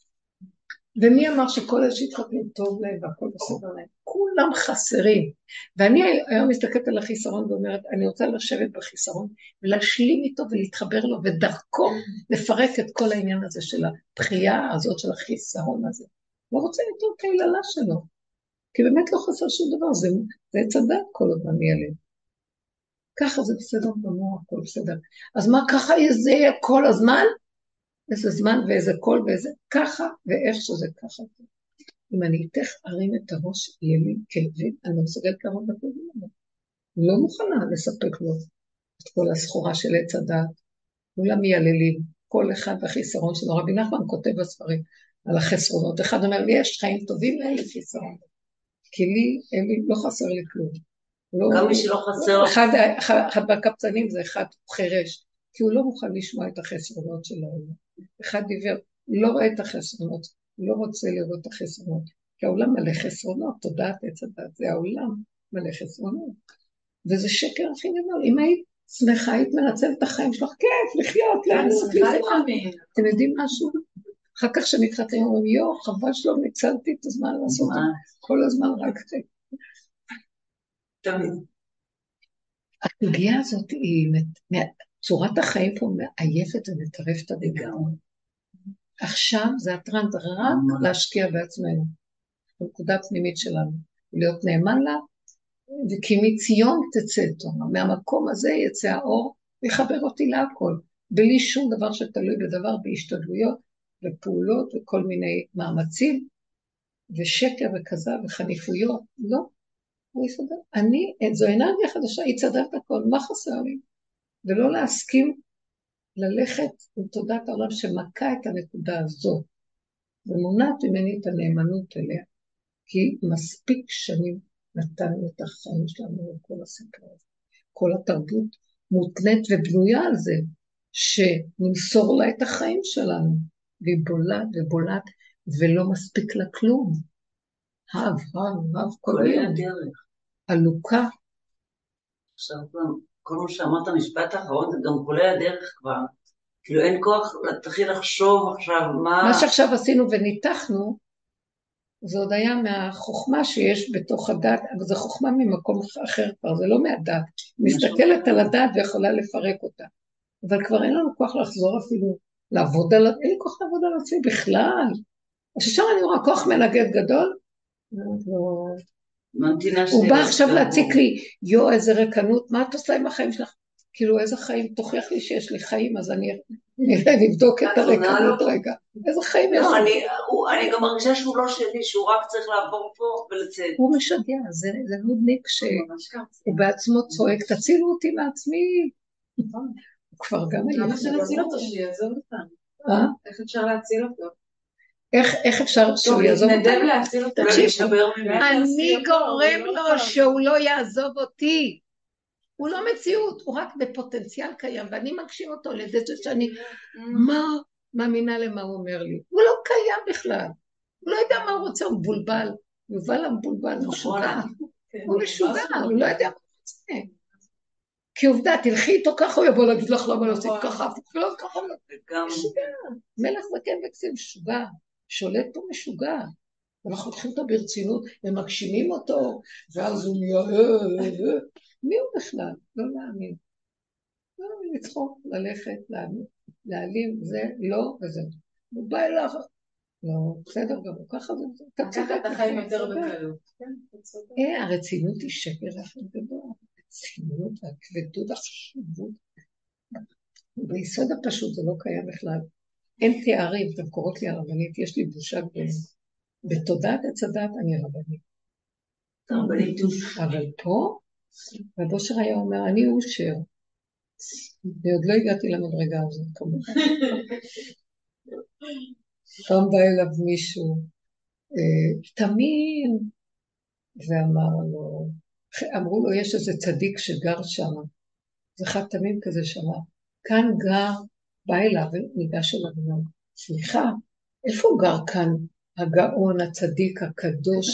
Speaker 2: ומי אמר שכל שהתחתנים טוב להם והכל בסדר להם? כולם חסרים. ואני היום מסתכלת על החיסרון ואומרת, אני רוצה לשבת בחיסרון ולהשלים איתו ולהתחבר לו, ודרכו לפרק את כל העניין הזה של הבחייה הזאת של החיסרון הזה. לא רוצה איתו את היללה שלו, כי באמת לא חסר שום דבר, זה צדק כל הזמן ילד. ככה זה בסדר במוח, הכל בסדר. אז מה ככה זה כל הזמן? איזה זמן ואיזה קול ואיזה ככה ואיך שזה ככה. אם אני איתך ארים את הראש, יהיה לי כאבים, אני לא מסוגלת לעמוד בכאבים האלה. לא מוכנה לספק לו את כל הסחורה של עץ הדעת. כולם מייללים, כל אחד בחיסרון שלו. רבי נחמן כותב בספרים על החסרונות. אחד אומר לי, יש חיים טובים לאלה חיסרון. כי לי לא חסר לי כלום.
Speaker 4: גם מי שלא חסר...
Speaker 2: אחד מהקפצנים זה אחד חירש, כי הוא לא מוכן לשמוע את החסרונות של העולם. אחד דיבר, לא רואה את החסרונות, לא רוצה לראות את החסרונות, כי העולם מלא חסרונות, תודעת עץ הדת, זה העולם מלא חסרונות, וזה שקר הכי גדול. אם היית שמחה, היית מנצלת את החיים שלך, כיף, לחיות, אתם יודעים משהו? אחר כך שמתחתנים, אומרים, חבל שלא ניצלתי את הזמן לעשות, כל הזמן רק זה.
Speaker 4: תמיד.
Speaker 2: הפגיעה הזאת היא, צורת החיים פה מעייפת ומטרפת לגמרי. עכשיו זה הטרנד רק להשקיע בעצמנו, בנקודה פנימית שלנו, להיות נאמן לה, וכי מציון תצא תורה, מהמקום הזה יצא האור, ויחבר אותי להכל, בלי שום דבר שתלוי בדבר, בהשתדלויות ופעולות וכל מיני מאמצים, ושקר וכזב וחניפויות, לא, הוא יסדר. זו אנרגיה חדשה, היא צדדת הכל, מה חסר לי? ולא להסכים ללכת עם תודת העולם שמכה את הנקודה הזו, ומונעת ממני את הנאמנות אליה, כי מספיק שנים נתנו את החיים שלנו לכל הסיפור הזה. כל התרבות מותנית ובנויה על זה, שנמסור לה את החיים שלנו, והיא בולעת, ולא מספיק לה כלום. האב, כל היום. עלוקה.
Speaker 4: עכשיו כל מה שאמרת המשפט האחרון, זה גם כולל הדרך כבר. כאילו אין כוח להתחיל לחשוב עכשיו מה...
Speaker 2: מה שעכשיו עשינו וניתחנו, זה עוד היה מהחוכמה שיש בתוך הדת, אבל זו חוכמה ממקום אחר כבר, זה לא מהדת. מסתכלת על הדת ויכולה לפרק אותה. אבל כבר אין לנו כוח לחזור אפילו לעבוד על... אין לי כוח לעבוד על עצמי בכלל. אז ששם אני רואה כוח מנגד גדול, הוא בא עכשיו להציק לי, איזה רקנות, מה את עושה עם החיים שלך? כאילו איזה חיים, תוכיח לי שיש לי חיים, אז אני נבדוק את הרקנות רגע. איזה חיים יש לי?
Speaker 4: אני גם מרגישה שהוא לא שלי, שהוא רק צריך לעבור פה ולצאת.
Speaker 2: הוא משגע, זה נודניק שהוא בעצמו צועק, תצילו אותי מעצמי. הוא כבר גם היה.
Speaker 3: למה שנציל אותו, שיעזוב אותנו? איך אפשר להציל אותו?
Speaker 2: איך אפשר שהוא יעזוב אותנו?
Speaker 3: נדב להציל אותו.
Speaker 2: אני גורם לו שהוא לא יעזוב אותי. הוא לא מציאות, הוא רק בפוטנציאל קיים, ואני מגשים אותו לידי זה שאני, מה מאמינה למה הוא אומר לי? הוא לא קיים בכלל. הוא לא יודע מה הוא רוצה, הוא מבולבל. יובל המבולבל, הוא משוגע. הוא משוגע, הוא לא יודע מה הוא רוצה. כי עובדה, תלכי איתו ככה, הוא יבוא להגיד לך למה לא עושים ככה, ולא ככה. משוגע, מלך זקן וכסיל משוגע, שולט פה משוגע. אנחנו לוקחים אותו ברצינות, ומגשימים אותו, ואז הוא נהיה, מי הוא בכלל? לא להאמין. לא להאמין, לצחוק, ללכת, להעלים, זה לא, וזה. הוא בא אליו, לא, בסדר גמור, ככה זה, אתה צודק.
Speaker 3: ככה אתה חיים יותר בקלות.
Speaker 2: הרצינות היא שקר הכי גדול, הרצינות והכבדות, החשיבות. ביסוד הפשוט זה לא קיים בכלל. אין תארים, אתם קוראות לי הרבנית, יש לי בושה גדולה. בתודעת הצדת אני רבנית. אבל פה, ובושר היה אומר, אני אושר. ועוד לא הגעתי למדרגה הזאת, כמובן. פעם בא אליו מישהו, תמים, אמרו לו, יש איזה צדיק שגר שם, זה אחד תמים כזה שמה, כאן גר, בא אליו וניגש אליו ואומר, סליחה, איפה גר כאן הגאון, הצדיק, הקדוש,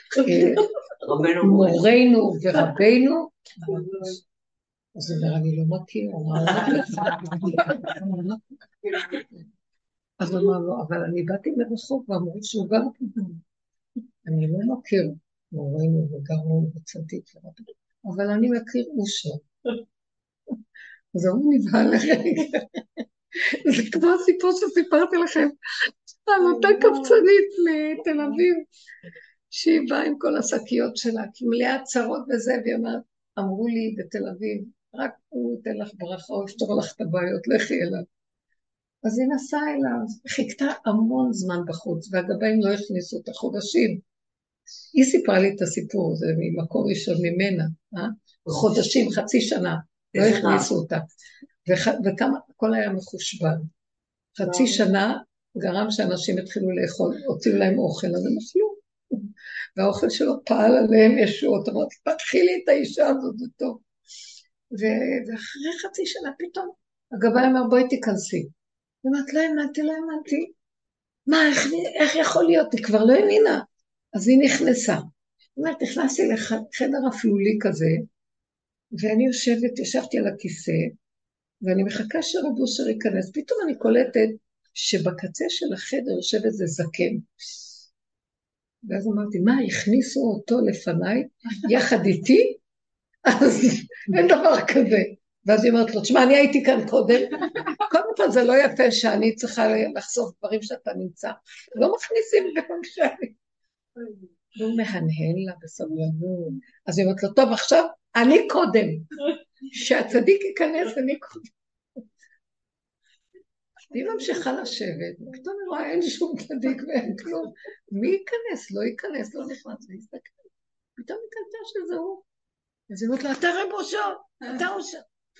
Speaker 2: מורנו ורבינו? אז הוא אומר, אני לא מכיר, אז הוא אמר לו, אבל אני באתי מרחוק ואמרו שהוא גר כאן, אני לא מכיר מורנו וגאון וצדיק, אבל אני מכיר אושר. אז הוא נבהל לרגע. זה כמו הסיפור שסיפרתי לכם, על אותה קבצנית מתל אביב, שהיא באה עם כל השקיות שלה, כי מלאה צרות וזה, והיא אומרת, אמרו לי בתל אביב, רק הוא ייתן לך ברכה, או יפתור לך את הבעיות, לכי אליו. אז היא נסעה אליו, חיכתה המון זמן בחוץ, והגבאים לא הכניסו את החודשים. היא סיפרה לי את הסיפור, זה ממקור ראשון ממנה, חודשים, חצי שנה, לא הכניסו אותה. וכמה, הכל היה מחושבן. חצי שנה גרם שאנשים התחילו לאכול, הוציאו להם אוכל, אז הם אכלו. והאוכל שלו פעל עליהם ישועות, אמרתי, תתחילי את האישה הזאת, זה טוב. ואחרי חצי שנה פתאום, הגבאי אמר, בואי תיכנסי. ואמרת, לא האמנתי. מה, איך יכול להיות? היא כבר לא האמינה. אז היא נכנסה. אומרת, נכנסתי לחדר אפלולי כזה, ואני ישבתי על הכיסא, ואני מחכה שרב אושר ייכנס. פתאום אני קולטת שבקצה של החדר יושב איזה זקן. ואז אמרתי, מה, הכניסו אותו לפניי, יחד איתי? אז אין דבר כזה. ואז היא אומרת לו, תשמע, אני הייתי כאן קודם, קודם כל זה לא יפה שאני צריכה לחשוף דברים שאתה נמצא, לא מכניסים גם שאני. והוא מהנהן לה בסבלנות. אז היא אומרת לו, טוב, עכשיו אני קודם, שהצדיק ייכנס, אני קודם. היא ממשיכה לשבת, פתאום היא רואה, אין שום צדיק ואין כלום. מי ייכנס? לא ייכנס, לא נכנס, להסתכל. פתאום היא קלטה שזה הוא. אז היא אומרת לו, אתה רב אושר, אתה אושר.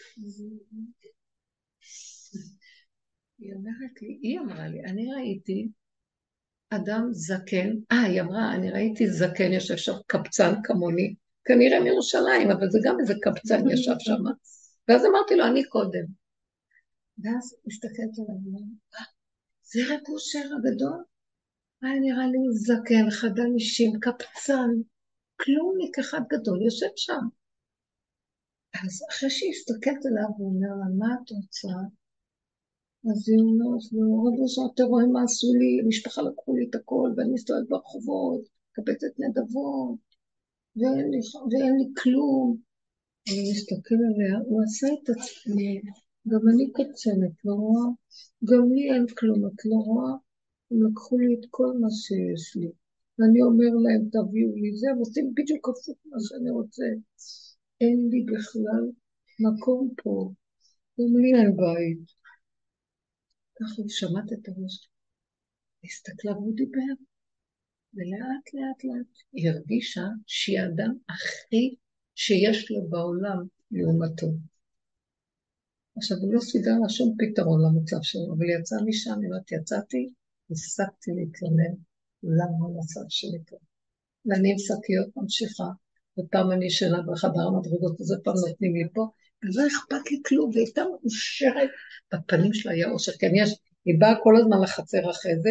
Speaker 2: היא אמרה לי, אני ראיתי אדם זקן, היא אמרה, אני ראיתי זקן יושב שם קבצן כמוני, כנראה מירושלים, אבל זה גם איזה קבצן ישב שם. ואז אמרתי לו, אני קודם. ואז הסתכלת עליו, זה רב אושר הגדול? נראה לי זקן, חדל אישים, קבצן, כלומניק אחד גדול, יושב שם. אז אחרי שהסתכלת עליו, הוא אומר, מה את רוצה? אז היא אומרת לו, רב אושר, אתה רואה מה עשו לי, המשפחה לקחו לי את הכל, ואני מסתובבת ברחובות, קבצת נדבות, ואין לי כלום. אני מסתכל עליה, הוא עשה את עצמי, גם אני קצנת, לא רואה, גם לי אין כלום, את לא רואה, הם לקחו לי את כל מה שיש לי, ואני אומר להם, תביאו לי זה, הם עושים בדיוק הפוך מה שאני רוצה, אין לי בכלל מקום פה, גם לי אין בית. ככה הוא שמעת את הראש, הסתכלה והוא דיבר, ולאט, היא הרגישה שהיא האדם הכי שיש לו בעולם לעומתו. עכשיו, הוא לא סידר לה שום פתרון למצב שלו, אבל יצא משם, יצאתי, הפסקתי להתלונן, למה המצב שלי פה. ואני עם שקיות ממשיכה, ופעם אני ישנה בחדר המדרגות, וזה פעם נותנים לי פה, ולא אכפת לי כלום, והייתה מאושרת, בפנים שלה היה אושר, כי היא באה כל הזמן לחצר אחרי זה,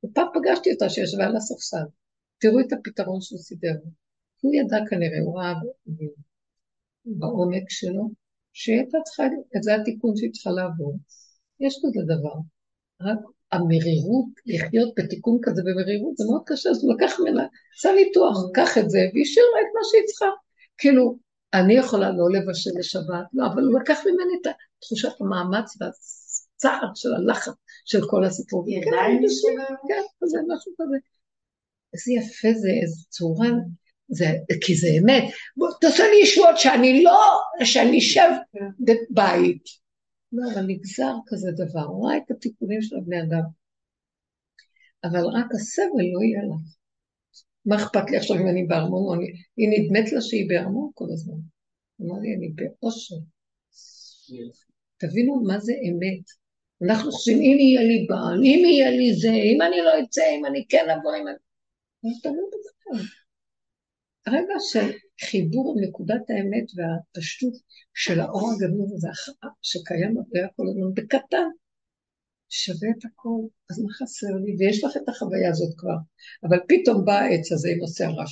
Speaker 2: ופעם פגשתי אותה שישבה על הספסל. תראו את הפתרון שהוא סידר. הוא ידע כנראה, הוא ראה בעומק שלו, שהייתה צריכה, זה התיקון שהיא צריכה לעבור. יש כזה דבר. רק המרירות, לחיות בתיקון כזה במרירות, זה מאוד קשה, אז הוא לקח ממנה, עשה ניתוח, קח את זה, והשאיר לה את מה שהיא צריכה. כאילו, אני יכולה לא לבשל לשבת, לא, אבל הוא לקח ממני את תחושת המאמץ והצער של הלחץ של כל הסיפור.
Speaker 3: ידיים בשביל?
Speaker 2: כן, זה משהו כזה. איזה יפה זה, איזה צורה, כי זה אמת. בוא, תעשה לי ישועות שאני אשב בבית. לא, אבל נגזר כזה דבר, הוא ראה את התיקונים של הבני אדם. אבל רק הסבל לא יהיה לה. מה אכפת לי עכשיו אם אני בארמון? היא נדמת לה שהיא בארמון כל הזמן. אמר לי, אני באושר. תבינו מה זה אמת. אנחנו חושבים, אם יהיה לי בעל, אם יהיה לי זה, אם אני לא אצא, אם אני כן אבוא, אם אני... תבינו בזה. הרגע של חיבור עם נקודת האמת והפשטות של האור הגנוב הזה, שקיים בבריאה כל הזמן, בקטן, שווה את הכל, אז מה חסר לי? ויש לך את החוויה הזאת כבר, אבל פתאום בא העץ הזה עם הסערה,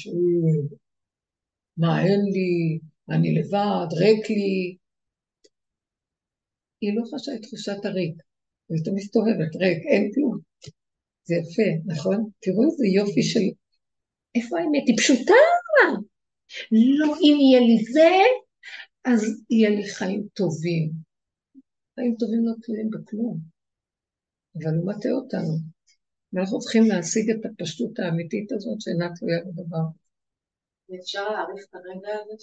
Speaker 2: מה אין לי, אני לבד, ריק לי, היא לא חשה את תחושת הריק, ואתה מסתובבת, ריק, אין כלום, זה יפה, נכון? תראו איזה יופי של, איפה האמת? היא פשוטה, לא, אם יהיה לי זה, אז יהיה לי חיים טובים. חיים טובים לא תלויים בכלום, אבל הוא מטעה אותנו. ואנחנו צריכים להשיג את הפשטות האמיתית הזאת שאינה תלויה בדבר.
Speaker 3: ואפשר להעריך את הרגע הזה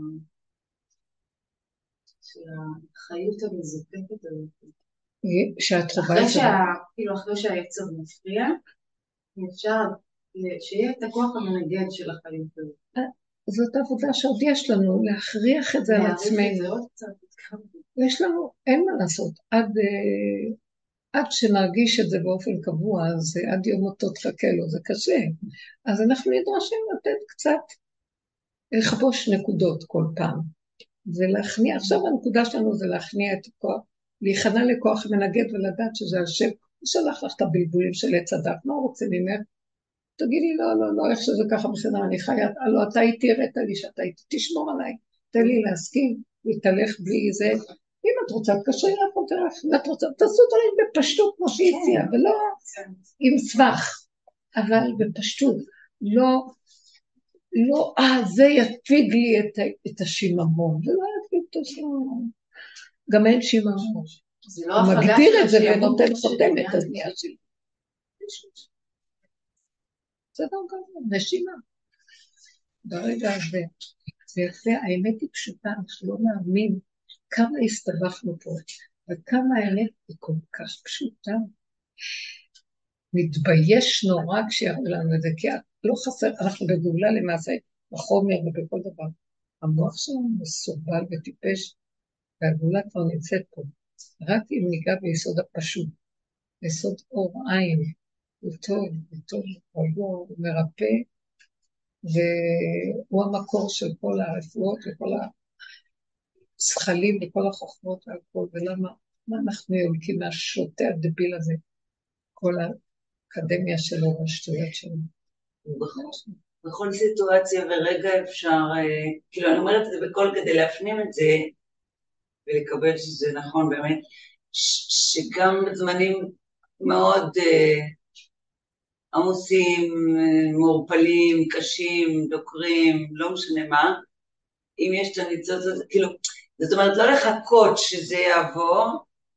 Speaker 3: של החיות המזוקקת הזאת.
Speaker 2: שאת חווה את זה.
Speaker 3: כאילו אחרי שהיצר מפריע, אפשר שיהיה את הכוח המנגד של החיות הזאת.
Speaker 2: זאת עבודה שעוד יש לנו, להכריח את זה על עצמנו. יש לנו, אין מה לעשות, עד שנרגיש את זה באופן קבוע, אז עד יום מותו תחכה לו, זה קשה. אז אנחנו נדרשים לתת קצת, לכבוש נקודות כל פעם, ולהכניע, עכשיו הנקודה שלנו זה להכניע את הכוח, להיכנע לכוח מנגד ולדעת שזה השם, שלח לך את הבלבולים של עץ הדת, מה הוא רוצה ממך? תגידי, לא, איך שזה ככה בסדר, אני חיה, לא, אתה איתי, הראית לי שאתה איתי, תשמור עליי, תן לי להסכים, להתהלך בלי זה, אם את רוצה, תקשרי לך אותך, אם את רוצה, תעשו דברים בפשטות כמו שהיא הציעה, ולא עם סבך, אבל בפשטות, לא, זה יפיג לי את השיממון, זה לא יפיג את השיממון, גם אין שיממון, הוא מגדיר את זה ונותן חותמת, אז נהיה שיממון. זה גם נשימה. ברגע הזה, זה יפה, האמת היא פשוטה, אנחנו לא מאמין כמה הסתבכנו פה, וכמה האמת היא כל כך פשוטה. נתבייש נורא כשיראו לנו את זה, כי לא חסר, אנחנו בגאולה למעשה, בחומר ובכל דבר. המוח שלנו מסורבל וטיפש, והגאולה כבר נמצאת פה. רק אם ניגע ביסוד הפשוט, יסוד אור עין, הוא טוב, הוא מרפא, והוא המקור של כל הרפואות וכל השכלים וכל החוכמות והכל, ולמה אנחנו יונקים מהשוטה הדביל הזה, כל האקדמיה שלו והשטויות שלו.
Speaker 4: בכל סיטואציה ורגע אפשר, כאילו אני אומרת את זה בכל כדי להפנים את זה, ולקבל שזה נכון באמת, שגם בזמנים מאוד עמוסים, מעורפלים, קשים, דוקרים, לא משנה מה, אם יש את הניצוץ הזה, כאילו, זאת אומרת לא לחכות שזה יעבור,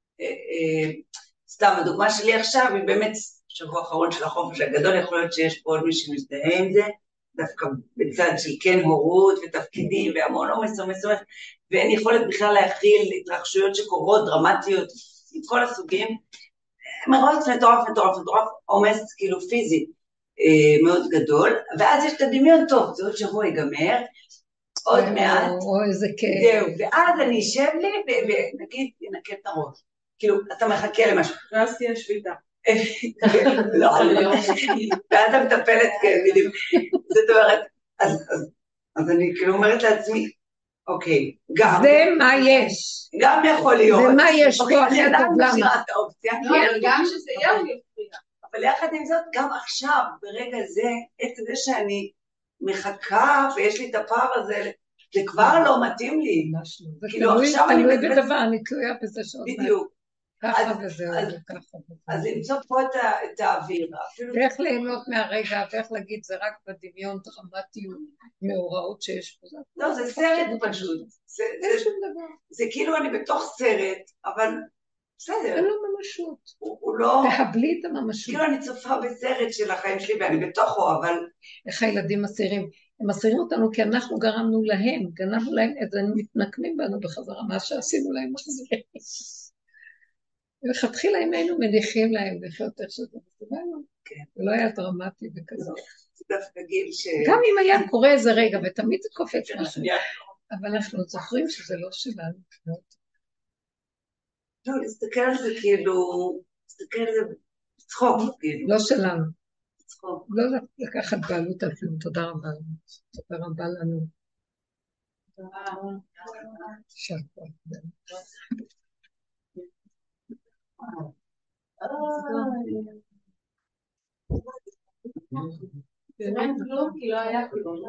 Speaker 4: סתם הדוגמה שלי עכשיו היא באמת שבוע האחרון של החופש הגדול, יכול להיות שיש פה עוד מי שמזדהה עם זה, דווקא בצד של כן הורות ותפקידים והמון עומס, ואין יכולת בכלל להכיל התרחשויות שקורות, דרמטיות, מכל הסוגים, מרוץ מטורף, עומס כאילו פיזי מאוד גדול, ואז יש את הדמיון טוב, זה עוד שבוע ייגמר, עוד מעט, זהו, ואז אני אשב לי ונגיד, ננקה את הראש, כאילו אתה מחכה למשהו,
Speaker 3: ואז תהיה שביתה.
Speaker 4: לא, ואז אתה מטפלת, כן, בדיוק, זאת אומרת, אז אני כאילו אומרת לעצמי, אוקיי, גם...
Speaker 2: זה מה יש.
Speaker 4: גם יכול להיות.
Speaker 2: זה מה יש פה הכי טוב, למה?
Speaker 3: לא, אבל גם שזה יהיה לי.
Speaker 4: אבל יחד עם זאת, גם עכשיו, ברגע זה, עצם זה שאני מחכה ויש לי את הפער הזה, זה כבר לא מתאים לי.
Speaker 2: זה
Speaker 4: כאילו עכשיו אני
Speaker 2: תלוי בדבר, אני תלויה בזה שעוד
Speaker 4: בדיוק.
Speaker 2: ככה וזהו, וככה.
Speaker 4: אז למצוא פה את האוויר.
Speaker 2: ואיך ליהנות מהרגע, ואיך להגיד, זה רק בדמיון דרמטיות מאורעות שיש פה.
Speaker 4: לא, זה סרט פשוט.
Speaker 2: אין שום דבר.
Speaker 4: זה כאילו אני בתוך סרט, אבל בסדר.
Speaker 2: אין לו ממשות.
Speaker 4: הוא לא...
Speaker 2: תהבלי את הממשות.
Speaker 4: כאילו אני צופה בסרט של החיים שלי ואני בתוכו, אבל...
Speaker 2: איך הילדים מסירים? הם מסירים אותנו כי אנחנו גרמנו להם, גנבנו להם, אז הם מתנקמים בנו בחזרה, מה שעשינו להם מחזירים. ולכתחילה אם היינו מניחים להם לחיות איך שזה, זה לא היה דרמטי וכזה.
Speaker 4: זה דווקא גיל ש...
Speaker 2: גם אם היה קורה איזה רגע, ותמיד זה קופץ משהו, אבל אנחנו זוכרים שזה לא שלנו.
Speaker 4: לא, להסתכל על זה כאילו, להסתכל על זה צחוק, כאילו.
Speaker 2: לא שלנו.
Speaker 4: צחוק.
Speaker 2: לא לקחת בעלות אפילו, תודה רבה לנו. תודה רבה לנו. שבוע.
Speaker 3: באמת כלום, כי לא היה כלום.